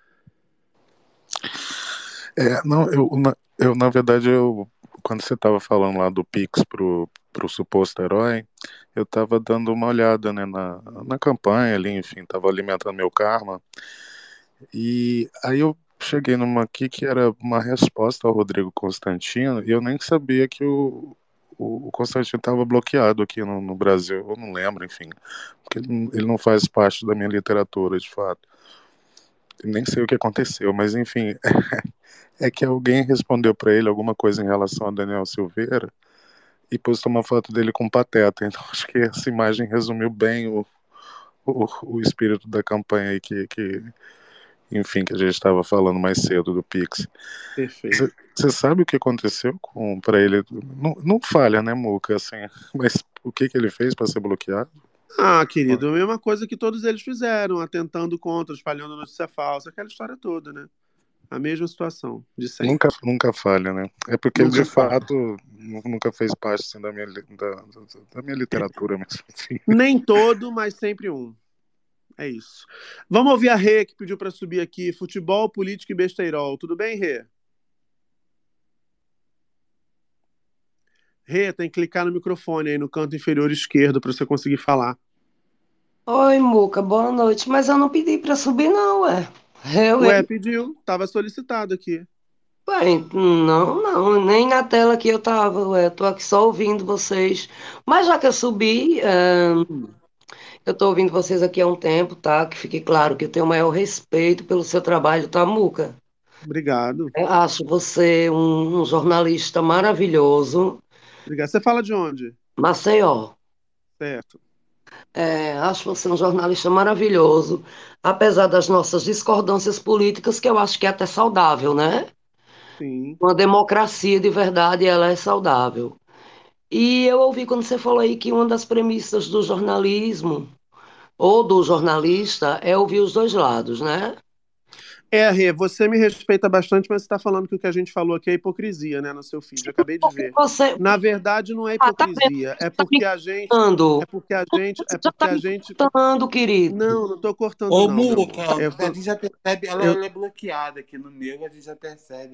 [SPEAKER 4] Não, na verdade, quando você estava falando lá do Pix pro suposto herói, eu estava dando uma olhada, né, na campanha ali, enfim, estava alimentando meu karma. E aí eu cheguei numa aqui que era uma resposta ao Rodrigo Constantino, e eu nem sabia que o Constantino estava bloqueado aqui no Brasil, eu não lembro, enfim, porque ele não faz parte da minha literatura, de fato. Eu nem sei o que aconteceu, mas enfim, é que alguém respondeu para ele alguma coisa em relação a Daniel Silveira e postou uma foto dele com Pateta, então acho que essa imagem resumiu bem o espírito da campanha aí enfim, que a gente estava falando mais cedo do Pix.
[SPEAKER 2] Perfeito.
[SPEAKER 4] Você sabe o que aconteceu para ele? Não falha, né, Muca? Assim, mas o que ele fez para ser bloqueado?
[SPEAKER 2] Ah, querido, a mesma coisa que todos eles fizeram, atentando contra, espalhando notícia falsa, aquela história toda, né? A mesma situação de sempre.
[SPEAKER 4] Nunca falha, né? É porque ele, de fato, nunca fez parte assim, da minha literatura mesmo. Enfim.
[SPEAKER 2] Nem todo, mas sempre um. É isso. Vamos ouvir a Rê, que pediu para subir aqui. Futebol, política e besteirol. Tudo bem, Rê? Rê, tem que clicar no microfone aí no canto inferior esquerdo para você conseguir falar.
[SPEAKER 10] Oi, Muca, boa noite. Mas eu não pedi para subir, não, ué.
[SPEAKER 2] Pediu. Tava solicitado aqui.
[SPEAKER 10] Ué, não, nem na tela que eu tava, ué. Eu tô aqui só ouvindo vocês. Mas já que eu subi, eu tô ouvindo vocês aqui há um tempo, tá? Que fique claro que eu tenho o maior respeito pelo seu trabalho, tá, Muca?
[SPEAKER 2] Obrigado.
[SPEAKER 10] Eu acho você um jornalista maravilhoso.
[SPEAKER 2] Obrigado. Você fala de onde?
[SPEAKER 10] Maceió.
[SPEAKER 2] Certo.
[SPEAKER 10] Acho você um jornalista maravilhoso, apesar das nossas discordâncias políticas, que eu acho que é até saudável, né?
[SPEAKER 2] Sim.
[SPEAKER 10] Uma democracia de verdade, ela é saudável. E eu ouvi quando você falou aí que uma das premissas do jornalismo, ou do jornalista, é ouvir os dois lados, né?
[SPEAKER 2] Rê, você me respeita bastante, mas você está falando que o que a gente falou aqui é hipocrisia, né, no seu feed. Eu acabei de ver. Na verdade, não é hipocrisia. É porque a gente.
[SPEAKER 10] querido.
[SPEAKER 2] Não estou cortando,
[SPEAKER 11] Ô,
[SPEAKER 2] não.
[SPEAKER 11] Muca, a gente já percebe, ela é bloqueada aqui no meu, a gente já percebe.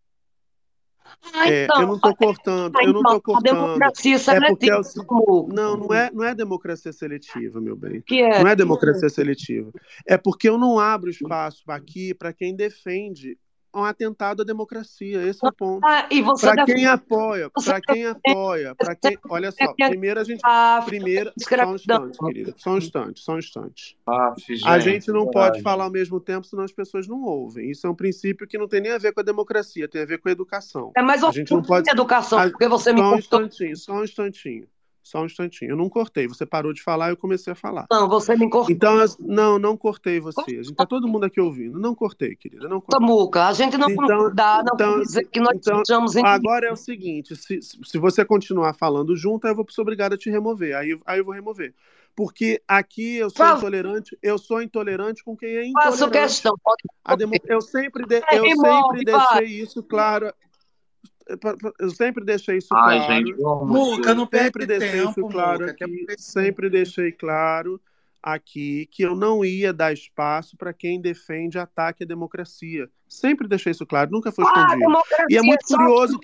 [SPEAKER 2] Eu não estou cortando, eu não estou cortando.
[SPEAKER 10] Democracia seletiva.
[SPEAKER 2] Não é democracia seletiva, meu bem.
[SPEAKER 10] Que é?
[SPEAKER 2] Não é democracia seletiva. É porque eu não abro espaço aqui para quem defende um atentado à democracia. Esse é o ponto. Para quem apoia, olha só, só um instante, querida, só um instante. A gente não pode falar ao mesmo tempo, senão as pessoas não ouvem. Isso é um princípio que não tem nem a ver com a democracia, tem a ver com a educação.
[SPEAKER 10] Mas
[SPEAKER 2] a gente não pode
[SPEAKER 10] educação, porque você me
[SPEAKER 2] Só um instantinho. Só um instantinho. Eu não cortei. Você parou de falar e eu comecei a falar.
[SPEAKER 10] Não, você me cortou.
[SPEAKER 2] Então, não cortei você. A gente tá todo mundo aqui ouvindo. Não cortei, querida. Não cortei.
[SPEAKER 10] Muca, a gente não dá, não quer dizer que nós estamos em...
[SPEAKER 2] Agora é o seguinte, se você continuar falando junto, aí eu vou ser obrigado a te remover. Aí eu vou remover. Porque aqui eu sou intolerante com quem é intolerante.
[SPEAKER 10] Faço questão.
[SPEAKER 2] Eu sempre deixei isso claro. Eu sempre deixei isso claro.
[SPEAKER 11] Gente, Muca, não
[SPEAKER 2] sempre deixei isso claro aqui. Sempre deixei claro aqui que eu não ia dar espaço para quem defende ataque à democracia. Sempre deixei isso claro, nunca foi escondido. E é muito curioso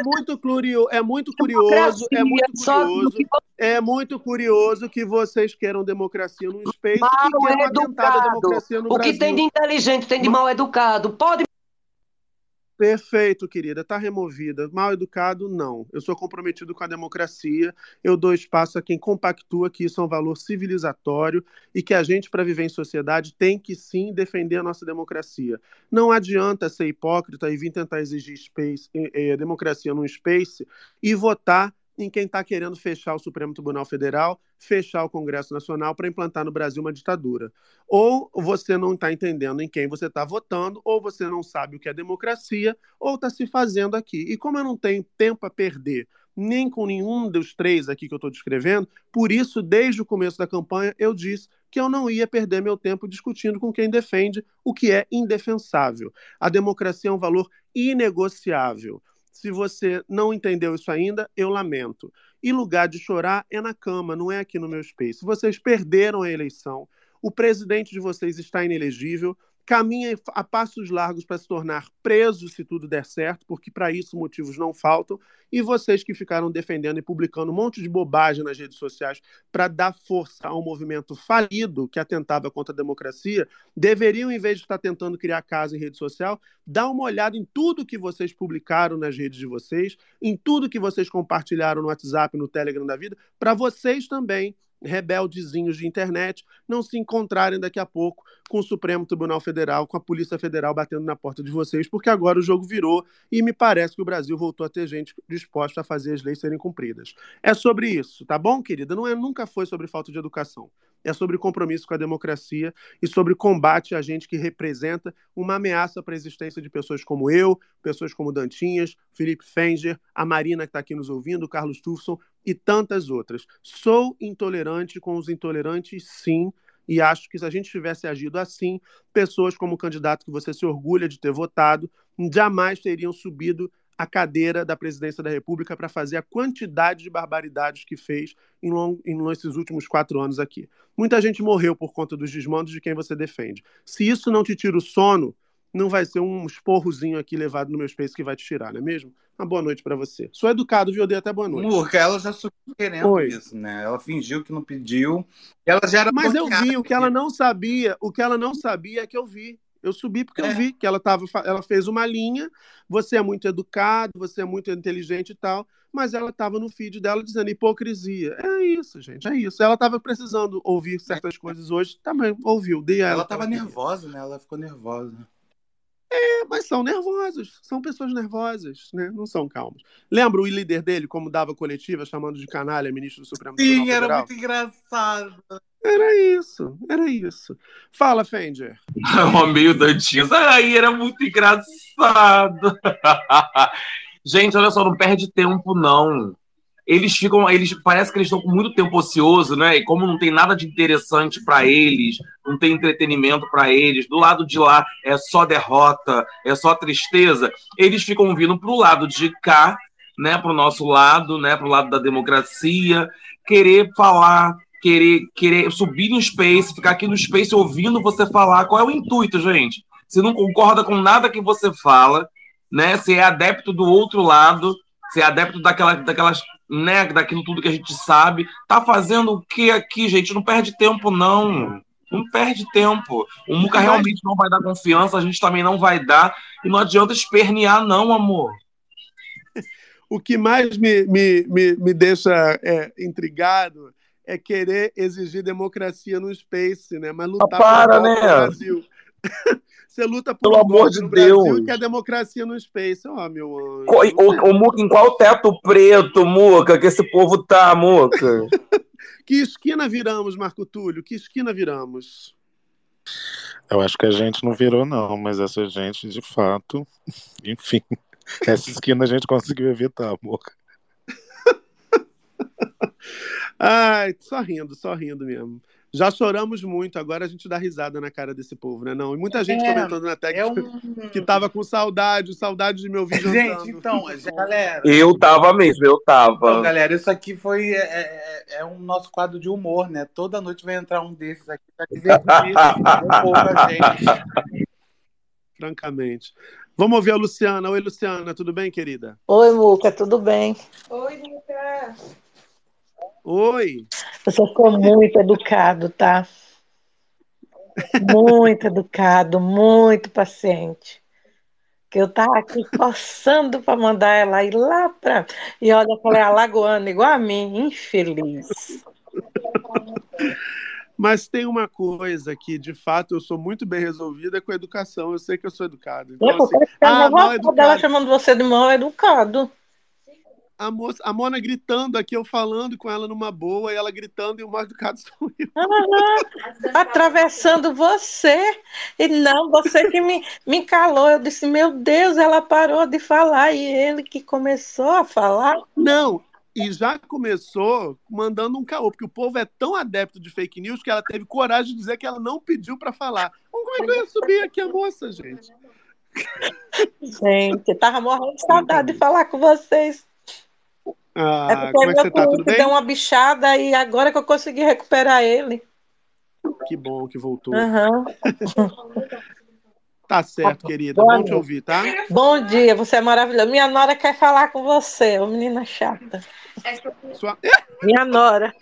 [SPEAKER 2] que vocês queiram democracia num space e queiram atentar a democracia no Brasil.
[SPEAKER 10] O que tem de inteligente tem de mal educado. Pode...
[SPEAKER 2] Perfeito, querida. Está removida. Mal educado, não. Eu sou comprometido com a democracia. Eu dou espaço a quem compactua que isso é um valor civilizatório e que a gente, para viver em sociedade, tem que sim defender a nossa democracia. Não adianta ser hipócrita e vir tentar exigir democracia num space e votar em quem está querendo fechar o Supremo Tribunal Federal, fechar o Congresso Nacional para implantar no Brasil uma ditadura. Ou você não está entendendo em quem você está votando, ou você não sabe o que é democracia, ou está se fazendo aqui. E como eu não tenho tempo a perder, nem com nenhum dos três aqui que eu estou descrevendo, por isso, desde o começo da campanha, eu disse que eu não ia perder meu tempo discutindo com quem defende o que é indefensável. A democracia é um valor inegociável. Se você não entendeu isso ainda, eu lamento. E lugar de chorar é na cama, não é aqui no meu space. Vocês perderam a eleição, o presidente de vocês está inelegível, caminha a passos largos para se tornar preso se tudo der certo, porque para isso motivos não faltam, e vocês que ficaram defendendo e publicando um monte de bobagem nas redes sociais para dar força a um movimento falido que atentava contra a democracia, deveriam, em vez de estar tentando criar casa em rede social, dar uma olhada em tudo que vocês publicaram nas redes de vocês, em tudo que vocês compartilharam no WhatsApp, no Telegram da vida, para vocês também, rebeldezinhos de internet, não se encontrarem daqui a pouco com o Supremo Tribunal Federal, com a Polícia Federal batendo na porta de vocês, porque agora o jogo virou e me parece que o Brasil voltou a ter gente disposta a fazer as leis serem cumpridas. É sobre isso, tá bom, querida? Nunca foi sobre falta de educação. É sobre compromisso com a democracia e sobre combate a gente que representa uma ameaça para a existência de pessoas como eu, pessoas como Dantinhas, Felipe Fenger, a Marina que está aqui nos ouvindo, o Carlos Tufson e tantas outras. Sou intolerante com os intolerantes, sim, e acho que se a gente tivesse agido assim, pessoas como o candidato que você se orgulha de ter votado jamais teriam subido a cadeira da presidência da República para fazer a quantidade de barbaridades que fez nesses últimos 4 anos aqui. Muita gente morreu por conta dos desmandos de quem você defende. Se isso não te tira o sono, não vai ser um esporrozinho aqui levado no meu space que vai te tirar, não é mesmo? Uma boa noite para você. Sou educado, viu? Eu dei até boa noite.
[SPEAKER 11] Muca, ela já subiu querendo isso, né? Ela fingiu que não pediu. Ela já era
[SPEAKER 2] Mas bloqueada. Eu vi, o que ela não sabia é que eu vi. Eu subi porque eu vi que ela fez uma linha, você é muito educado, você é muito inteligente e tal, mas ela estava no feed dela dizendo hipocrisia. É isso, gente, é isso. Ela estava precisando ouvir certas coisas hoje, também ouviu.
[SPEAKER 11] Ela estava nervosa, né? Ela ficou nervosa.
[SPEAKER 2] Mas são nervosos, são pessoas nervosas, né? Não são calmas. Lembra o líder dele, como dava coletiva, chamando de canalha, ministro do Supremo Tribunal Federal?
[SPEAKER 11] Sim, era muito engraçado.
[SPEAKER 2] Era isso. Fala, Fenger.
[SPEAKER 5] O meio Dantinhas. Aí era muito engraçado. Gente, olha só, não perde tempo, não. Parece que eles estão com muito tempo ocioso, né? E como não tem nada de interessante para eles, não tem entretenimento para eles, do lado de lá é só derrota, é só tristeza, eles ficam vindo pro lado de cá, né? Pro nosso lado, né? Pro lado da democracia, querer falar, querer subir no Space, ficar aqui no Space ouvindo você falar. Qual é o intuito, gente? Você não concorda com nada que você fala, né? Você é adepto do outro lado, você é adepto daquelas, né, daquilo tudo que a gente sabe. Tá fazendo o que aqui, gente? Não perde tempo, não. Não perde tempo. O Muca realmente não vai dar confiança, a gente também não vai dar. E não adianta espernear, não, amor.
[SPEAKER 2] O que mais me deixa intrigado é querer exigir democracia no Space, né? Mas lutar
[SPEAKER 5] pelo Brasil.
[SPEAKER 2] Você luta por
[SPEAKER 5] Pelo
[SPEAKER 2] um
[SPEAKER 5] amor
[SPEAKER 2] golpe
[SPEAKER 5] de
[SPEAKER 2] no Brasil e
[SPEAKER 5] Deus.
[SPEAKER 2] quer democracia no Space. Ó, meu anjo.
[SPEAKER 5] Ô, Muca, em qual teto preto, Muca, que esse povo tá, Muca?
[SPEAKER 2] Que esquina viramos, Marco Túlio? Que esquina viramos?
[SPEAKER 4] Eu acho que a gente não virou, não, mas essa gente, de fato, enfim, essa esquina a gente conseguiu evitar, amor.
[SPEAKER 2] Ai, só rindo mesmo. Já choramos muito, agora a gente dá risada na cara desse povo, né? Não, e muita gente comentando na tag que tava com saudade de me ouvir jantando.
[SPEAKER 11] Gente, então, galera.
[SPEAKER 5] Eu tava mesmo, eu tava.
[SPEAKER 11] Então, galera, isso aqui foi um nosso quadro de humor, né? Toda noite vai entrar um desses aqui pra divertir um pouco a gente.
[SPEAKER 2] Francamente. Vamos ouvir a Luciana. Oi, Luciana, tudo bem, querida?
[SPEAKER 3] Oi, Muca, tudo bem?
[SPEAKER 1] Oi, Muca.
[SPEAKER 2] Oi.
[SPEAKER 3] Você ficou muito educado, tá? Muito educado, muito paciente. Que eu tava aqui coçando para mandar ela ir lá para. E olha que ela é alagoana, igual a mim, infeliz.
[SPEAKER 2] Mas tem uma coisa que, de fato, eu sou muito bem resolvida com a educação. Eu sei que eu sou educado. Então,
[SPEAKER 3] Eu
[SPEAKER 2] assim,
[SPEAKER 3] mal educado. Ela chamando você de mal educado.
[SPEAKER 2] A Mona gritando aqui, eu falando com ela numa boa, e ela gritando, e o mal educado sou eu.
[SPEAKER 3] Atravessando você. E não, você que me calou. Eu disse, meu Deus, ela parou de falar. E ele que começou a falar.
[SPEAKER 2] Não, e já começou mandando um caô, porque o povo é tão adepto de fake news que ela teve coragem de dizer que ela não pediu para falar. Como é que eu ia subir aqui a moça, gente?
[SPEAKER 3] Gente, tava morrendo de saudade de falar com vocês.
[SPEAKER 2] Como é que você tá? Tudo bem?
[SPEAKER 3] Deu uma bichada e agora que eu consegui recuperar ele.
[SPEAKER 2] Que bom que voltou.
[SPEAKER 3] Uhum.
[SPEAKER 2] Tá certo, querida. Bom te ouvir, tá?
[SPEAKER 3] Bom dia, você é maravilhosa. Minha nora quer falar com você, ô menina chata. Minha nora.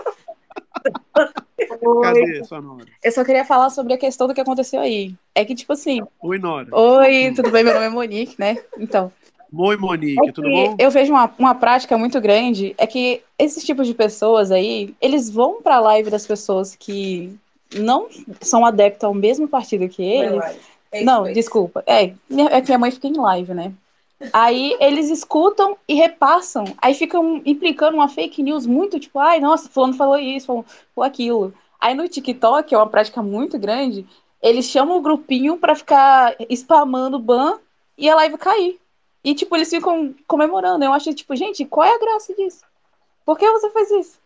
[SPEAKER 2] Cadê sua nora?
[SPEAKER 22] Eu só queria falar sobre a questão do que aconteceu aí. É que, tipo assim...
[SPEAKER 2] Oi, Nora.
[SPEAKER 22] Oi, tudo bem? Meu nome é Monique, né? Então...
[SPEAKER 2] Oi, Monique, tudo bom?
[SPEAKER 22] Eu vejo uma prática muito grande, é que esses tipos de pessoas aí, eles vão pra live das pessoas que não são adeptas ao mesmo partido que eles. Não, desculpa. É que minha mãe fica em live, né? Aí eles escutam e repassam, aí ficam implicando uma fake news muito, tipo, ai, nossa, fulano falou isso, falou aquilo. Aí no TikTok, é uma prática muito grande, eles chamam o grupinho pra ficar spamando ban e a live cair. E, tipo, eles ficam comemorando. Eu acho, tipo, gente, qual é a graça disso? Por que você faz isso?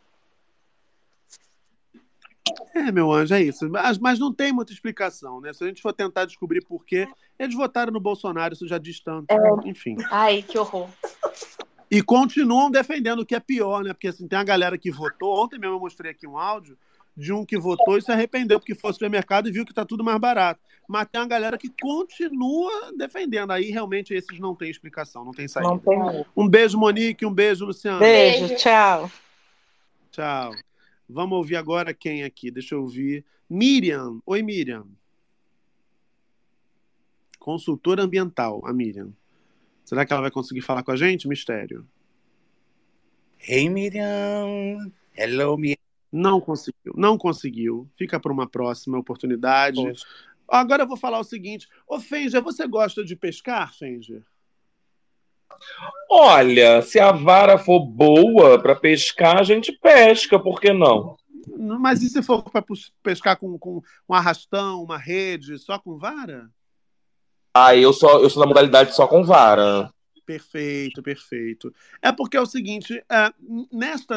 [SPEAKER 2] Meu anjo, é isso. Mas não tem muita explicação, né? Se a gente for tentar descobrir por quê, eles votaram no Bolsonaro, isso já diz tanto. Enfim.
[SPEAKER 22] Ai, que horror.
[SPEAKER 2] E continuam defendendo o que é pior, né? Porque assim, tem a galera que votou. Ontem mesmo eu mostrei aqui um áudio de um que votou e se arrependeu porque foi ao supermercado e viu que tá tudo mais barato. Mas tem uma galera que continua defendendo. Aí realmente esses não têm explicação, não tem saída.
[SPEAKER 3] Não tem.
[SPEAKER 2] Um beijo, Monique, um beijo, Luciano.
[SPEAKER 3] Beijo, tchau.
[SPEAKER 2] Tchau. Vamos ouvir agora quem aqui? Deixa eu ouvir. Miriam. Oi, Miriam. Consultora ambiental, a Miriam. Será que ela vai conseguir falar com a gente? Mistério.
[SPEAKER 11] Hey, Miriam. Hello, Miriam.
[SPEAKER 2] Não conseguiu. Fica para uma próxima oportunidade.
[SPEAKER 11] Poxa.
[SPEAKER 2] Agora eu vou falar o seguinte. Ô, Fenger, você gosta de pescar, Fenger?
[SPEAKER 5] Olha, se a vara for boa para pescar, a gente pesca, por que não?
[SPEAKER 2] Mas e se for para pescar com um arrastão, uma rede, só com vara?
[SPEAKER 5] Eu sou da modalidade só com vara.
[SPEAKER 2] Perfeito, perfeito. É porque é o seguinte, nesta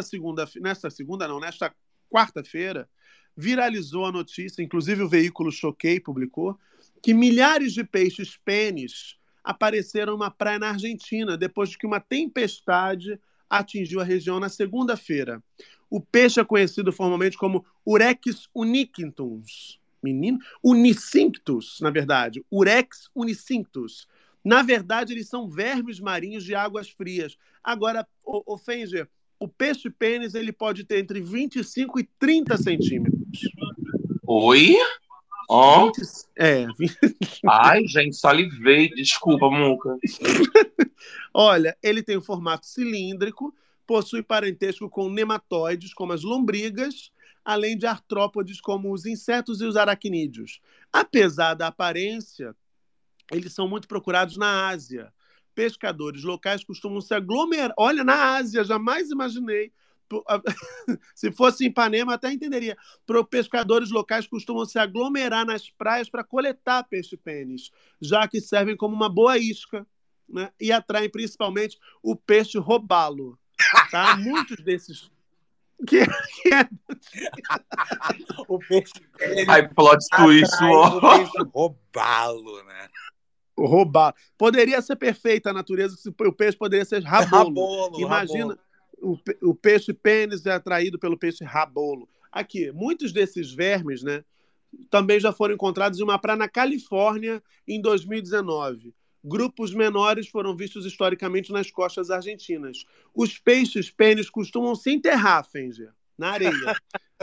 [SPEAKER 2] quarta-feira, viralizou a notícia, inclusive o veículo Choquei publicou, que milhares de peixes pênis apareceram numa praia na Argentina, depois de que uma tempestade atingiu a região na segunda-feira. O peixe é conhecido formalmente como Urex unicinctus. Unicinctus, na verdade. Urex unicinctus. Na verdade, eles são vermes marinhos de águas frias. Agora, o Fenger, o peixe pênis ele pode ter entre 25 e 30 centímetros.
[SPEAKER 5] Oi? Ó.
[SPEAKER 2] 20...
[SPEAKER 5] Ai, gente, salivei. Desculpa, Muca.
[SPEAKER 2] Olha, ele tem um formato cilíndrico, possui parentesco com nematóides, como as lombrigas, além de artrópodes como os insetos e os aracnídeos. Apesar da aparência, eles são muito procurados na Ásia. Pescadores locais costumam se aglomerar. Olha, na Ásia, jamais imaginei. Se fosse em Ipanema, até entenderia. Pescadores locais costumam se aglomerar nas praias para coletar peixe-pênis, já que servem como uma boa isca, né? E atraem principalmente o peixe robalo. Tá? Muitos desses... Que é...
[SPEAKER 11] O peixe...
[SPEAKER 5] Ai, plot twist.
[SPEAKER 11] O peixe robalo, né?
[SPEAKER 2] Roubar. Poderia ser perfeita a natureza, o peixe poderia ser rabolo. Imagina, o peixe pênis é atraído pelo peixe rabolo. Aqui, muitos desses vermes, né, também já foram encontrados em uma praia na Califórnia em 2019. Grupos menores foram vistos historicamente nas costas argentinas. Os peixes pênis costumam se enterrar, Fenger, na areia.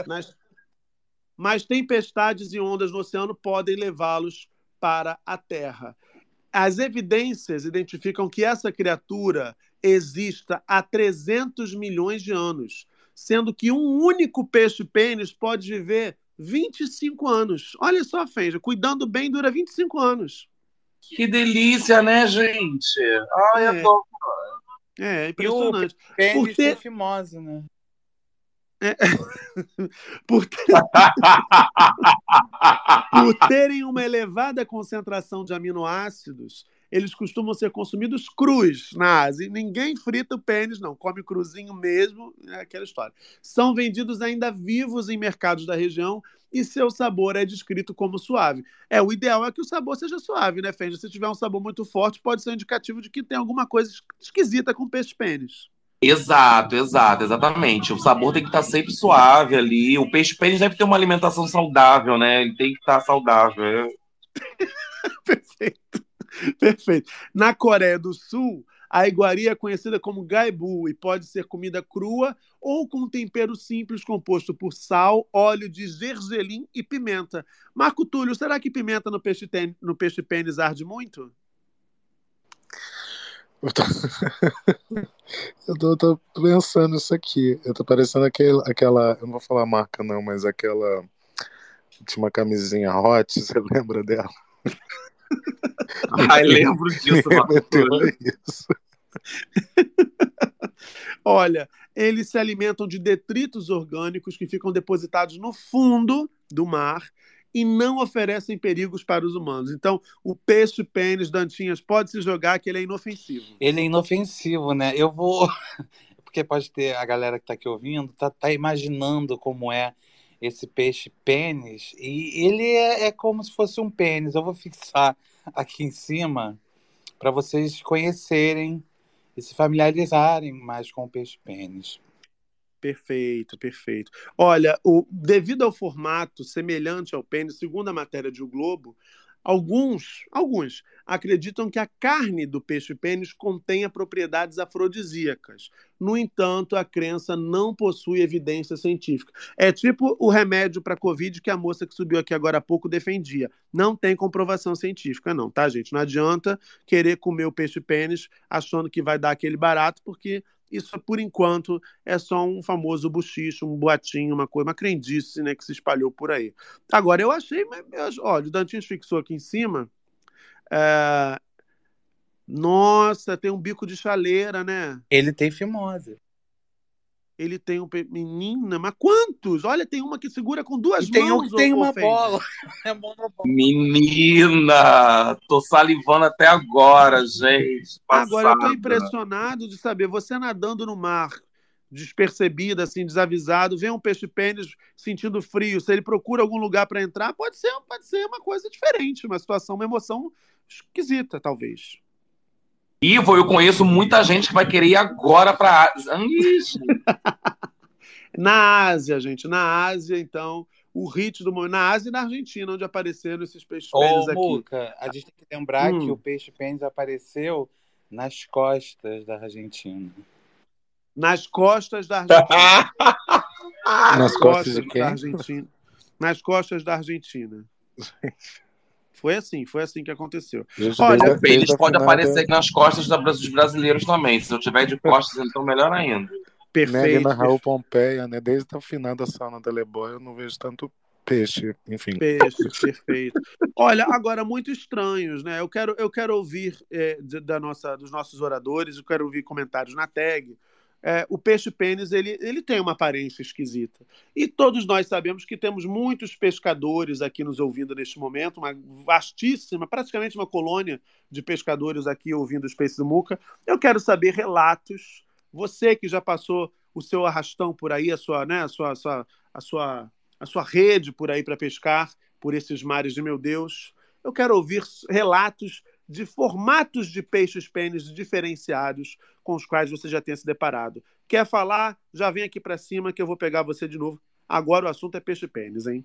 [SPEAKER 2] Mas tempestades e ondas no oceano podem levá-los para a terra. As evidências identificam que essa criatura exista há 300 milhões de anos, sendo que um único peixe-pênis pode viver 25 anos. Olha só, Fenger, cuidando bem dura 25 anos.
[SPEAKER 5] Que delícia, né, gente? Ai, adoro.
[SPEAKER 2] É impressionante.
[SPEAKER 11] E o pênis tem fimose, né?
[SPEAKER 2] Por terem uma elevada concentração de aminoácidos, eles costumam ser consumidos crus na Ásia. E ninguém frita o pênis, não. Come cruzinho mesmo, é aquela história. São vendidos ainda vivos em mercados da região e seu sabor é descrito como suave. O ideal é que o sabor seja suave, né, Fenger? Se tiver um sabor muito forte, pode ser um indicativo de que tem alguma coisa esquisita com o peixe-pênis.
[SPEAKER 5] Exatamente. O sabor tem que estar sempre suave ali. O peixe-pênis deve ter uma alimentação saudável, né? Ele tem que estar saudável.
[SPEAKER 2] Perfeito. Na Coreia do Sul, a iguaria é conhecida como gaibu e pode ser comida crua ou com tempero simples composto por sal, óleo de gergelim e pimenta. Marco Túlio, será que pimenta no peixe-pênis arde muito?
[SPEAKER 4] Eu tô pensando isso aqui. Eu tô parecendo aquela. Eu não vou falar a marca, não, mas aquela. Tinha uma camisinha hot, você lembra dela?
[SPEAKER 5] Ai, lembro disso,
[SPEAKER 4] isso.
[SPEAKER 2] Olha, eles se alimentam de detritos orgânicos que ficam depositados no fundo do mar e não oferecem perigos para os humanos. Então, o peixe-pênis, Dantinhas, pode se jogar que ele é inofensivo.
[SPEAKER 11] Ele é inofensivo, né? Eu vou... Porque pode ter a galera que tá aqui ouvindo, tá imaginando como é esse peixe-pênis. E ele é como se fosse um pênis. Eu vou fixar aqui em cima para vocês conhecerem e se familiarizarem mais com o peixe-pênis.
[SPEAKER 2] Perfeito. Olha, devido ao formato semelhante ao pênis, segundo a matéria de O Globo, alguns acreditam que a carne do peixe-pênis contenha propriedades afrodisíacas. No entanto, a crença não possui evidência científica. É tipo o remédio para Covid que a moça que subiu aqui agora há pouco defendia. Não tem comprovação científica, não, tá, gente? Não adianta querer comer o peixe-pênis achando que vai dar aquele barato, porque isso, por enquanto, é só um famoso buchicho, um boatinho, uma crendice, né, que se espalhou por aí. Agora, eu achei... Olha, o Dantinhos fixou aqui em cima. Nossa, tem um bico de chaleira, né?
[SPEAKER 11] Ele tem fimose.
[SPEAKER 2] Ele tem Menina, mas quantos? Olha, tem uma que segura com duas
[SPEAKER 11] e tem
[SPEAKER 2] mãos.
[SPEAKER 11] Um que tem uma bola.
[SPEAKER 5] Menina, tô salivando até agora, gente.
[SPEAKER 2] Agora, eu tô impressionado de saber, você nadando no mar, despercebido, assim, desavisado, vê um peixe-pênis sentindo frio, se ele procura algum lugar para entrar, pode ser uma coisa diferente, uma situação, uma emoção esquisita, talvez.
[SPEAKER 5] Ivo, eu conheço muita gente que vai querer ir agora para Ásia.
[SPEAKER 2] Na Ásia, gente. Na Ásia, então, o hit do momento. Na Ásia e na Argentina, onde apareceram esses peixes-pênis aqui.
[SPEAKER 11] Muca, a gente tem que lembrar que o peixe-pênis apareceu nas costas da Argentina.
[SPEAKER 2] Nas costas da Argentina.
[SPEAKER 4] Nas costas de quem?
[SPEAKER 2] Nas costas da Argentina. Foi assim que aconteceu.
[SPEAKER 5] Olha, eles podem aparecer nas costas dos brasileiros também. Se eu tiver de costas, então melhor ainda.
[SPEAKER 4] né, ali na
[SPEAKER 2] Perfeito,
[SPEAKER 4] Raul Pompeia, né? Desde a finada sauna da Leblon, eu não vejo tanto peixe, enfim.
[SPEAKER 2] Peixe, perfeito. Olha, agora, muito estranhos, né? Eu quero ouvir dos nossos oradores, eu quero ouvir comentários na tag. O peixe-pênis, ele tem uma aparência esquisita. E todos nós sabemos que temos muitos pescadores aqui nos ouvindo neste momento, uma vastíssima, praticamente uma colônia de pescadores aqui ouvindo o Space do Muca. Eu quero saber relatos. Você que já passou o seu arrastão por aí, a sua rede por aí para pescar, por esses mares de meu Deus. Eu quero ouvir relatos de formatos de peixes-pênis diferenciados com os quais você já tenha se deparado. Quer falar? Já vem aqui para cima que eu vou pegar você de novo. Agora o assunto é peixe-pênis, hein?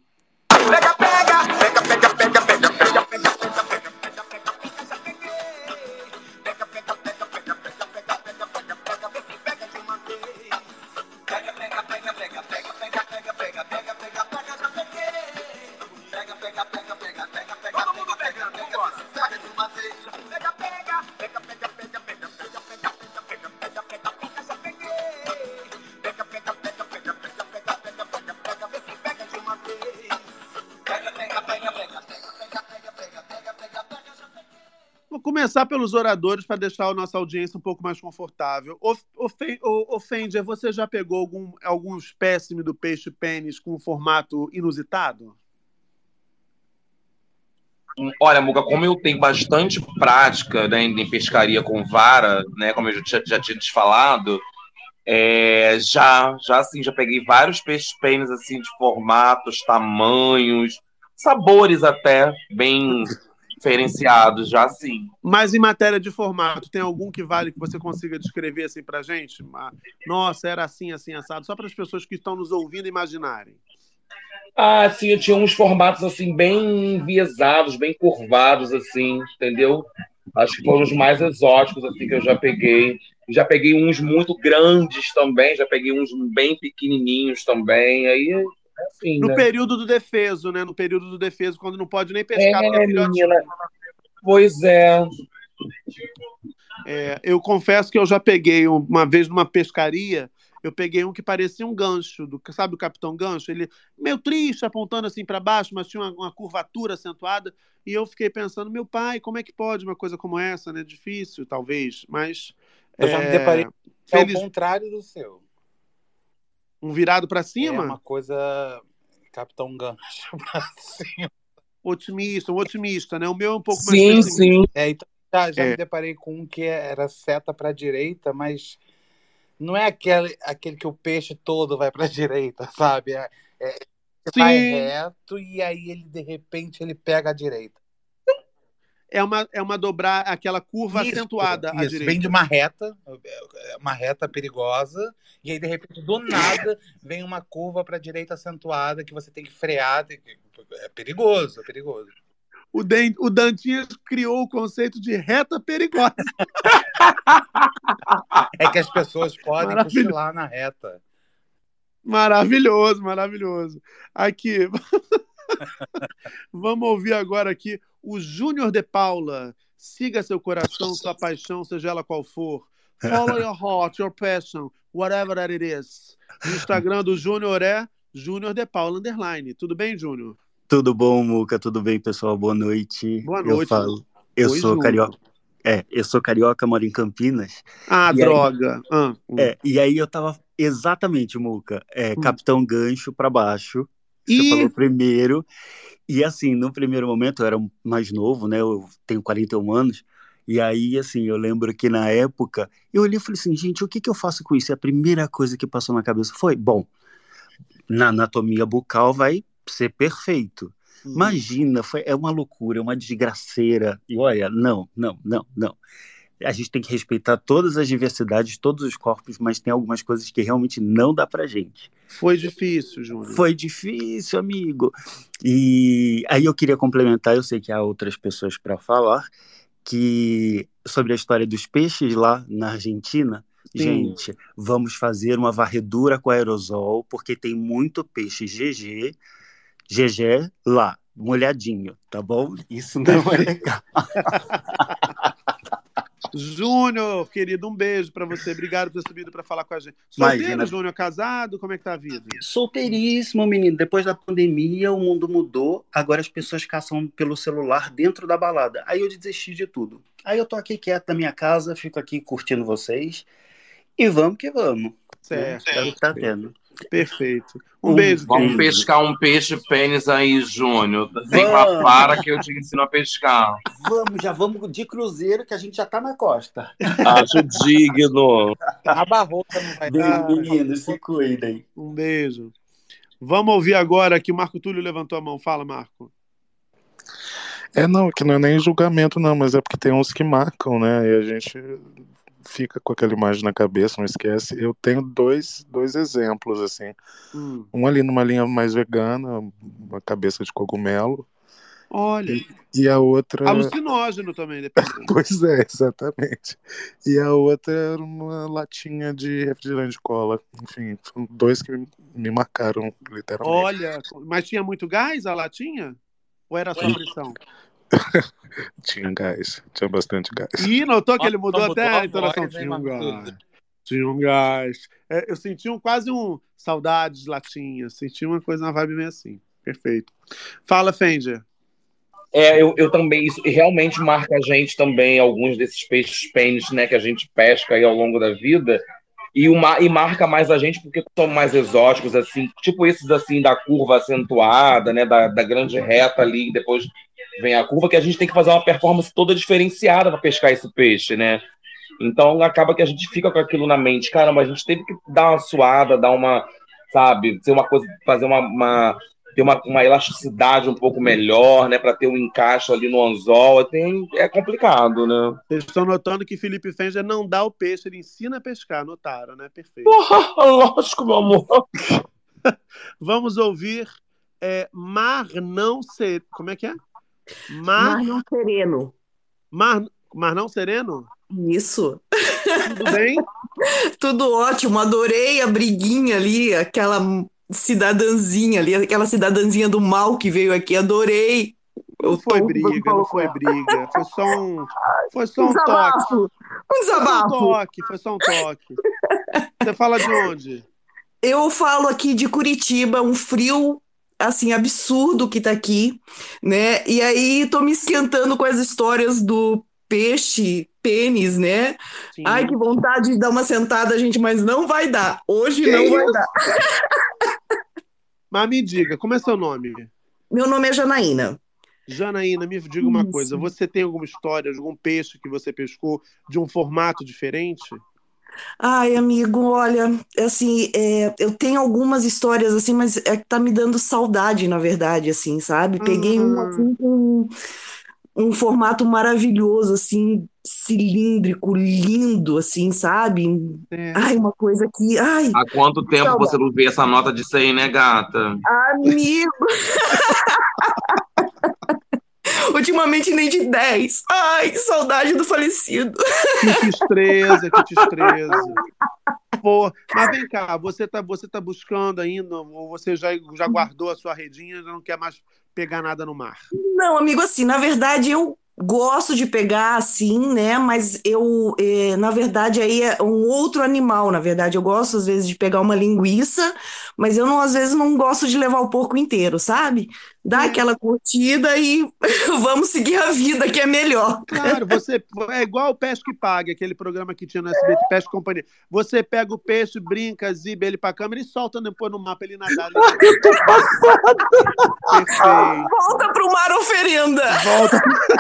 [SPEAKER 2] Vou começar pelos oradores para deixar a nossa audiência um pouco mais confortável. Fender, você já pegou algum espécime do peixe-pênis com um formato inusitado?
[SPEAKER 5] Olha, Muga, como eu tenho bastante prática, né, em pescaria com vara, né, como eu já tinha te falado, já peguei vários peixes-pênis assim, de formatos, tamanhos, sabores até bem diferenciados, já sim.
[SPEAKER 2] Mas em matéria de formato, tem algum que vale que você consiga descrever assim pra gente? Nossa, era assim, assim, assado, só para as pessoas que estão nos ouvindo imaginarem.
[SPEAKER 5] Ah, sim, eu tinha uns formatos assim bem enviesados, bem curvados assim, entendeu? Acho que foram os mais exóticos assim que eu já peguei. Já peguei uns muito grandes também, já peguei uns bem pequenininhos também. Aí, assim,
[SPEAKER 2] no
[SPEAKER 5] né?
[SPEAKER 2] período do defeso, né? No período do defeso, quando não pode nem pescar porque é filhotinho.
[SPEAKER 5] Menina. Pois é.
[SPEAKER 2] Eu confesso que eu já peguei uma vez numa pescaria. Eu peguei um que parecia um gancho, sabe o Capitão Gancho? Ele meio triste, apontando assim para baixo, mas tinha uma curvatura acentuada. E eu fiquei pensando, meu pai, como é que pode uma coisa como essa, né? Difícil, talvez, mas...
[SPEAKER 11] Eu já me deparei ao contrário do seu.
[SPEAKER 2] Um virado para cima?
[SPEAKER 11] É uma coisa Capitão Gancho para cima.
[SPEAKER 2] Um otimista, né? O meu é um pouco
[SPEAKER 5] mais pessimista. Sim.
[SPEAKER 11] Então, já me deparei com um que era seta para a direita, mas... Não é aquele que o peixe todo vai para a direita, sabe? Vai reto e aí ele, de repente, ele pega a direita.
[SPEAKER 2] É uma dobrar, aquela curva acentuada à direita.
[SPEAKER 11] Vem de uma reta perigosa, e aí, de repente, do nada, vem uma curva para a direita acentuada que você tem que frear. É perigoso, é perigoso.
[SPEAKER 2] O Dantinhas criou o conceito de reta perigosa.
[SPEAKER 11] É que as pessoas podem cochilar na reta.
[SPEAKER 2] Maravilhoso, maravilhoso. Aqui, vamos ouvir agora aqui o Júnior de Paula. Siga seu coração, sua paixão, seja ela qual for. Follow your heart, your passion, whatever that it is. O Instagram do Júnior é Júnior de Paula _. Tudo bem, Júnior?
[SPEAKER 7] Tudo bom, Muca? Tudo bem, pessoal? Boa noite.
[SPEAKER 2] Boa noite.
[SPEAKER 7] Eu sou carioca. Eu sou carioca, moro em Campinas.
[SPEAKER 2] Ah, droga.
[SPEAKER 7] E aí eu tava exatamente, Muca, Capitão Gancho para baixo. Você falou primeiro. E assim, no primeiro momento eu era mais novo, né? Eu tenho 41 anos. E aí, assim, eu lembro que na época eu olhei e falei assim, gente, o que eu faço com isso? E a primeira coisa que passou na cabeça foi, bom, na anatomia bucal vai ser perfeito. Imagina, é uma loucura, é uma desgraceira. E olha, não. A gente tem que respeitar todas as diversidades, todos os corpos, mas tem algumas coisas que realmente não dá pra gente.
[SPEAKER 2] Foi difícil, Júnior.
[SPEAKER 7] Foi difícil, amigo. E aí eu queria complementar, eu sei que há outras pessoas para falar, que sobre a história dos peixes lá na Argentina.
[SPEAKER 2] Sim.
[SPEAKER 7] Gente, vamos fazer uma varredura com aerosol, porque tem muito peixe GG lá, molhadinho, tá bom? Isso não é legal.
[SPEAKER 2] Júnior, querido, um beijo pra você. Obrigado por ter subido pra falar com a gente. Solteiro,
[SPEAKER 7] Imagina.
[SPEAKER 2] Júnior, casado? Como é que tá a vida?
[SPEAKER 7] Solteiríssimo, menino. Depois da pandemia, o mundo mudou. Agora as pessoas caçam pelo celular dentro da balada. Aí eu desisti de tudo. Aí eu tô aqui quieto na minha casa, fico aqui curtindo vocês. E vamos que vamos.
[SPEAKER 2] Certo.
[SPEAKER 7] É o que tá tendo.
[SPEAKER 2] Perfeito. Um beijo,
[SPEAKER 5] Vamos
[SPEAKER 2] querido.
[SPEAKER 5] pescar um peixe pênis aí, Júnior. Vem com a vara que eu te ensino a pescar.
[SPEAKER 7] Já vamos de cruzeiro que a gente já tá na costa.
[SPEAKER 5] Acho digno.
[SPEAKER 11] A barrota não vai
[SPEAKER 7] Beijo,
[SPEAKER 11] dar.
[SPEAKER 7] meninos. Se cuidem.
[SPEAKER 2] Um beijo. Vamos ouvir agora que o Marco Túlio levantou a mão. Fala, Marco.
[SPEAKER 4] Não, que não é nem julgamento, não, mas é porque tem uns que marcam, né? E a gente fica com aquela imagem na cabeça, não esquece. Eu tenho dois exemplos, assim. Um ali numa linha mais vegana, uma cabeça de cogumelo.
[SPEAKER 2] Olha.
[SPEAKER 4] E a outra...
[SPEAKER 2] Alucinógeno também, dependendo.
[SPEAKER 4] Pois é, exatamente. E a outra era uma latinha de refrigerante de cola. Enfim, são dois que me marcaram, literalmente.
[SPEAKER 2] Olha, mas tinha muito gás a latinha? Ou era só pressão?
[SPEAKER 4] Tinha gás, tinha bastante gás.
[SPEAKER 2] Ih, notou que ele mudou
[SPEAKER 11] Mudou
[SPEAKER 2] até
[SPEAKER 11] a
[SPEAKER 2] a entonação?
[SPEAKER 11] voz, hein,
[SPEAKER 2] Tinha um
[SPEAKER 11] Marco?
[SPEAKER 2] gás. Tinha um gás. Eu senti quase saudade de latinha. Senti uma coisa, uma vibe meio assim. Perfeito. Fala, Fender.
[SPEAKER 5] Eu também, isso realmente marca a gente também, alguns desses peixes pênis, né, que a gente pesca aí ao longo da vida, e marca mais a gente porque são mais exóticos, assim, tipo esses assim da curva acentuada, né, da grande reta ali, depois vem a curva, que a gente tem que fazer uma performance toda diferenciada para pescar esse peixe, né? Então acaba que a gente fica com aquilo na mente, caramba, a gente teve que dar uma suada, dar uma, sabe, ser uma coisa, fazer ter uma elasticidade um pouco melhor, né, para ter um encaixe ali no anzol. É complicado, né?
[SPEAKER 2] Vocês estão notando que Felipe Fender não dá o peixe, ele ensina a pescar, notaram, né? Perfeito.
[SPEAKER 5] Lógico, meu amor.
[SPEAKER 2] Vamos ouvir Mar Não Ser... Como é que é?
[SPEAKER 12] Mar Não Sereno.
[SPEAKER 2] Mar Não Sereno?
[SPEAKER 12] Isso.
[SPEAKER 2] Tudo bem?
[SPEAKER 12] Tudo ótimo, adorei a briguinha ali, aquela cidadãzinha ali, aquela cidadãzinha do mal que veio aqui, adorei.
[SPEAKER 2] Não foi briga, não foi briga. Foi só um toque.
[SPEAKER 12] Um desabafo.
[SPEAKER 2] Foi só um toque. Você fala de onde?
[SPEAKER 12] Eu falo aqui de Curitiba, um frio assim absurdo que tá aqui, né? E aí tô me esquentando com as histórias do peixe, pênis, né?
[SPEAKER 2] Sim.
[SPEAKER 12] Ai, que vontade de dar uma sentada, gente, mas não vai dar. Hoje não vai dar.
[SPEAKER 2] Mas me diga, como é seu nome?
[SPEAKER 12] Meu nome é Janaína.
[SPEAKER 2] Janaína, me diga uma coisa. Você tem alguma história de algum peixe que você pescou de um formato diferente?
[SPEAKER 12] Ai, amigo, olha, assim, eu tenho algumas histórias, assim, mas é que tá me dando saudade, na verdade, assim, sabe? Peguei assim, com um formato maravilhoso, assim, cilíndrico, lindo, assim, sabe? Ai, uma coisa que... Ai,
[SPEAKER 5] há quanto tempo
[SPEAKER 12] saudade.
[SPEAKER 5] você não vê essa nota de 100, né, gata?
[SPEAKER 12] Amigo! Ultimamente nem de 10. Ai, que saudade do falecido.
[SPEAKER 2] Que destreza, que destreza. Pô, mas vem cá, você tá buscando ainda, ou você já guardou a sua redinha e já não quer mais pegar nada no mar?
[SPEAKER 12] Não, amigo, assim, na verdade eu gosto de pegar assim, né? Mas na verdade, aí é um outro animal, na verdade. Eu gosto, às vezes, de pegar uma linguiça, mas eu, às vezes, não gosto de levar o porco inteiro, sabe? Dá aquela curtida e vamos seguir a vida, que é melhor.
[SPEAKER 2] Claro, você é igual o Pesca e Pague, aquele programa que tinha no SBT, Pesca e Companhia. Você pega o peixe, brinca, ziba ele pra câmera e solta depois no mapa ele nadar. Perfeito.
[SPEAKER 12] Volta pro mar oferenda.
[SPEAKER 2] Volta.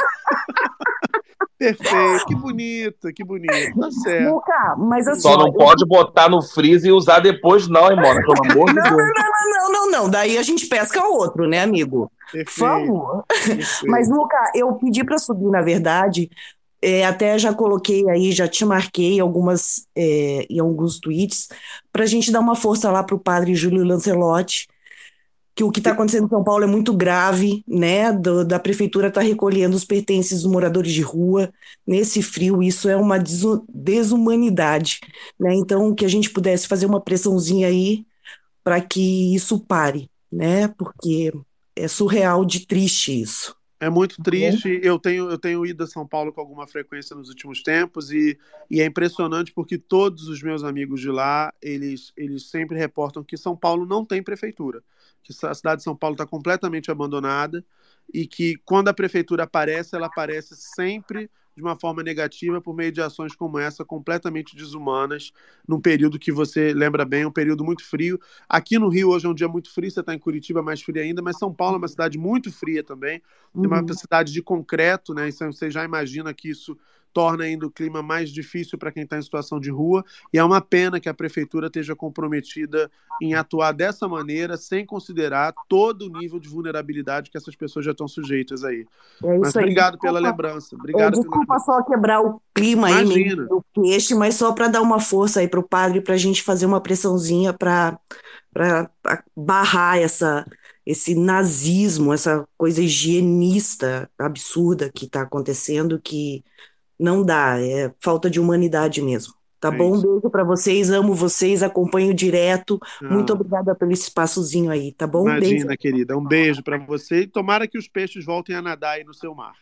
[SPEAKER 2] Perfeito, que bonito, tá certo.
[SPEAKER 12] Luca, mas assim,
[SPEAKER 5] Só não pode botar no freezer e usar depois, não, hein, mano? Pelo amor de Deus.
[SPEAKER 12] Não. Daí a gente pesca outro, né, amigo?
[SPEAKER 2] Perfeito.
[SPEAKER 12] Por favor. Mas, Luca, eu pedi para subir, na verdade, até já coloquei aí, já te marquei em alguns tweets, para a gente dar uma força lá pro padre Júlio Lancelotti, que o que está acontecendo em São Paulo é muito grave, né? Da prefeitura tá recolhendo os pertences dos moradores de rua nesse frio, isso é uma desumanidade, né? Então, que a gente pudesse fazer uma pressãozinha aí para que isso pare, né? Porque é surreal de triste isso.
[SPEAKER 2] É muito triste. Eu tenho ido a São Paulo com alguma frequência nos últimos tempos e é impressionante porque todos os meus amigos de lá, eles sempre reportam que São Paulo não tem prefeitura, que a cidade de São Paulo está completamente abandonada e que quando a prefeitura aparece, ela aparece sempre de uma forma negativa por meio de ações como essa, completamente desumanas, num período que você lembra bem, um período muito frio. Aqui no Rio hoje é um dia muito frio, você está em Curitiba, mais frio ainda, mas São Paulo é uma cidade muito fria também, tem uma cidade de concreto, né? Então você já imagina que isso torna ainda o clima mais difícil para quem está em situação de rua, e é uma pena que a prefeitura esteja comprometida em atuar dessa maneira, sem considerar todo o nível de vulnerabilidade que essas pessoas já estão sujeitas aí.
[SPEAKER 12] É
[SPEAKER 2] Mas
[SPEAKER 12] isso aí.
[SPEAKER 2] obrigado pela lembrança. Obrigado
[SPEAKER 12] Desculpa só quebrar o clima aí mesmo
[SPEAKER 2] Imagina.
[SPEAKER 12] do peixe, mas só para dar uma força aí para o padre, para a gente fazer uma pressãozinha para barrar esse nazismo, essa coisa higienista absurda que está acontecendo, que não dá, é falta de humanidade mesmo. Tá
[SPEAKER 2] É
[SPEAKER 12] bom? Um
[SPEAKER 2] isso.
[SPEAKER 12] beijo para vocês, amo vocês, acompanho direto. Muito
[SPEAKER 2] Ah,
[SPEAKER 12] obrigada pelo espaçozinho aí, tá bom? Um beijo.
[SPEAKER 2] imagina, querida. Um beijo para você e tomara que os peixes voltem a nadar aí no seu mar.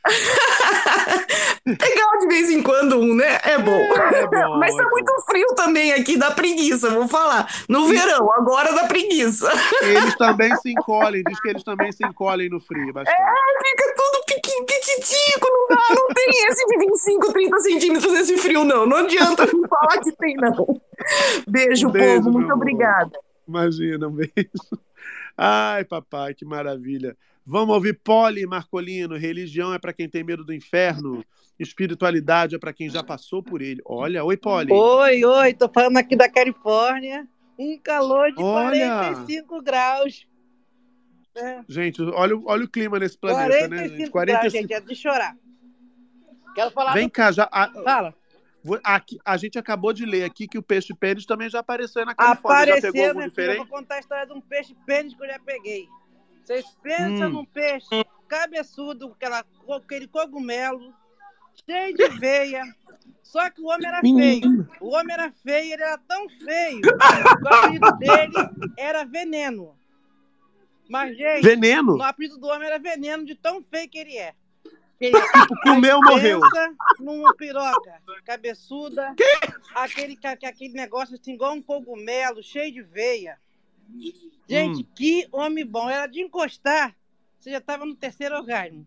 [SPEAKER 12] Legal de vez em quando um, né? É bom.
[SPEAKER 2] É bom,
[SPEAKER 12] Mas tá
[SPEAKER 2] é
[SPEAKER 12] muito frio também aqui, dá preguiça, vou falar. No verão, agora dá preguiça.
[SPEAKER 2] Eles também se encolhem, diz que eles também se encolhem no frio, bastante.
[SPEAKER 12] Fica tudo pititico, não tem esse de 25, 30 centímetros nesse frio, não. Não adianta me falar que tem, não. Beijo,
[SPEAKER 2] Beijo,
[SPEAKER 12] povo,
[SPEAKER 2] meu
[SPEAKER 12] muito
[SPEAKER 2] amor.
[SPEAKER 12] obrigada.
[SPEAKER 2] Imagina, um beijo. Ai, papai, que maravilha. Vamos ouvir Poli Marcolino. Religião é para quem tem medo do inferno. Espiritualidade é para quem já passou por ele. Olha, oi, Poli.
[SPEAKER 14] Oi, tô falando aqui da Califórnia. Um calor de
[SPEAKER 2] Olha!
[SPEAKER 14] 45 graus. É.
[SPEAKER 2] Gente, olha o clima nesse planeta, né, gente?
[SPEAKER 14] 45 graus, gente, é de chorar. Quero falar.
[SPEAKER 2] Vem cá, já.
[SPEAKER 14] Fala.
[SPEAKER 2] Aqui, a gente acabou de ler aqui que o peixe pênis também já apareceu aí na Califórnia. Já pegou algum
[SPEAKER 14] Minha filha, eu
[SPEAKER 2] diferente?
[SPEAKER 14] vou contar a história de um peixe pênis que eu já peguei. Vocês pensam num peixe cabeçudo, aquele cogumelo, cheio de veia. Só que o homem era feio. O homem era feio, ele era tão feio que o apelido dele era Veneno. Mas, gente,
[SPEAKER 2] Veneno?
[SPEAKER 14] o apelido do homem era Veneno, de tão feio que ele é.
[SPEAKER 2] Tipo, comeu, morreu.
[SPEAKER 14] Pensa numa piroca cabeçuda, aquele negócio assim, igual um cogumelo, cheio de veia. Gente, que homem bom. Era de encostar, você já estava no terceiro orgasmo.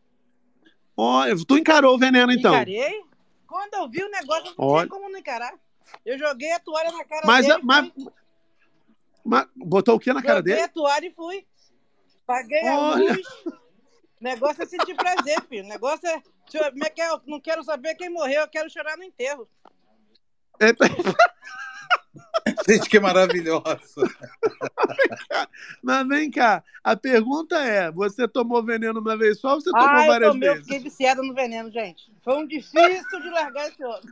[SPEAKER 2] Olha, tu encarou o veneno, então.
[SPEAKER 14] Encarei. Quando eu vi o negócio, não tinha como não encarar. Eu joguei a toalha na cara dele.
[SPEAKER 2] Mas botou o que na cara dele?
[SPEAKER 14] Joguei a toalha e fui. Paguei a luz. Negócio é sentir prazer, filho. Negócio é... Como é que é? Eu não quero saber quem morreu, eu quero chorar no enterro.
[SPEAKER 11] Gente, que maravilhosa.
[SPEAKER 2] Mas vem cá, a pergunta é, você tomou veneno uma vez só ou você tomou várias vezes?
[SPEAKER 14] Eu fiquei viciada no veneno, gente. Foi um difícil de largar esse outro.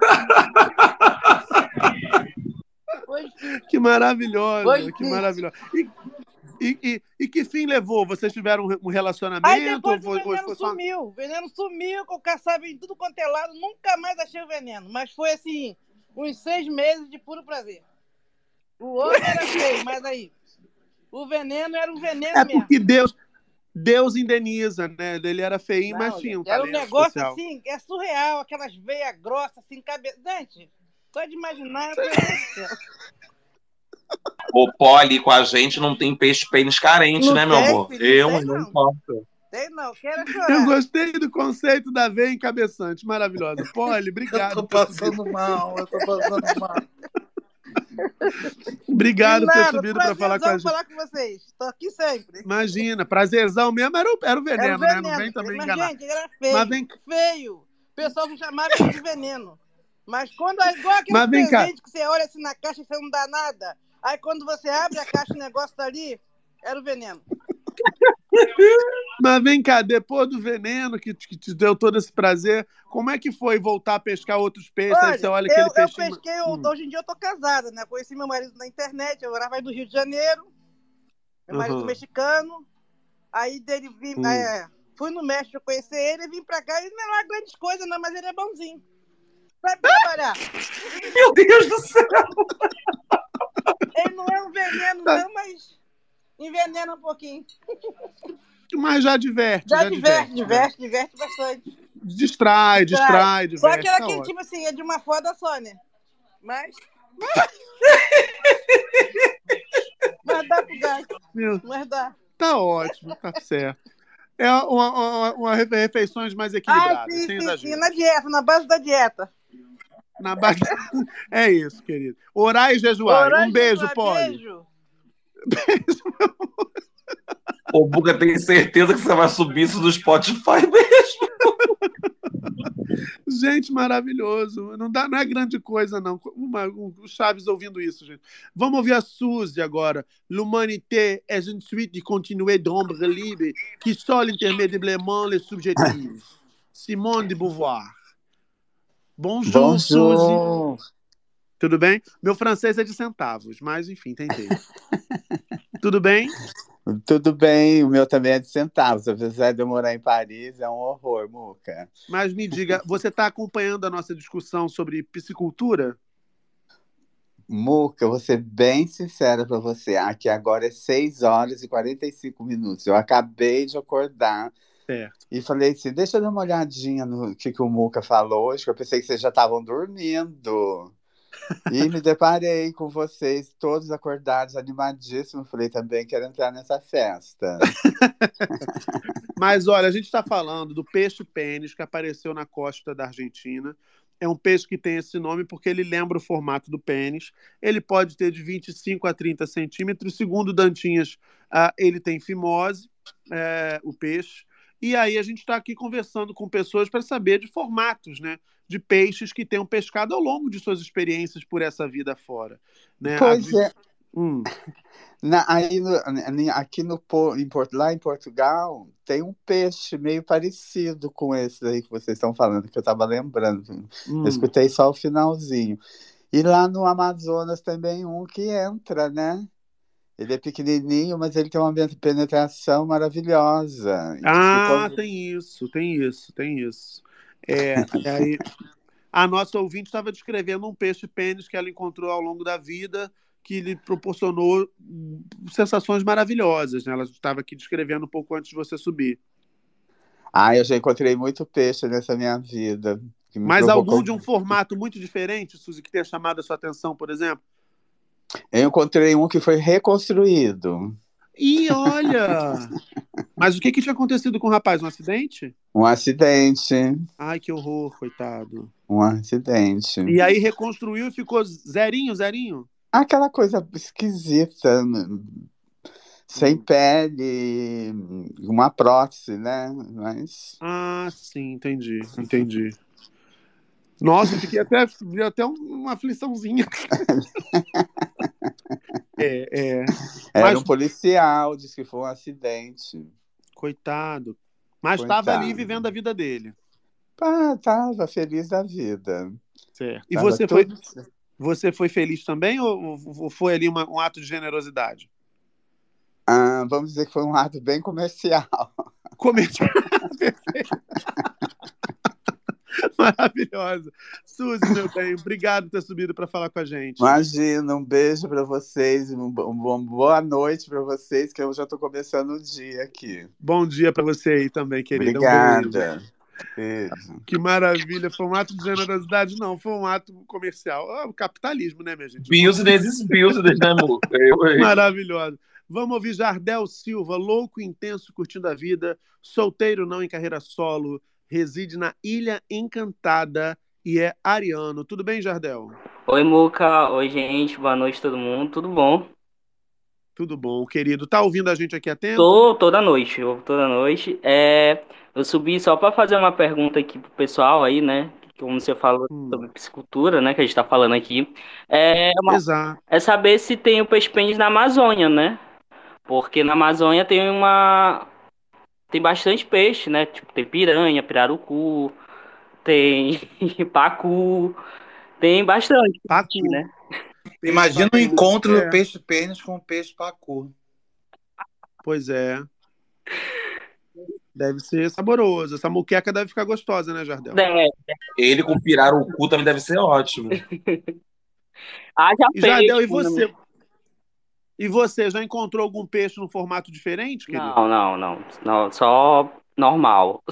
[SPEAKER 2] Que maravilhosa, que maravilhosa. E que fim levou? Vocês tiveram um relacionamento?
[SPEAKER 14] Aí depois o veneno sumiu. O veneno sumiu, que eu caçava em tudo quanto é lado. Nunca mais achei o veneno. Mas foi assim, uns 6 meses de puro prazer. O outro era feio, mas aí, o veneno era um veneno mesmo.
[SPEAKER 2] É porque Deus indeniza, né? Ele era feinho, mas tinha um talento
[SPEAKER 14] era um negócio
[SPEAKER 2] especial.
[SPEAKER 14] assim, é surreal, aquelas veias grossas, assim, cabeça. Gente, só de imaginar, meu Deus do céu.
[SPEAKER 5] O Poli com a gente não tem peixe pênis carente,
[SPEAKER 14] Não
[SPEAKER 5] né, meu
[SPEAKER 14] tem,
[SPEAKER 5] amor?
[SPEAKER 14] filho,
[SPEAKER 5] Não importa.
[SPEAKER 14] Tem não, quero chorar.
[SPEAKER 2] Eu gostei do conceito da veia encabeçante, maravilhosa. Poli, obrigado.
[SPEAKER 11] Eu tô passando mal.
[SPEAKER 2] Obrigado por ter subido para falar com a gente.
[SPEAKER 14] falar com vocês. Estou aqui sempre.
[SPEAKER 2] Imagina, prazerzão mesmo era o veneno, né? Não vem também enganar.
[SPEAKER 14] Gente, ele era feio.
[SPEAKER 2] Mas vem...
[SPEAKER 14] feio. O pessoal me chamava de veneno. Mas quando é igual aquele presente que você olha assim na caixa e você não dá nada. Aí quando você abre a caixa, o negócio tá ali, era o veneno.
[SPEAKER 2] Mas vem cá, depois do veneno que te deu todo esse prazer, como é que foi voltar a pescar outros peixes?
[SPEAKER 14] Olha,
[SPEAKER 2] aí você olha aquele peixe.
[SPEAKER 14] Eu pesquei, hoje em dia eu tô casada, né? Conheci meu marido na internet, eu morava no Rio de Janeiro, meu marido mexicano, aí dele vim, fui no México conhecer ele, vim pra cá, ele não é lá grandes coisas não, mas ele é bonzinho. Sabe trabalhar.
[SPEAKER 5] Meu Deus do céu!
[SPEAKER 14] Ele não é um veneno não, mas envenena um pouquinho.
[SPEAKER 2] Mas já diverte,
[SPEAKER 14] Já
[SPEAKER 2] já
[SPEAKER 14] diverte,
[SPEAKER 2] diverte, né?
[SPEAKER 14] diverte bastante.
[SPEAKER 2] Distrai,
[SPEAKER 14] Só
[SPEAKER 2] diverte,
[SPEAKER 14] aquela
[SPEAKER 2] tá
[SPEAKER 14] que,
[SPEAKER 2] ótimo.
[SPEAKER 14] tipo assim, é de uma foda só, né? Mas dá pro gasto.
[SPEAKER 2] Meu,
[SPEAKER 14] Mas dá.
[SPEAKER 2] tá ótimo, tá certo. É uma refeições mais
[SPEAKER 14] Ah,
[SPEAKER 2] equilibradas,
[SPEAKER 14] sim,
[SPEAKER 2] sem
[SPEAKER 14] sim, sim.
[SPEAKER 2] exagero.
[SPEAKER 14] Na dieta, na base da dieta.
[SPEAKER 2] Na base... É isso, querido. Orar e jejuar.
[SPEAKER 14] Orar
[SPEAKER 2] Um
[SPEAKER 14] e
[SPEAKER 2] beijo,
[SPEAKER 14] jejuar.
[SPEAKER 2] Poli.
[SPEAKER 14] Beijo.
[SPEAKER 5] Ô, Buga, tenho certeza que você vai subir isso no Spotify mesmo.
[SPEAKER 2] Gente, maravilhoso. Não é grande coisa, não. O Chaves ouvindo isso, gente. Vamos ouvir a Suzy agora. L'humanité est une suite de continuer d'ombre libre qui sont intermédiablement les subjectifs. Simone de Beauvoir. Bonjour, Suzy.
[SPEAKER 15] Bonjour.
[SPEAKER 2] Tudo bem? Meu francês é de centavos, mas enfim, tentei. Tudo bem?
[SPEAKER 15] Tudo bem, o meu também é de centavos. Apesar de eu morar em Paris, é um horror, Muca.
[SPEAKER 2] Mas me diga, você está acompanhando a nossa discussão sobre piscicultura?
[SPEAKER 15] Muca, eu vou ser bem sincera para você. Aqui agora é 6 horas e 45 minutos. Eu acabei de acordar
[SPEAKER 2] Certo.
[SPEAKER 15] e falei assim: deixa eu dar uma olhadinha no que o Muca falou hoje, que eu pensei que vocês já estavam dormindo. E me deparei com vocês todos acordados, animadíssimos. Falei, também quero entrar nessa festa.
[SPEAKER 2] Mas olha, a gente está falando do peixe-pênis que apareceu na costa da Argentina. É um peixe que tem esse nome porque ele lembra o formato do pênis. Ele pode ter de 25 a 30 centímetros. Segundo Dantinhas, ele tem fimose, o peixe. E aí a gente está aqui conversando com pessoas para saber de formatos, né? De peixes que tenham pescado ao longo de suas experiências por essa vida fora. Né?
[SPEAKER 15] Pois é. Lá em Portugal tem um peixe meio parecido com esse aí que vocês estão falando, que eu estava lembrando. Eu escutei só o finalzinho. E lá no Amazonas também um que entra, né? Ele é pequenininho, mas ele tem uma penetração maravilhosa.
[SPEAKER 2] Tem isso. E aí, a nossa ouvinte estava descrevendo um peixe-pênis que ela encontrou ao longo da vida, que lhe proporcionou sensações maravilhosas, né? Ela estava aqui descrevendo um pouco antes de você subir.
[SPEAKER 15] Eu já encontrei muito peixe nessa minha vida.
[SPEAKER 2] Mas algum de um formato muito diferente, Suzy, que tenha chamado a sua atenção, por exemplo?
[SPEAKER 15] Eu encontrei um que foi reconstruído.
[SPEAKER 2] Ih, olha! Mas o que tinha acontecido com o rapaz? Um acidente?
[SPEAKER 15] Um acidente.
[SPEAKER 2] Ai, que horror, coitado.
[SPEAKER 15] Um acidente.
[SPEAKER 2] E aí reconstruiu e ficou zerinho?
[SPEAKER 15] Aquela coisa esquisita, sem pele, uma prótese, né? Mas...
[SPEAKER 2] sim, entendi. Nossa, fiquei até uma afliçãozinha.
[SPEAKER 15] Era um policial, disse que foi um acidente.
[SPEAKER 2] Coitado. Mas estava ali vivendo a vida dele.
[SPEAKER 15] Tava feliz da vida.
[SPEAKER 2] Certo. E você foi feliz também ou foi ali um ato de generosidade?
[SPEAKER 15] Vamos dizer que foi um ato bem comercial.
[SPEAKER 2] Comercial. Perfeito. Maravilhosa. Suzy, meu bem, obrigado por ter subido para falar com a gente.
[SPEAKER 15] Imagina, um beijo para vocês, uma boa noite para vocês, que eu já estou começando o dia aqui.
[SPEAKER 2] Bom dia para você aí também, querida.
[SPEAKER 15] Obrigada.
[SPEAKER 2] Beijo. Que maravilha. Foi um ato de generosidade? Não, foi um ato comercial. O capitalismo, né, minha gente?
[SPEAKER 5] Business, né, amor?
[SPEAKER 2] Maravilhoso. Vamos ouvir Jardel Silva, louco, intenso, curtindo a vida, solteiro não em carreira solo, reside na Ilha Encantada e é ariano. Tudo bem, Jardel?
[SPEAKER 16] Oi, Muca. Oi, gente. Boa noite, todo mundo. Tudo bom?
[SPEAKER 2] Tudo bom, querido. Tá ouvindo a gente aqui a tempo?
[SPEAKER 16] Tô toda noite. Eu ouvo toda noite. Eu subi só para fazer uma pergunta aqui pro pessoal aí, né? Como você falou sobre piscicultura, né? Que a gente tá falando aqui.
[SPEAKER 2] Exato.
[SPEAKER 16] É saber se tem o peixe-pênis na Amazônia, né? Porque na Amazônia tem bastante peixe, né? Tipo, tem piranha, pirarucu, tem pacu, tem bastante peixe, né?
[SPEAKER 11] Imagina o encontro do peixe-pênis com o peixe-pacu.
[SPEAKER 2] Pois é. Deve ser saboroso. Essa muqueca deve ficar gostosa, né, Jardel?
[SPEAKER 5] Ele com pirarucu também deve ser ótimo.
[SPEAKER 2] Jardel, e você? E você já encontrou algum peixe num formato diferente, querido?
[SPEAKER 16] Não, só normal.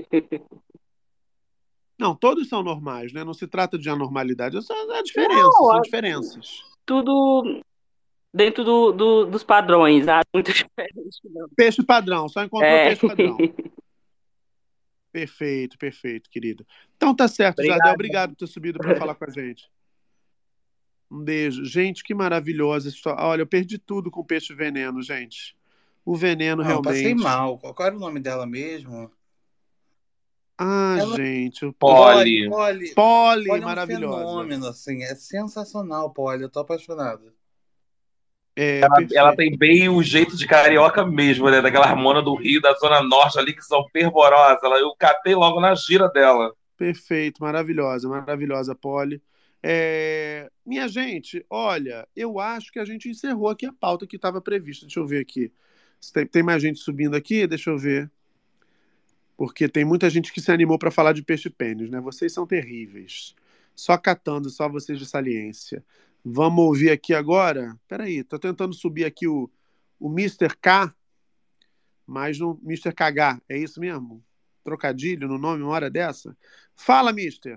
[SPEAKER 2] Não, todos são normais, né? Não se trata de anormalidade, são diferenças, são
[SPEAKER 16] Não,
[SPEAKER 2] diferenças.
[SPEAKER 16] tudo dentro dos padrões, nada muito diferente, não.
[SPEAKER 2] Peixe padrão, só encontrou
[SPEAKER 16] É.
[SPEAKER 2] peixe padrão. Perfeito, perfeito, querido. Então tá certo, Jardel, obrigado por ter subido para falar com a gente. Um beijo. Gente, que maravilhosa história. Olha, eu perdi tudo com peixe veneno, gente. O veneno
[SPEAKER 11] Não, eu passei
[SPEAKER 2] realmente.
[SPEAKER 11] mal. Qual era o nome dela mesmo?
[SPEAKER 2] Ah,
[SPEAKER 11] Ela-
[SPEAKER 2] gente.
[SPEAKER 5] Polly.
[SPEAKER 2] Polly,
[SPEAKER 11] Polly é um
[SPEAKER 2] maravilhosa.
[SPEAKER 11] fenômeno, assim. É sensacional, Polly. Eu tô apaixonado.
[SPEAKER 2] É,
[SPEAKER 5] Ela
[SPEAKER 2] perfeito.
[SPEAKER 5] tem bem o jeito de carioca mesmo, né? Daquela harmona do Rio, da Zona Norte ali, que são fervorosas. Eu catei logo na gira dela.
[SPEAKER 2] Perfeito, maravilhosa, maravilhosa, Polly. Minha gente, olha, eu acho que a gente encerrou aqui a pauta que estava prevista. Deixa eu ver aqui. Se tem mais gente subindo aqui? Deixa eu ver. Porque tem muita gente que se animou para falar de peixe-pênis, né? Vocês são terríveis. Só catando, só vocês de saliência. Vamos ouvir aqui agora? Peraí, tô tentando subir aqui o Mr. K, mas no Mr. KH. É isso mesmo? Trocadilho no nome, uma hora dessa? Fala, Mister.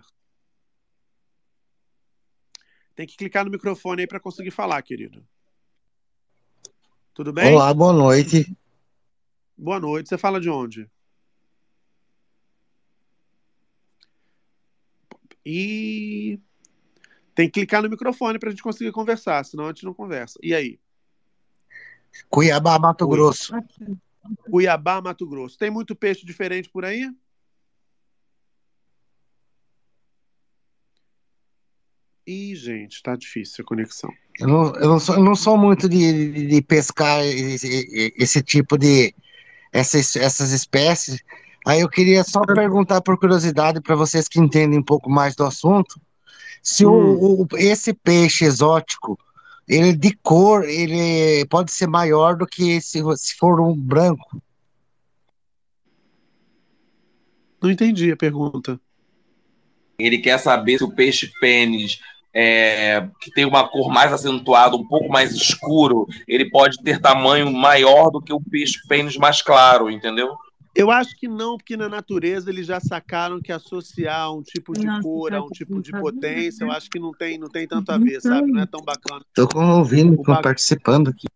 [SPEAKER 2] Tem que clicar no microfone aí para conseguir falar, querido. Tudo bem?
[SPEAKER 17] Olá, boa noite.
[SPEAKER 2] Boa noite. Você fala de onde? E tem que clicar no microfone para a gente conseguir conversar, senão a gente não conversa. E aí?
[SPEAKER 17] Cuiabá, Mato Grosso.
[SPEAKER 2] Cuiabá, Mato Grosso. Tem muito peixe diferente por aí? Ih, gente, tá difícil a conexão.
[SPEAKER 17] Eu não sou muito de pescar esse tipo de essas espécies. Aí eu queria só perguntar por curiosidade para vocês que entendem um pouco mais do assunto, se esse peixe exótico, ele de cor, ele pode ser maior do que se for um branco.
[SPEAKER 2] Não entendi a pergunta.
[SPEAKER 5] Ele quer saber se o peixe-pênis, que tem uma cor mais acentuada, um pouco mais escuro, ele pode ter tamanho maior do que o peixe-pênis mais claro, entendeu?
[SPEAKER 2] Eu acho que não, porque na natureza eles já sacaram que associar um tipo de cor a um tipo de potência, eu acho que não tem tanto a ver, sabe? Não é tão bacana.
[SPEAKER 17] Estou ouvindo, participando aqui.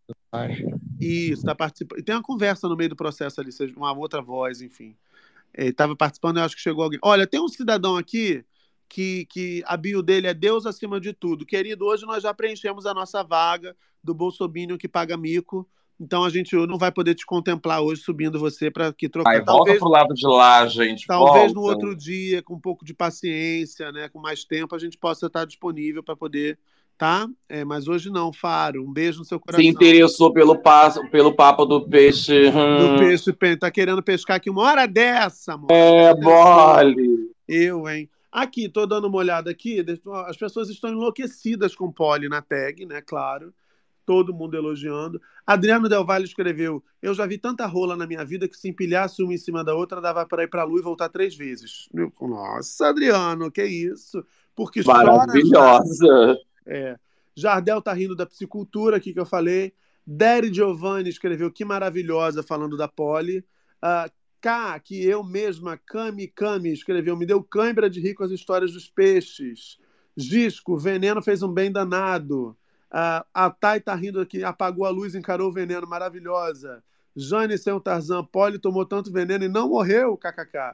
[SPEAKER 2] Isso, está participando. E tem uma conversa no meio do processo ali, uma outra voz, enfim. Estava participando, eu acho que chegou alguém. Olha, tem um cidadão aqui que a bio dele é Deus acima de tudo. Querido, hoje nós já preenchemos a nossa vaga do Bolsominion que paga mico. Então a gente não vai poder te contemplar hoje subindo você para que trocar.
[SPEAKER 5] Ai, volta pro lado de lá, gente.
[SPEAKER 2] Talvez no
[SPEAKER 5] volta.
[SPEAKER 2] outro dia, com um pouco de paciência, né, com mais tempo, a gente possa estar disponível para poder, tá? Mas hoje não, Faro. Um beijo no seu coração.
[SPEAKER 5] Se interessou pelo papo do peixe.
[SPEAKER 2] Do peixe, tá querendo pescar aqui uma hora dessa, mano.
[SPEAKER 5] Mole.
[SPEAKER 2] Hein? Aqui, tô dando uma olhada aqui. As pessoas estão enlouquecidas com Polly na tag, né? Claro. Todo mundo elogiando. Adriano Del Valle escreveu: eu já vi tanta rola na minha vida que se empilhasse uma em cima da outra dava para ir para a lua e voltar 3 vezes. Nossa, Adriano, que isso? Porque
[SPEAKER 5] maravilhosa.
[SPEAKER 2] Jardel tá rindo da psicultura aqui que eu falei. Deri Giovanni escreveu: que maravilhosa, falando da Polly. K, que eu mesma, Kami, escreveu: me deu cãibra de rir com as histórias dos peixes. Gisco, veneno fez um bem danado. A Thay tá rindo aqui, apagou a luz, encarou o veneno, maravilhosa. Jane, seu Tarzan, Polly tomou tanto veneno e não morreu, kkk.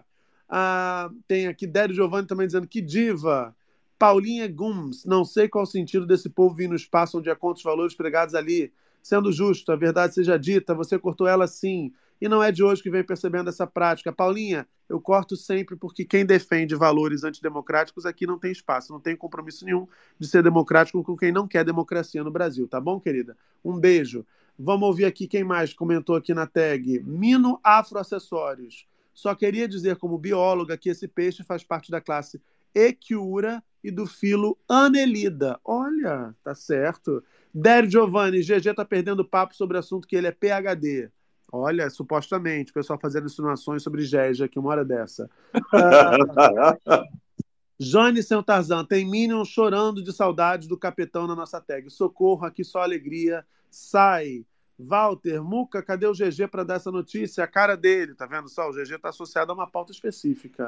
[SPEAKER 2] Tem aqui Dério Giovanni também dizendo: que diva. Paulinha Gums, não sei qual o sentido desse povo vir no espaço onde há contos valores pregados ali. Sendo justo, a verdade seja dita, você cortou ela sim. E não é de hoje que vem percebendo essa prática. Paulinha, eu corto sempre porque quem defende valores antidemocráticos aqui não tem espaço, não tem compromisso nenhum de ser democrático com quem não quer democracia no Brasil, tá bom, querida? Um beijo. Vamos ouvir aqui quem mais comentou aqui na tag. Mino Afroacessórios. Só queria dizer como bióloga que esse peixe faz parte da classe Echiura e do filo Annelida. Olha, tá certo. Dério Giovanni, GG tá perdendo papo sobre o assunto que ele é PhD. Olha, supostamente, o pessoal fazendo insinuações sobre Gégia aqui uma hora dessa. Jane Sem Tarzan, tem Minion chorando de saudade do capitão na nossa tag. Socorro, aqui só alegria. Sai. Walter, Muca, cadê o GG para dar essa notícia? A cara dele, tá vendo só? O GG está associado a uma pauta específica.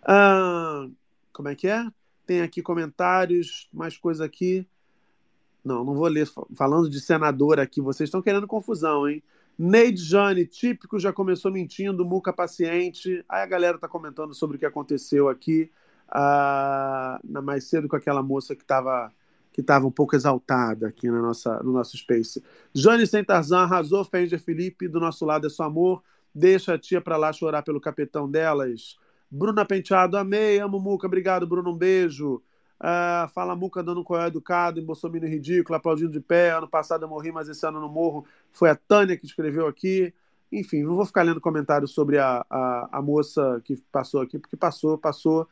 [SPEAKER 2] Como é que é? Tem aqui comentários, mais coisa aqui. Não vou ler. Falando de senador aqui, vocês estão querendo confusão, hein? Neide Jane, típico, já começou mentindo, Muca paciente. Aí a galera tá comentando sobre o que aconteceu aqui mais cedo com aquela moça que estava um pouco exaltada aqui no nosso Space. Jane Sem Tarzan, arrasou, Fenger Felipe, do nosso lado é só amor, deixa a tia pra lá chorar pelo capitão delas. Bruna Penteado, amei, amo Muca, obrigado Bruno, um beijo. Fala Muca dando um coió educado, em Bolsonaro ridículo, aplaudindo de pé, ano passado eu morri, mas esse ano eu não morro, foi a Tânia que escreveu aqui. Enfim, não vou ficar lendo comentários sobre a moça que passou aqui, porque passou.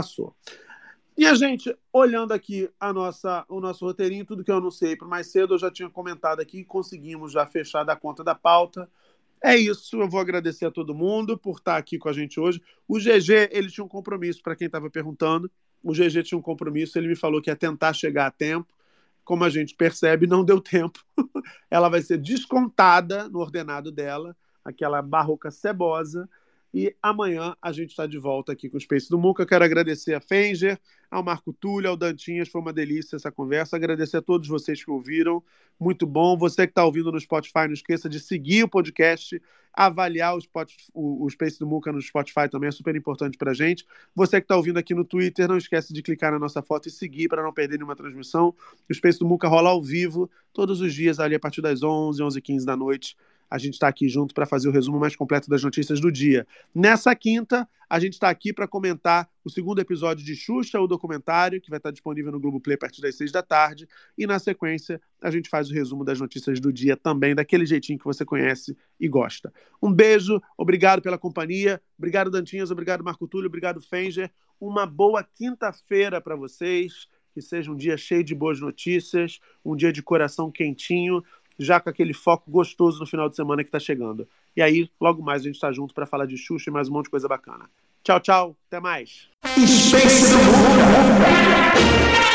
[SPEAKER 2] E a gente, olhando aqui o nosso roteirinho, tudo que eu anunciei para mais cedo, eu já tinha comentado aqui, conseguimos já fechar da conta da pauta. É isso, eu vou agradecer a todo mundo por estar aqui com a gente hoje. O GG, ele tinha um compromisso, para quem estava perguntando, o GG tinha um compromisso, ele me falou que ia tentar chegar a tempo. Como a gente percebe, não deu tempo. Ela vai ser descontada no ordenado dela, aquela barroca cebosa. E amanhã a gente está de volta aqui com o Space do Muca. Quero agradecer a Fenger, ao Marco Túlio, ao Dantinhas. Foi uma delícia essa conversa. Agradecer a todos vocês que ouviram. Muito bom. Você que está ouvindo no Spotify, não esqueça de seguir o podcast, avaliar o Space do Muca no Spotify também. É super importante para a gente. Você que está ouvindo aqui no Twitter, não esquece de clicar na nossa foto e seguir para não perder nenhuma transmissão. O Space do Muca rola ao vivo todos os dias, ali a partir das 11h15 da noite. A gente está aqui junto para fazer o resumo mais completo das notícias do dia. Nessa quinta, a gente está aqui para comentar o segundo episódio de Xuxa, o documentário, que vai estar disponível no Globoplay a partir das 6 da tarde. E na sequência, a gente faz o resumo das notícias do dia também, daquele jeitinho que você conhece e gosta. Um beijo, obrigado pela companhia. Obrigado, Dantinhas, obrigado, Marco Túlio, obrigado, Fenger. Uma boa quinta-feira para vocês. Que seja um dia cheio de boas notícias, um dia de coração quentinho, já com aquele foco gostoso no final de semana que está chegando. E aí, logo mais, a gente está junto para falar de Xuxa e mais um monte de coisa bacana. Tchau, tchau. Até mais.